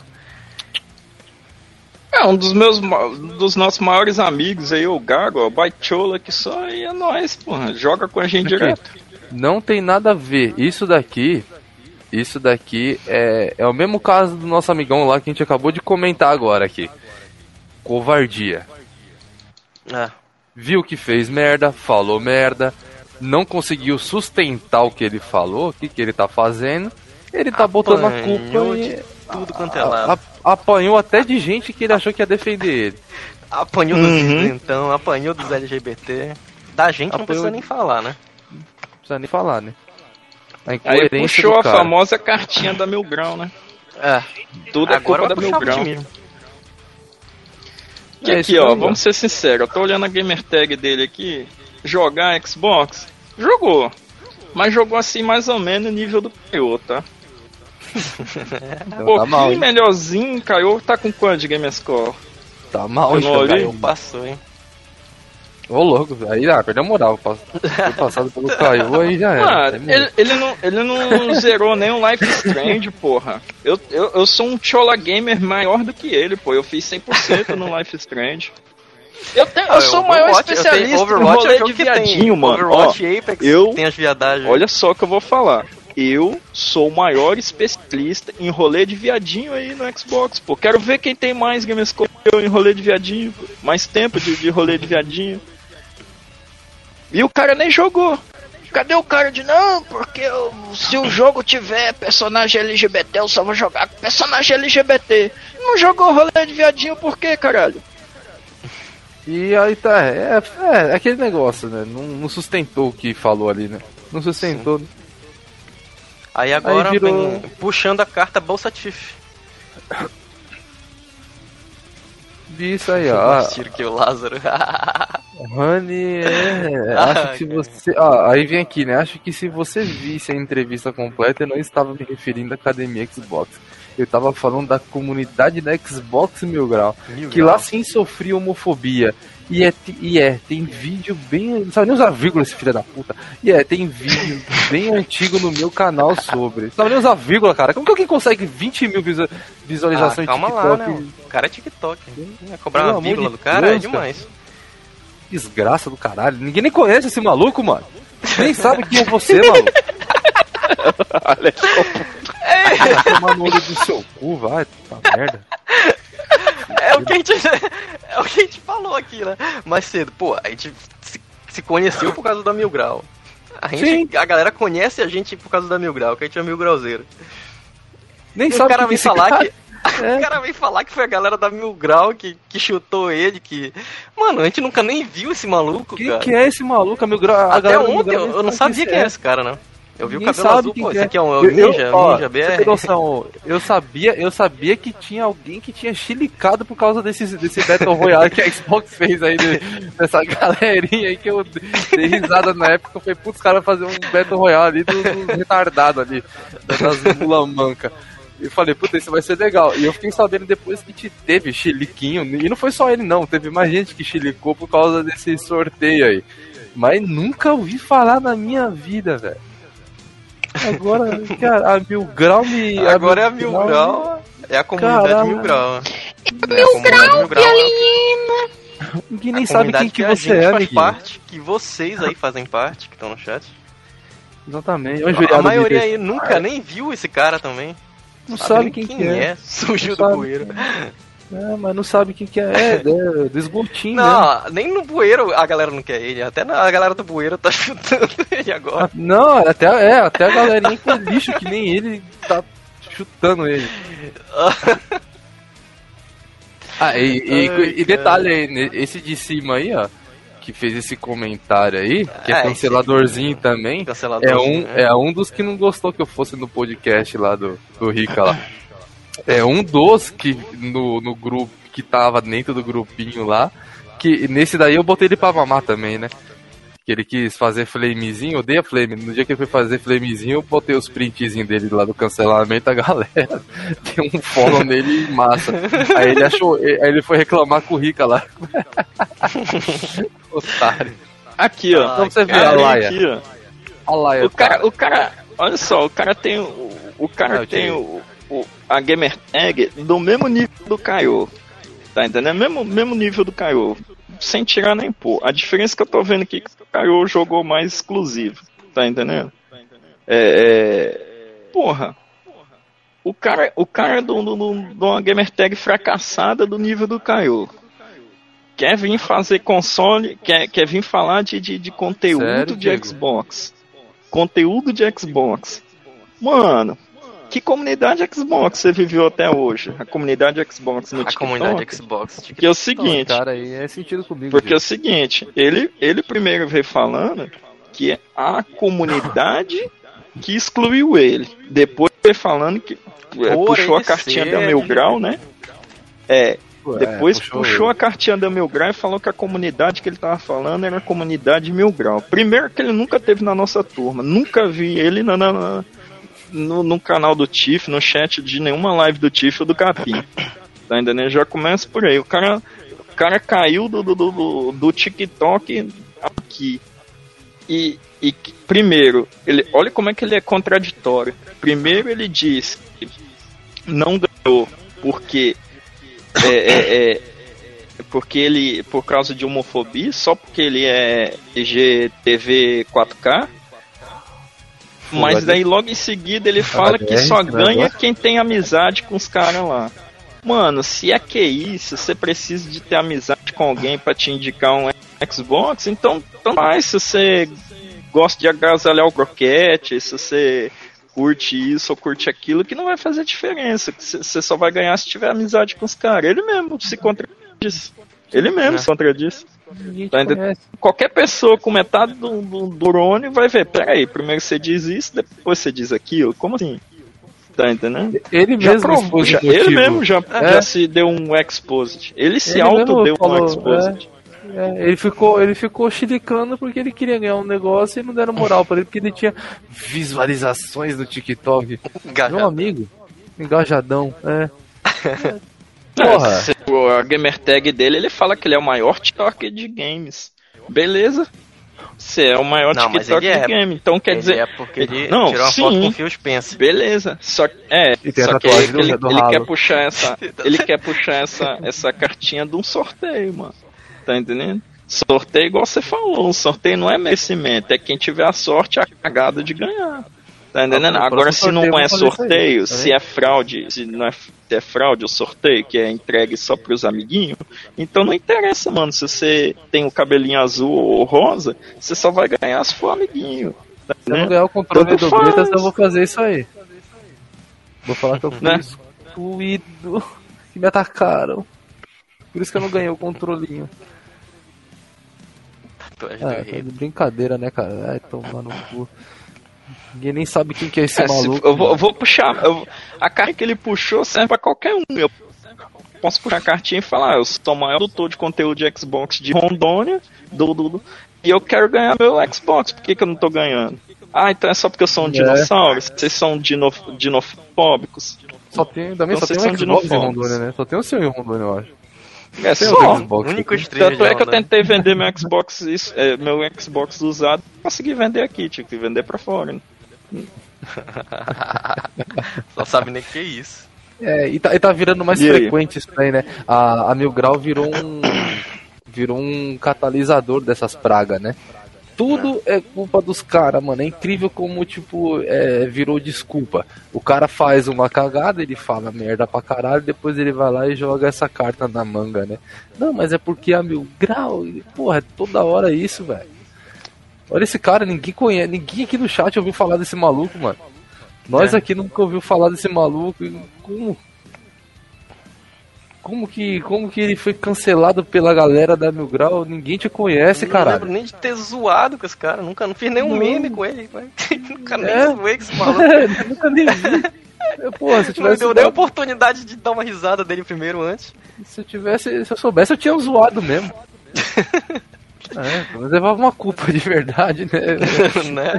É, um dos meus, ma- dos nossos maiores amigos aí, o Gago, o Baitola, que só é nóis, porra. Joga com a gente Aqui. direto. Não tem nada a ver. Isso daqui, isso daqui é, é o mesmo caso do nosso amigão lá que a gente acabou de comentar agora aqui. Covardia. Ah, Viu que fez merda, falou merda, não conseguiu sustentar o que ele falou, o que, que ele tá fazendo. Ele tá botando a culpa apanhou em... de tudo quanto é a- lado. a- apanhou até de gente que ele achou que ia defender ele. Apanhou dos Uhum. então, apanhou dos L G B T. Da gente não Apanhou precisa de- nem falar, né? Não precisa nem falar, né? A Aí incoerência puxou do a cara. famosa cartinha da Mil Grau, né? É. Tudo é Agora culpa da vai Mil puxar o Grau. time. E É aqui, isso ó, aí, vamos ser sinceros, eu tô olhando a gamer tag dele aqui. Jogar Xbox? Jogou. Mas jogou assim mais ou menos no nível do Caio, tá? Um Então, pouquinho tá mal, hein? melhorzinho, Caio tá com quanto de Gamerscore? Tá mal, Eu hein, não cara? olhei. Caiu, passou, hein? Ô, louco, aí ah, perdeu a moral. Foi passado pelo Caio, aí já era. Mano, ele, ele não, ele não zerou nem o Life is Strange, porra. Eu, eu, eu sou um chola gamer maior do que ele, pô. Eu fiz cem por cento no Life is Strange. Eu, tenho, eu Ah, sou o maior Overwatch- eu tenho- especialista em Overwatch é o rolê jogo de que tem. viadinho, mano. Overwatch Ó, e Apex eu- tem as viadagens. olha só o que eu vou falar. Eu sou o maior especialista em rolê de viadinho aí no Xbox, pô. Quero ver quem tem mais Gamerscore que eu em rolê de viadinho, pô. Mais tempo de, de rolê de viadinho. E o cara nem jogou. Cadê o cara de não? Porque eu- se o jogo tiver personagem L G B T, eu só vou jogar com personagem L G B T. Não jogou rolê de viadinho por quê, caralho? E aí tá, é, é, é aquele negócio, né? Não, não sustentou o que falou ali, né? Não sustentou. Né? Aí agora Aí virou- vem puxando a carta Bolsa Tiff. Isso aí, ó. Nossa, tiro que o Lázaro. Honey, é, acho Ai, que se você. Ó, aí vem aqui, né? Acho que se você visse a entrevista completa, eu não estava me referindo à Academia Xbox. Eu estava falando da comunidade da Xbox Mil Grau. Mil que Grau. lá sim sofria homofobia. E é, e é, tem vídeo bem. Não sabe nem usar vírgula esse filho da puta. E é, tem vídeo bem antigo no meu canal sobre. Não sabe nem usar vírgula, cara. Como que alguém consegue vinte mil visual, Ah, visualizações calma em lá, TikTok? né? O cara é TikTok. Ia cobrar Pelo uma amor vírgula de do cara Deus, é demais. Desgraça do caralho. Ninguém nem conhece esse maluco, mano. Nem sabe quem é você, maluco. Olha Vai tomar no olho do seu cu, vai. Tá merda. É o que a gente, é o que a gente falou aqui, né? Mais cedo. Pô, a gente se, se conheceu por causa da Mil Grau. A, gente, a galera conhece a gente por causa da Mil Grau, que a gente é Mil Grauzeiro. Nem E sabe o cara que vem esse falar cara- que. O cara vem falar que foi a galera da Mil Grau que, que chutou ele, que. Mano, a gente nunca nem viu esse maluco, Quem cara. que é esse maluco? A Mil Grau, a Até galera da Mil ontem Grau eu, nem eu não sabe sabia quem quem era esse cara, não. Eu vi o Ninguém cabelo sabe azul, quem pô, que esse é. aqui é um é o Eu- eu- Ninja, ó, Ninja B pra R. ter noção, eu sabia, eu sabia que tinha alguém que tinha chilicado por causa desse, desse Battle Royale que a Xbox fez aí, de- dessa galerinha aí que eu dei risada na época. Eu falei, putz, os caras vão fazer um Battle Royale ali dos do retardados ali, das mula manca. Eu falei, puta, isso vai ser legal. E eu fiquei sabendo depois que te teve chiliquinho, e não foi só ele não, teve mais gente que chilicou por causa desse sorteio aí. Mas nunca ouvi falar na minha vida, velho. Agora, cara, a Mil Grau me... Agora é a Mil Grau, é a comunidade Caralho. Mil Grau. É Mil Grau, que aliena. Ninguém nem A sabe quem comunidade que a você gente é, faz Miguel. parte, que vocês aí fazem parte, que estão no chat. Exatamente. Onde A veio maioria do aí nunca nem viu esse cara também. Não Sabe sabe nem quem, quem que é. é. Surgiu Não do sabe. bueiro. É, mas não sabe quem que é. É, é do esgotinho, né? Não, nem no bueiro a galera não quer ele. Até na- a galera do bueiro tá chutando ele agora. Não, até, é, até a galerinha que é lixo, que nem ele, tá chutando ele. Ah, e, e- Ai, e detalhe aí, né, esse de cima aí, ó, que fez esse comentário aí, que é É, canceladorzinho também, Cancelador. é um, né? é um dos que não gostou que eu fosse no podcast lá do, do Rica lá. É um dos que no, no grupo, que tava dentro do grupinho lá, que nesse daí eu botei ele pra mamar também, né? Que ele quis fazer flamezinho, odeia flame. No dia que ele foi fazer flamezinho, eu botei os printzinhos dele lá do cancelamento, a galera deu um follow nele massa. Aí ele achou, aí ele foi reclamar com o Rica lá. Otário. Aqui, ó. Ah, Então você vê a Cara, Laia. aqui, ó. Olha lá, O cara, o cara, olha só, o cara tem o, o cara Ah, eu tem tirei. o, o- a gamer tag do mesmo nível do Caio. Tá entendendo? Mesmo, mesmo nível do Caio. Sem tirar nem pôr. A diferença que eu tô vendo aqui é que o Caio jogou mais exclusivo. Tá entendendo? É. é porra. O cara, o cara do, do, do, de uma gamer tag fracassada do nível do Caio. Quer vir fazer console, quer, quer vir falar de, de, de conteúdo Sério, de Diego? Xbox. Conteúdo de Xbox. Mano, que comunidade Xbox você viveu até hoje? A comunidade Xbox no A TikTok? comunidade Xbox. Porque é o Esse seguinte, cara aí é sentido comigo. porque é Diego. o seguinte, ele, ele primeiro veio falando que é a comunidade que excluiu ele. Depois veio falando que é, Por puxou a ele cartinha ser da Mil de- Grau, né? É, Pô, é, depois puxou puxou ele. a cartinha da Mil Grau e falou que a comunidade que ele tava falando era a comunidade Mil Grau. Primeiro que ele nunca teve na nossa turma, nunca vi ele na, na- na- no, no canal do Tiff, no chat de nenhuma live do Tiff ou do Capim. Tá entendendo? Já começa por aí. O cara, o cara caiu do, do, do, do TikTok aqui. E, e que- primeiro, ele, olha como é que ele é contraditório. Primeiro ele diz que não ganhou porque é, é, é, porque ele por causa de homofobia, só porque ele é G T V quatro K. Mas daí logo em seguida ele fala que só ganha quem tem amizade com os caras lá. Mano, se é que isso, você precisa de ter amizade com alguém pra te indicar um Xbox, então tanto mais se você gosta de agasalhar o croquete, se você curte isso ou curte aquilo, que não vai fazer diferença. que Você só vai ganhar se tiver amizade com os caras. Ele mesmo se contradiz. Ele mesmo É. se contradiz. Ninguém te Tá entendendo? conhece. Qualquer pessoa com metade do, do, do neurônio vai ver, peraí, primeiro você diz isso, depois você diz aquilo. Como assim? Tá entendendo? Ele Já mesmo provou, expôs já- o motivo. ele mesmo já, É. já se deu um exposit. Ele se Ele auto mesmo deu falou, um exposit. É, ele ficou, ele ficou chilicando porque ele queria ganhar um negócio e não deram moral pra ele, porque ele tinha visualizações no TikTok. Engajado. Meu amigo, engajadão, é. Porra. Porra. A gamer tag dele, ele fala que ele é o maior TikTok de games. Beleza. Você é o maior Não, mas TikTok ele de é. game. Então quer Ele dizer. é porque ele Não, tirou uma sim. foto com o Phil Spencer. Beleza, só que é, E tem a só que tatuagem do- ele, do ele ralo. quer puxar essa, ele quer puxar essa, essa cartinha de um sorteio, mano. Tá entendendo? Sorteio igual você falou, um sorteio não é merecimento, é quem tiver a sorte, a cagada de ganhar. Tá entendendo? Ah, Agora, se não é sorteio, aí, se é fraude, se não é, se é fraude o sorteio, que é entregue só pros amiguinhos, então não interessa, mano. Se você tem o cabelinho azul ou rosa, você só vai ganhar se for amiguinho. Tá se eu não ganhar o controle Tanto do faz. Bretas, eu vou fazer isso aí. Vou falar que eu fui Né? excluído, que me atacaram. Por isso que eu não ganhei o controlinho. Tatuagem Ah, do tá rei. de brincadeira, né, cara? Vai tomar no cu. Ninguém nem sabe quem que é esse É, se- maluco. eu, vou, eu vou puxar. eu- a carta que ele puxou serve pra qualquer um. Eu posso puxar a cartinha e falar: ah, eu sou o maior produtor de conteúdo de Xbox de Rondônia, do, do, do, e eu quero ganhar meu Xbox. Por que, que eu não tô ganhando? Ah, então é só porque eu sou um É. dinossauro? Vocês são dino, dinofóbicos? Só tem, também Então só tem vocês um são Xbox em dinofóbicos. Rondônia, né? Só tem o seu em Rondônia, eu acho. É Tem só. o Xbox. Único streamer Tanto é que eu de Rondônia. tentei vender meu Xbox, isso, é, meu Xbox usado, consegui vender aqui, tive que vender pra fora. Né? Só sabe nem o que é isso. É, e tá, e tá virando mais E aí? frequente isso aí, né? A, a Mil Grau virou um. Virou um catalisador dessas pragas, né? Tudo é culpa dos caras, mano. É incrível como, tipo, é, virou desculpa. O cara faz uma cagada, ele fala merda pra caralho, depois ele vai lá e joga essa carta na manga, né? Não, mas é porque a Mil Grau, porra, é toda hora isso, velho. Olha esse cara, ninguém conhece, ninguém aqui no chat ouviu falar desse maluco, mano. Nós É. aqui nunca ouviu falar desse maluco. e Como? Como que, como que ele foi cancelado pela galera da Mil Grau? Ninguém te conhece, Não caralho. lembro nem de ter zoado com esse cara. Nunca não fiz nenhum Não. meme com ele. Nunca nem É. zoei com esse maluco. Nunca nem vi. Eu, Porra, se eu Não tivesse, deu nem a oportunidade de dar uma risada dele primeiro antes. se eu tivesse, se eu soubesse, eu tinha zoado mesmo. É, mas levava uma culpa de verdade, né? né?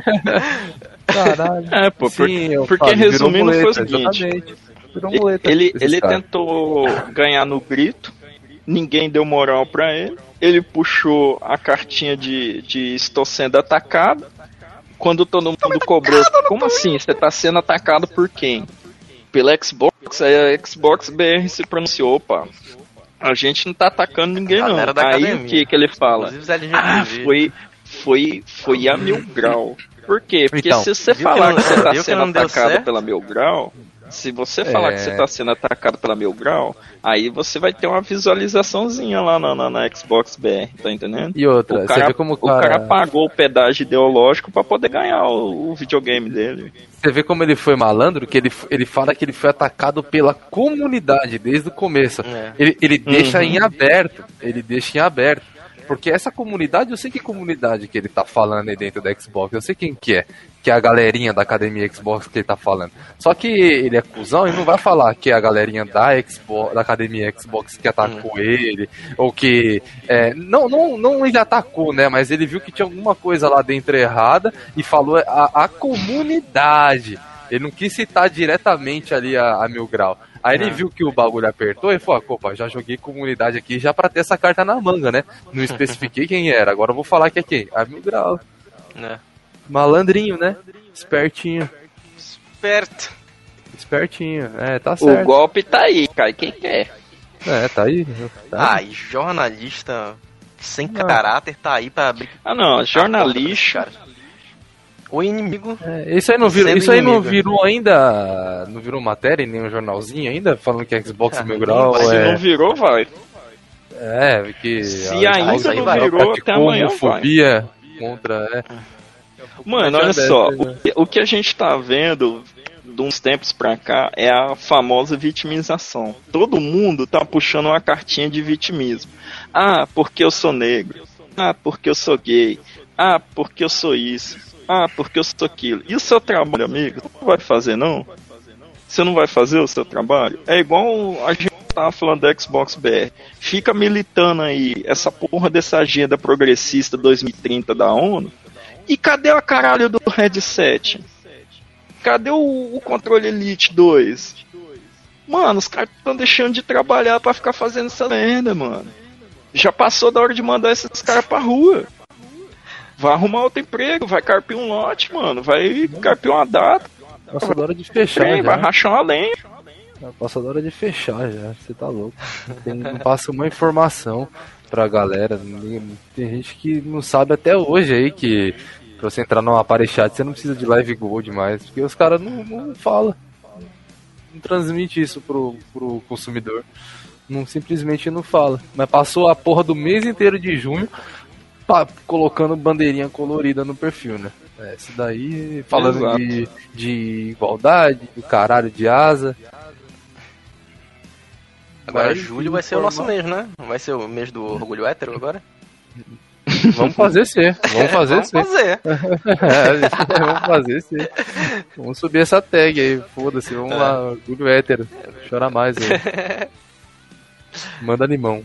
Caralho. É, pô, por- Sim, eu porque falo, virou resumindo foi o muleta, seguinte. exatamente. Virou muleta Ele, esses ele caras. tentou ganhar no grito, ninguém deu moral pra ele. Ele puxou a cartinha de, de estou sendo atacado. Quando todo mundo cobrou, como assim? Você tá sendo atacado por quem? Pela Xbox? Aí a Xbox B R se pronunciou, opa, a gente não tá atacando ninguém não. Galera da Aí academia. o que que ele fala? Inclusive os L G B T. Ah, foi, foi, foi a Mil Grau. Por quê? Porque Então, se você viu falar que que, não- você tá viu que sendo não deu atacado certo? pela Mil Grau, se você falar É. que você tá sendo atacado pela Mil Grau, aí você vai ter uma visualizaçãozinha lá na, na, na Xbox B R, tá entendendo? E outra, O você cara, vê como o o cara cara... pagou o pedágio ideológico pra poder ganhar o, o videogame dele. Você vê como ele foi malandro, que ele, ele fala que ele foi atacado pela comunidade desde o começo. É. Ele, ele deixa Uhum. em aberto. Ele deixa em aberto. Porque essa comunidade, eu sei que comunidade que ele tá falando aí dentro da Xbox, eu sei quem que é. Que é a galerinha da academia Xbox que ele tá falando. Só que ele é cuzão e não vai falar que é a galerinha da Xbox, da academia Xbox que atacou ele, ou que... é, não, não, não ele atacou, né? Mas ele viu que tinha alguma coisa lá dentro errada e falou a, a comunidade. Ele não quis citar diretamente ali a, a Mil Grau. Aí ele É. viu que o bagulho apertou e falou, ah, opa, já joguei comunidade aqui já pra ter essa carta na manga, né? Não especifiquei quem era, agora eu vou falar que é quem? A Mil Grau. né? Malandrinho, né? Espertinho. Perto. Espertinho. É, tá O certo. golpe tá aí, cai quem quer. É, tá aí. Tá. Ah, e jornalista sem Não. caráter tá aí pra abrir. Ah não, jornalista. Cara. O inimigo. É, isso aí não virou, Sendo isso aí não inimigo. virou ainda, não virou matéria em nenhum jornalzinho ainda, falando que a Xbox Ah, Mil Grau Se é, não virou, vai. é, que Se a ainda Xbox não aí virou, praticou até amanhã homofobia contra, é. Mano, olha Mas já só, deve, o que, o que a gente tá vendo de uns tempos pra cá é a famosa vitimização. Todo mundo tá puxando uma cartinha de vitimismo. Ah, porque eu sou negro. Ah, porque eu sou gay. Ah, porque eu sou isso. Ah, porque eu sou aquilo. E o seu trabalho, amigo? Você não vai fazer, não? Você não vai fazer o seu trabalho? É igual a gente tava falando da Xbox B R. Fica militando aí essa porra dessa agenda progressista dois mil e trinta da ONU. E cadê a caralho do headset? Cadê o, o controle Elite dois? Mano, os caras estão deixando de trabalhar pra ficar fazendo essa merda, mano. Já passou da hora de mandar esses caras pra rua. Vai arrumar outro emprego, vai carpir um lote, mano. Vai carpir uma data. Passou da hora de fechar Trem, vai já. rachar uma lenha. Passou da hora de fechar já, você tá louco. Tem, não passa uma informação pra galera. Ninguém- Tem gente que não sabe até hoje aí que Pra você entrar numa party chat, você não precisa de live gold mais, porque os caras não, não falam. Não transmite isso pro, pro consumidor. Não, simplesmente não fala. Mas passou a porra do mês inteiro de junho pá, colocando bandeirinha colorida no perfil, né? É, isso daí, falando de, de igualdade, do caralho de asa. Agora julho vai ser o nosso mês, né? Vai ser o mês do orgulho hétero agora? Vamos fazer ser, vamos fazer vamos ser. Fazer. É, vamos fazer ser. Vamos subir essa tag aí, foda-se, vamos é. lá, orgulho hétero. Chora mais aí. Manda limão.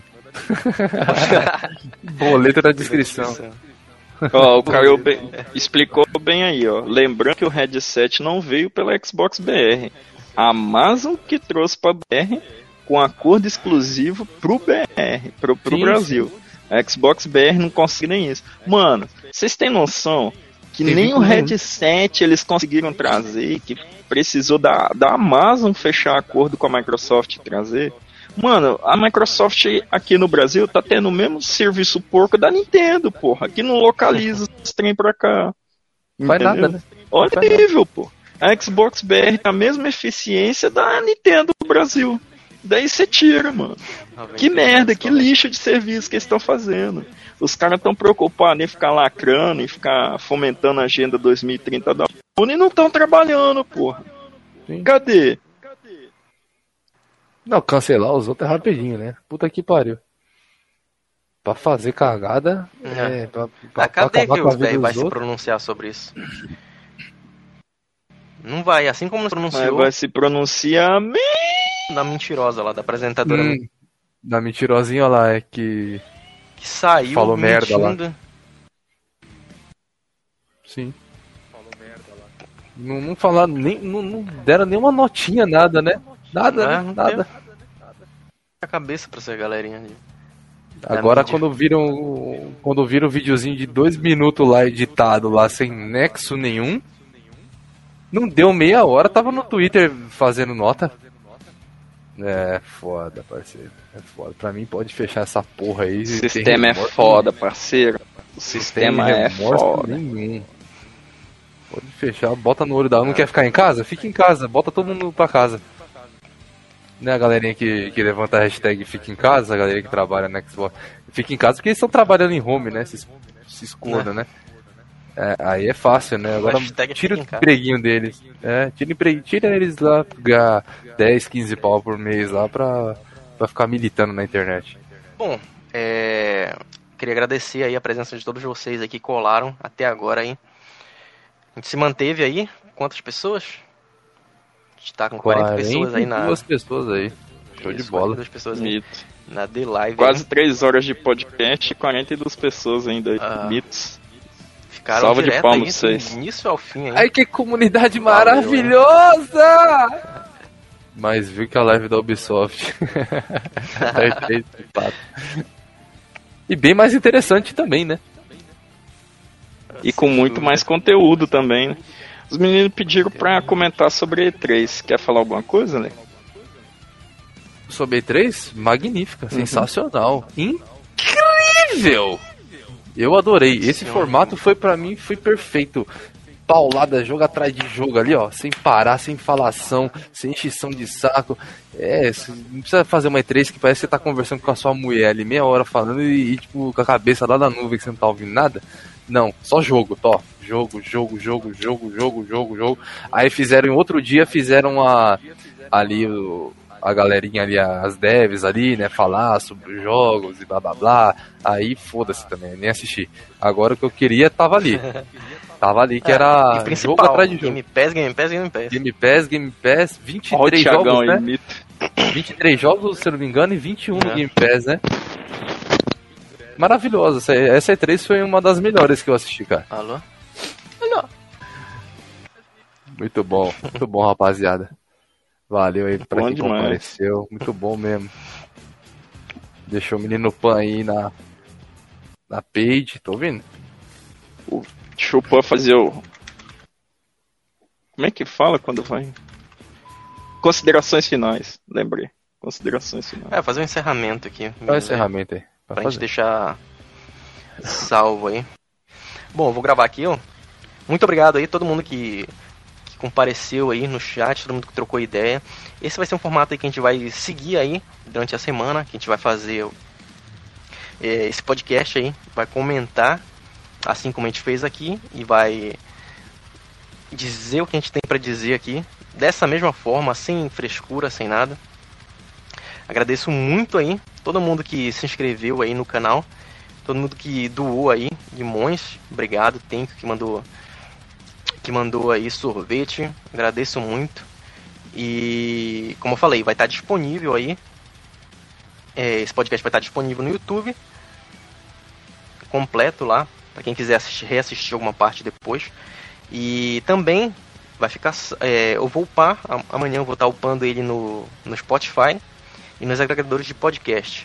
Boleto na descrição. Ó, o Caio bem, explicou bem aí, ó. Lembrando que o headset não veio pela Xbox B R. A Amazon que trouxe pra B R com acordo exclusivo pro B R, pro, pro sim, Brasil. Sim. A Xbox B R não consegue nem isso. Mano, vocês têm noção que sim, nem o headset eles conseguiram trazer, que precisou da, da Amazon fechar acordo com a Microsoft e trazer? Mano, a Microsoft aqui no Brasil tá tendo o mesmo serviço porco da Nintendo, porra. Que não localiza os trem pra cá. Não faz nada, né? Olha o nível, pô. A Xbox B R tem a mesma eficiência da Nintendo no Brasil. Daí você tira, mano. Que merda, que lixo de serviço que eles estão fazendo. Os caras estão preocupados em ficar lacrando, em ficar fomentando a agenda dois mil e trinta da ONU e não estão trabalhando, porra. Sim. Cadê? Não, cancelar os outros é rapidinho, né? Puta que pariu. Pra fazer cagada, é, é pra, pra, ah, cadê pra que o velho vai se pronunciar sobre isso? Não vai, assim como se pronunciou... Mas vai se pronunciar... Da mentirosa lá, da apresentadora. Hum, da mentirosinha lá, é que... Que saiu falou merda mentindo. Lá. Sim. Falou merda lá. Não, não falaram, nem, não, não deram nenhuma notinha, nada, né? Nada, não, né? Nada. A cabeça pra essa galerinha ali. Agora quando viram quando viram o videozinho de dois minutos lá editado lá sem nexo nenhum, não deu meia hora, tava no Twitter fazendo nota. É foda, parceiro. É foda. Pra mim pode fechar essa porra aí. O sistema é foda, parceiro. O sistema é foda. Nenhum. Pode fechar, bota no olho da... Não quer ficar em casa? Fica em casa, bota todo mundo pra casa. Né, a galerinha que, que levanta a hashtag Fica em Casa, a galerinha que trabalha na Xbox, fica em casa porque eles estão trabalhando em home, né? Se, se esconda, né? É, aí é fácil, né? Agora tira o empreguinho deles. É, tira, empre... tira eles lá, ganhar dez, quinze pau por mês lá pra, pra ficar militando na internet. Bom, é... queria agradecer aí a presença de todos vocês aí que colaram até agora aí. A gente se manteve aí, quantas pessoas? A gente tá com quarenta pessoas aí na... quarenta e duas pessoas aí, show Isso, de bola. quarenta e duas pessoas aí na The Live. Quase três horas de podcast e quarenta e duas pessoas ainda aí, ah. mitos. Ficaram Salva de palmas pra vocês. Início ao fim aí. Ai, que comunidade maravilhosa! Mas viu que a live da Ubisoft e bem mais interessante também, né? E com muito mais conteúdo também, né? Os meninos pediram pra comentar sobre E três. Quer falar alguma coisa, né? Sobre E três? Magnífica, uhum. Sensacional, incrível! Eu adorei. Esse formato foi pra mim, foi perfeito. Paulada, jogo atrás de jogo ali, ó, sem parar, sem falação, sem enchição de saco. É, não precisa fazer uma E três que parece que você tá conversando com a sua mulher ali meia hora falando e, e tipo, com a cabeça lá na nuvem que você não tá ouvindo nada. Não, só jogo, tó. Jogo, jogo, jogo, jogo, jogo, jogo, jogo. Aí fizeram, em outro dia, fizeram a, ali o, a galerinha ali, as devs ali, né, falar sobre os jogos e blá blá blá. Aí foda-se também, nem assisti. Agora o que eu queria tava ali. Tava ali, que era é, jogo atrás de jogo. Game Pass, Game Pass, Game Pass. Game Pass, Game Pass, vinte e três jogos, né? vinte e três jogos, se eu não me engano, e vinte e um é. no Game Pass, né? Maravilhosa. Essa, essa E três foi uma das melhores que eu assisti, cara. Alô? Alô? Muito bom, muito bom, rapaziada. Valeu aí pra bom quem demais. compareceu. Muito bom mesmo. Deixou o menino Pan aí na, na page, tô ouvindo? O Chupa fazer o... Como é que fala quando vai? Considerações finais, lembrei. Considerações finais. É, fazer um encerramento aqui. Faz o encerramento aí. Pra, pra gente deixar salvo aí. Bom, eu vou gravar aqui, ó. muito obrigado aí todo mundo que, que compareceu aí no chat, todo mundo que trocou ideia. Esse vai ser um formato aí que a gente vai seguir aí durante a semana, que a gente vai fazer é, esse podcast aí, vai comentar, assim como a gente fez aqui, e vai dizer o que a gente tem pra dizer aqui, dessa mesma forma, sem frescura, sem nada. Agradeço muito aí todo mundo que se inscreveu aí no canal, todo mundo que doou aí limões, obrigado. Tenco que mandou que mandou aí sorvete, agradeço muito. E como eu falei, vai estar disponível aí, é, esse podcast vai estar disponível no YouTube completo lá, para quem quiser assistir, reassistir alguma parte depois. E também vai ficar, é, eu vou upar, amanhã eu vou estar upando ele no, no Spotify e nos agregadores de podcast.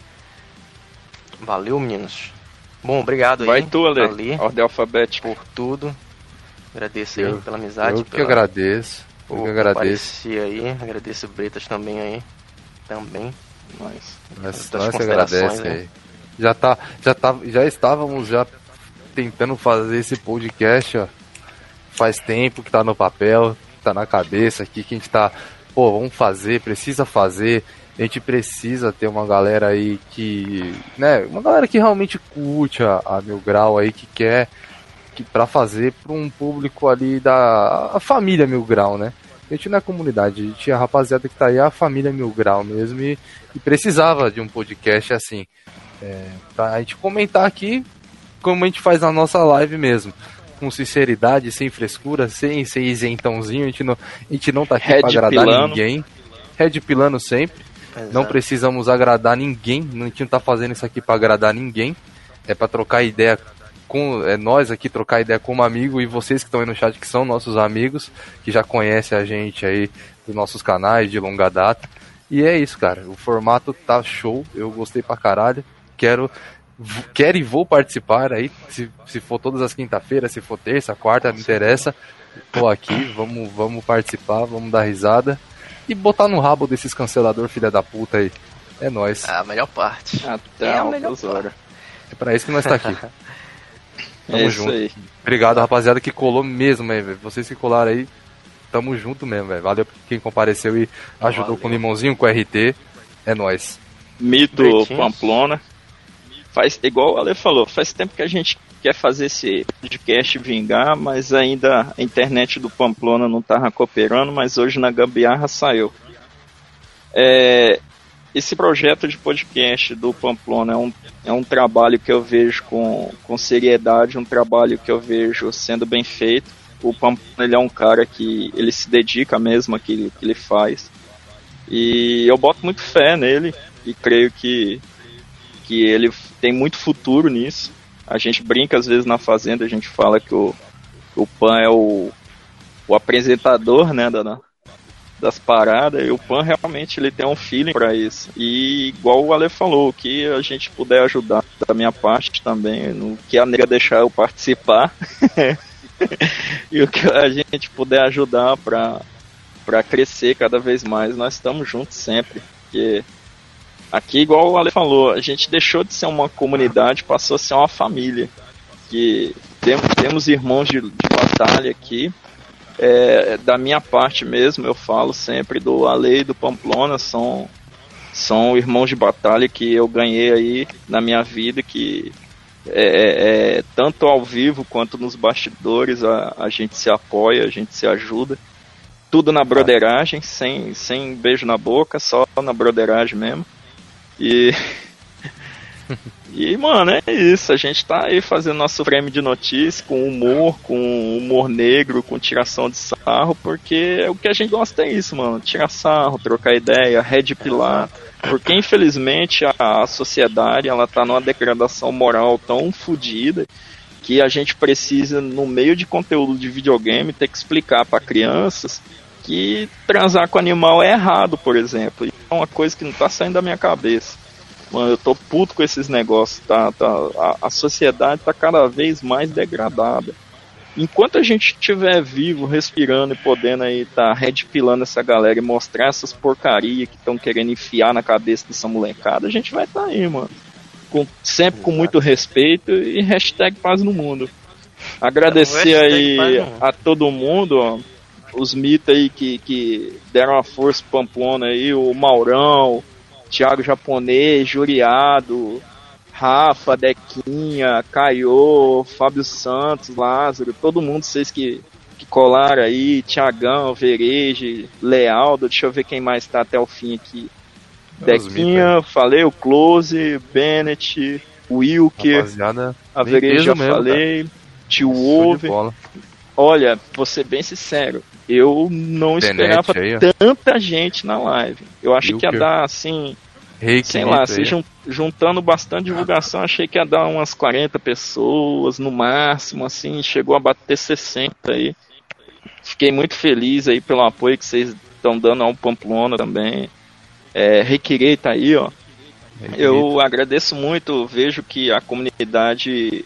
Valeu, meninos. Bom, obrigado aí. Vai tu, Ale. Ale, ordem alfabética. Por tudo. Agradeço Eu- aí pela amizade. Eu que pela, agradeço. Eu por que agradeço. comparecer aí. Agradeço o Bretas também aí. Também. Mas, Nós, das nós que considerações, agradece né? aí. Já, tá, já, tá, já estávamos já tentando fazer esse podcast, ó. Faz tempo que tá no papel, tá na cabeça aqui, que a gente tá, pô, vamos fazer, precisa fazer. A gente precisa ter uma galera aí que, né, uma galera que realmente curte a, a Mil Grau aí, que quer, que pra fazer pra um público ali da a família Mil Grau, né? A gente não é comunidade, a gente, a rapaziada que tá aí é a família Mil Grau mesmo e, e precisava de um podcast assim, é, pra gente comentar aqui como a gente faz na nossa live mesmo. Com sinceridade, sem frescura, sem ser isentãozinho, a gente não, a gente não tá aqui Red pra agradar pilando. ninguém. Red pilando sempre. Exato. Não precisamos agradar ninguém, a gente não tá fazendo isso aqui pra agradar ninguém. É pra trocar ideia com é nós aqui, trocar ideia como amigo, e vocês que estão aí no chat, que são nossos amigos, que já conhecem a gente aí dos nossos canais de longa data. E é isso, cara. O formato tá show, eu gostei pra caralho. Quero, v- quero e vou participar aí, se, se for todas as quinta-feiras, se for terça, quarta, não interessa. Tô aqui, vamos, vamos participar, vamos dar risada. E botar no rabo desses cancelador filha da puta aí. É nóis. A melhor parte. até É a altas melhor horas. É pra isso que nós tá aqui. Tamo É isso junto. aí. Obrigado, rapaziada, que colou mesmo, aí, velho. Vocês que colaram aí, tamo junto mesmo, velho. Valeu por quem compareceu e ajudou Valeu. com o limãozinho, com o R T. É nóis. Mito Pretinhos. Pamplona. Faz, igual o Ale falou, faz tempo que a gente quer fazer esse podcast vingar, mas ainda a internet do Pamplona não tava cooperando, mas hoje na gambiarra saiu. É, esse projeto de podcast do Pamplona é um, é um trabalho que eu vejo com, com seriedade, um trabalho que eu vejo sendo bem feito. O Pamplona, ele é um cara que ele se dedica mesmo àquilo que ele faz. E eu boto muito fé nele e creio que, que ele tem muito futuro nisso. A gente brinca às vezes na fazenda, a gente fala que o, o Pan é o, o apresentador, né, da, das paradas, e o Pan realmente ele tem um feeling para isso. E igual o Ale falou, o que a gente puder ajudar da minha parte também, no que a nega deixar eu participar, e o que a gente puder ajudar para para crescer cada vez mais, nós estamos juntos sempre. Porque aqui, igual o Ale falou, a gente deixou de ser uma comunidade, passou a ser uma família. Que temos, temos irmãos de, de batalha aqui. É, da minha parte mesmo, eu falo sempre do Ale e do Pamplona, são, são irmãos de batalha que eu ganhei aí na minha vida, que é, é, tanto ao vivo quanto nos bastidores a, a gente se apoia, a gente se ajuda. Tudo na broderagem, sem, sem beijo na boca, só na broderagem mesmo. E, e, mano, é isso. A gente tá aí fazendo nosso frame de notícia com humor, com humor negro, com tiração de sarro, porque o que a gente gosta é isso, mano. Tirar sarro, trocar ideia, red pilar. Porque, infelizmente, a, a sociedade, ela tá numa degradação moral tão fodida que a gente precisa, no meio de conteúdo de videogame, ter que explicar para crianças que transar com animal é errado, por exemplo. E é uma coisa que não tá saindo da minha cabeça. Mano, eu tô puto com esses negócios, tá? tá a, a sociedade tá cada vez mais degradada. Enquanto a gente estiver vivo, respirando e podendo aí tá redpilando essa galera e mostrar essas porcarias que estão querendo enfiar na cabeça dessa molecada, a gente vai tá aí, mano. Com, sempre com muito respeito e hashtag paz no mundo. Agradecer aí a todo mundo, ó, os mitos aí que, que deram a força Pamplona aí, o Maurão, Thiago Japonês, Juriado, Rafa, Dequinha, Caio, Fábio Santos, Lázaro, todo mundo, vocês que, que colaram aí, Thiagão, Vereje, Lealdo, deixa eu ver quem mais tá até o fim aqui. Dequinha, falei, o Close, Bennett, Wilker, a Vereja já mesmo, falei, cara. Tio Wolver. Olha, vou ser bem sincero, eu não Bennett esperava aí, tanta gente na live. Eu achei Wilker. Que ia dar assim, Hey, sei lá, se jun, juntando bastante divulgação, achei que ia dar umas quarenta pessoas no máximo, assim, chegou a bater sessenta aí. Fiquei muito feliz aí pelo apoio que vocês estão dando ao Pamplona também. É, Requirei tá aí, ó. Requirei. Eu agradeço muito, vejo que a comunidade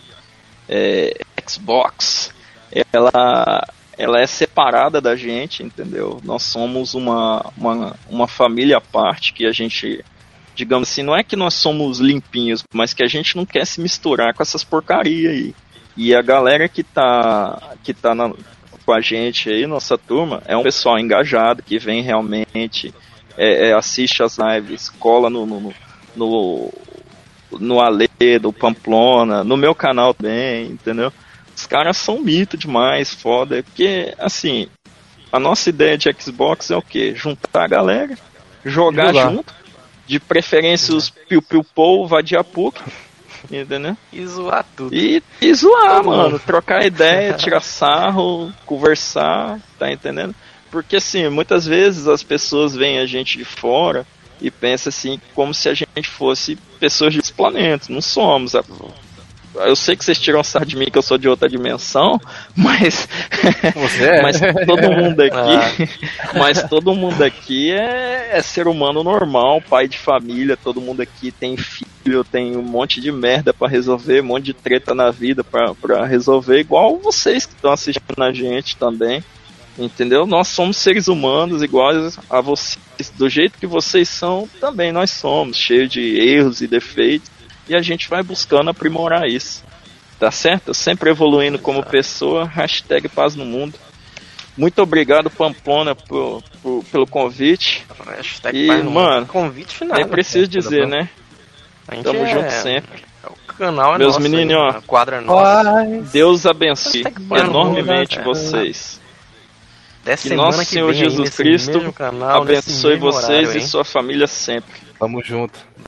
é, Xbox, ela, ela é separada da gente, entendeu? Nós somos uma, uma, uma família à parte que a gente, digamos assim, não é que nós somos limpinhos, mas que a gente não quer se misturar com essas porcarias aí. E a galera que tá, que tá na, com a gente aí, nossa turma, é um pessoal engajado, que vem realmente, é, é, assiste as lives, cola no, no, no, no Alê, do Pamplona, no meu canal também, entendeu? Os caras são mito demais, foda, porque, assim, a nossa ideia de Xbox é o quê? Juntar a galera, jogar junto, de preferência os piu-piu-pou, vadia-puc, entendeu? E zoar tudo. E, e zoar, Todo mano, mundo. Trocar ideia, tirar sarro, conversar, tá entendendo? Porque, assim, muitas vezes as pessoas veem a gente de fora e pensam, assim, como se a gente fosse pessoas de outros planetas, não somos, a... Eu sei que vocês tiram sarro de mim que eu sou de outra dimensão, mas Você é? mas todo mundo aqui, ah. mas todo mundo aqui é, é ser humano normal, pai de família, todo mundo aqui tem filho, tem um monte de merda pra resolver, um monte de treta na vida pra, pra resolver, igual vocês que estão assistindo a gente também, entendeu? Nós somos seres humanos iguais a vocês, do jeito que vocês são, também nós somos, cheios de erros e defeitos. E a gente vai buscando aprimorar isso. Tá certo? Sempre evoluindo como pessoa. Hashtag paz no mundo. Muito obrigado, Pamplona, por, por, pelo convite. Hashtag e, paz no mano, mundo. Convite final. Nem preciso dizer, né? Tamo é... junto sempre. O canal é Meus nosso. Meus meninos, ó. A quadra é nossa. Deus abençoe enormemente mundo, vocês. Dessa que nosso Senhor Jesus Cristo canal, abençoe vocês horário, e sua família sempre. Tamo junto.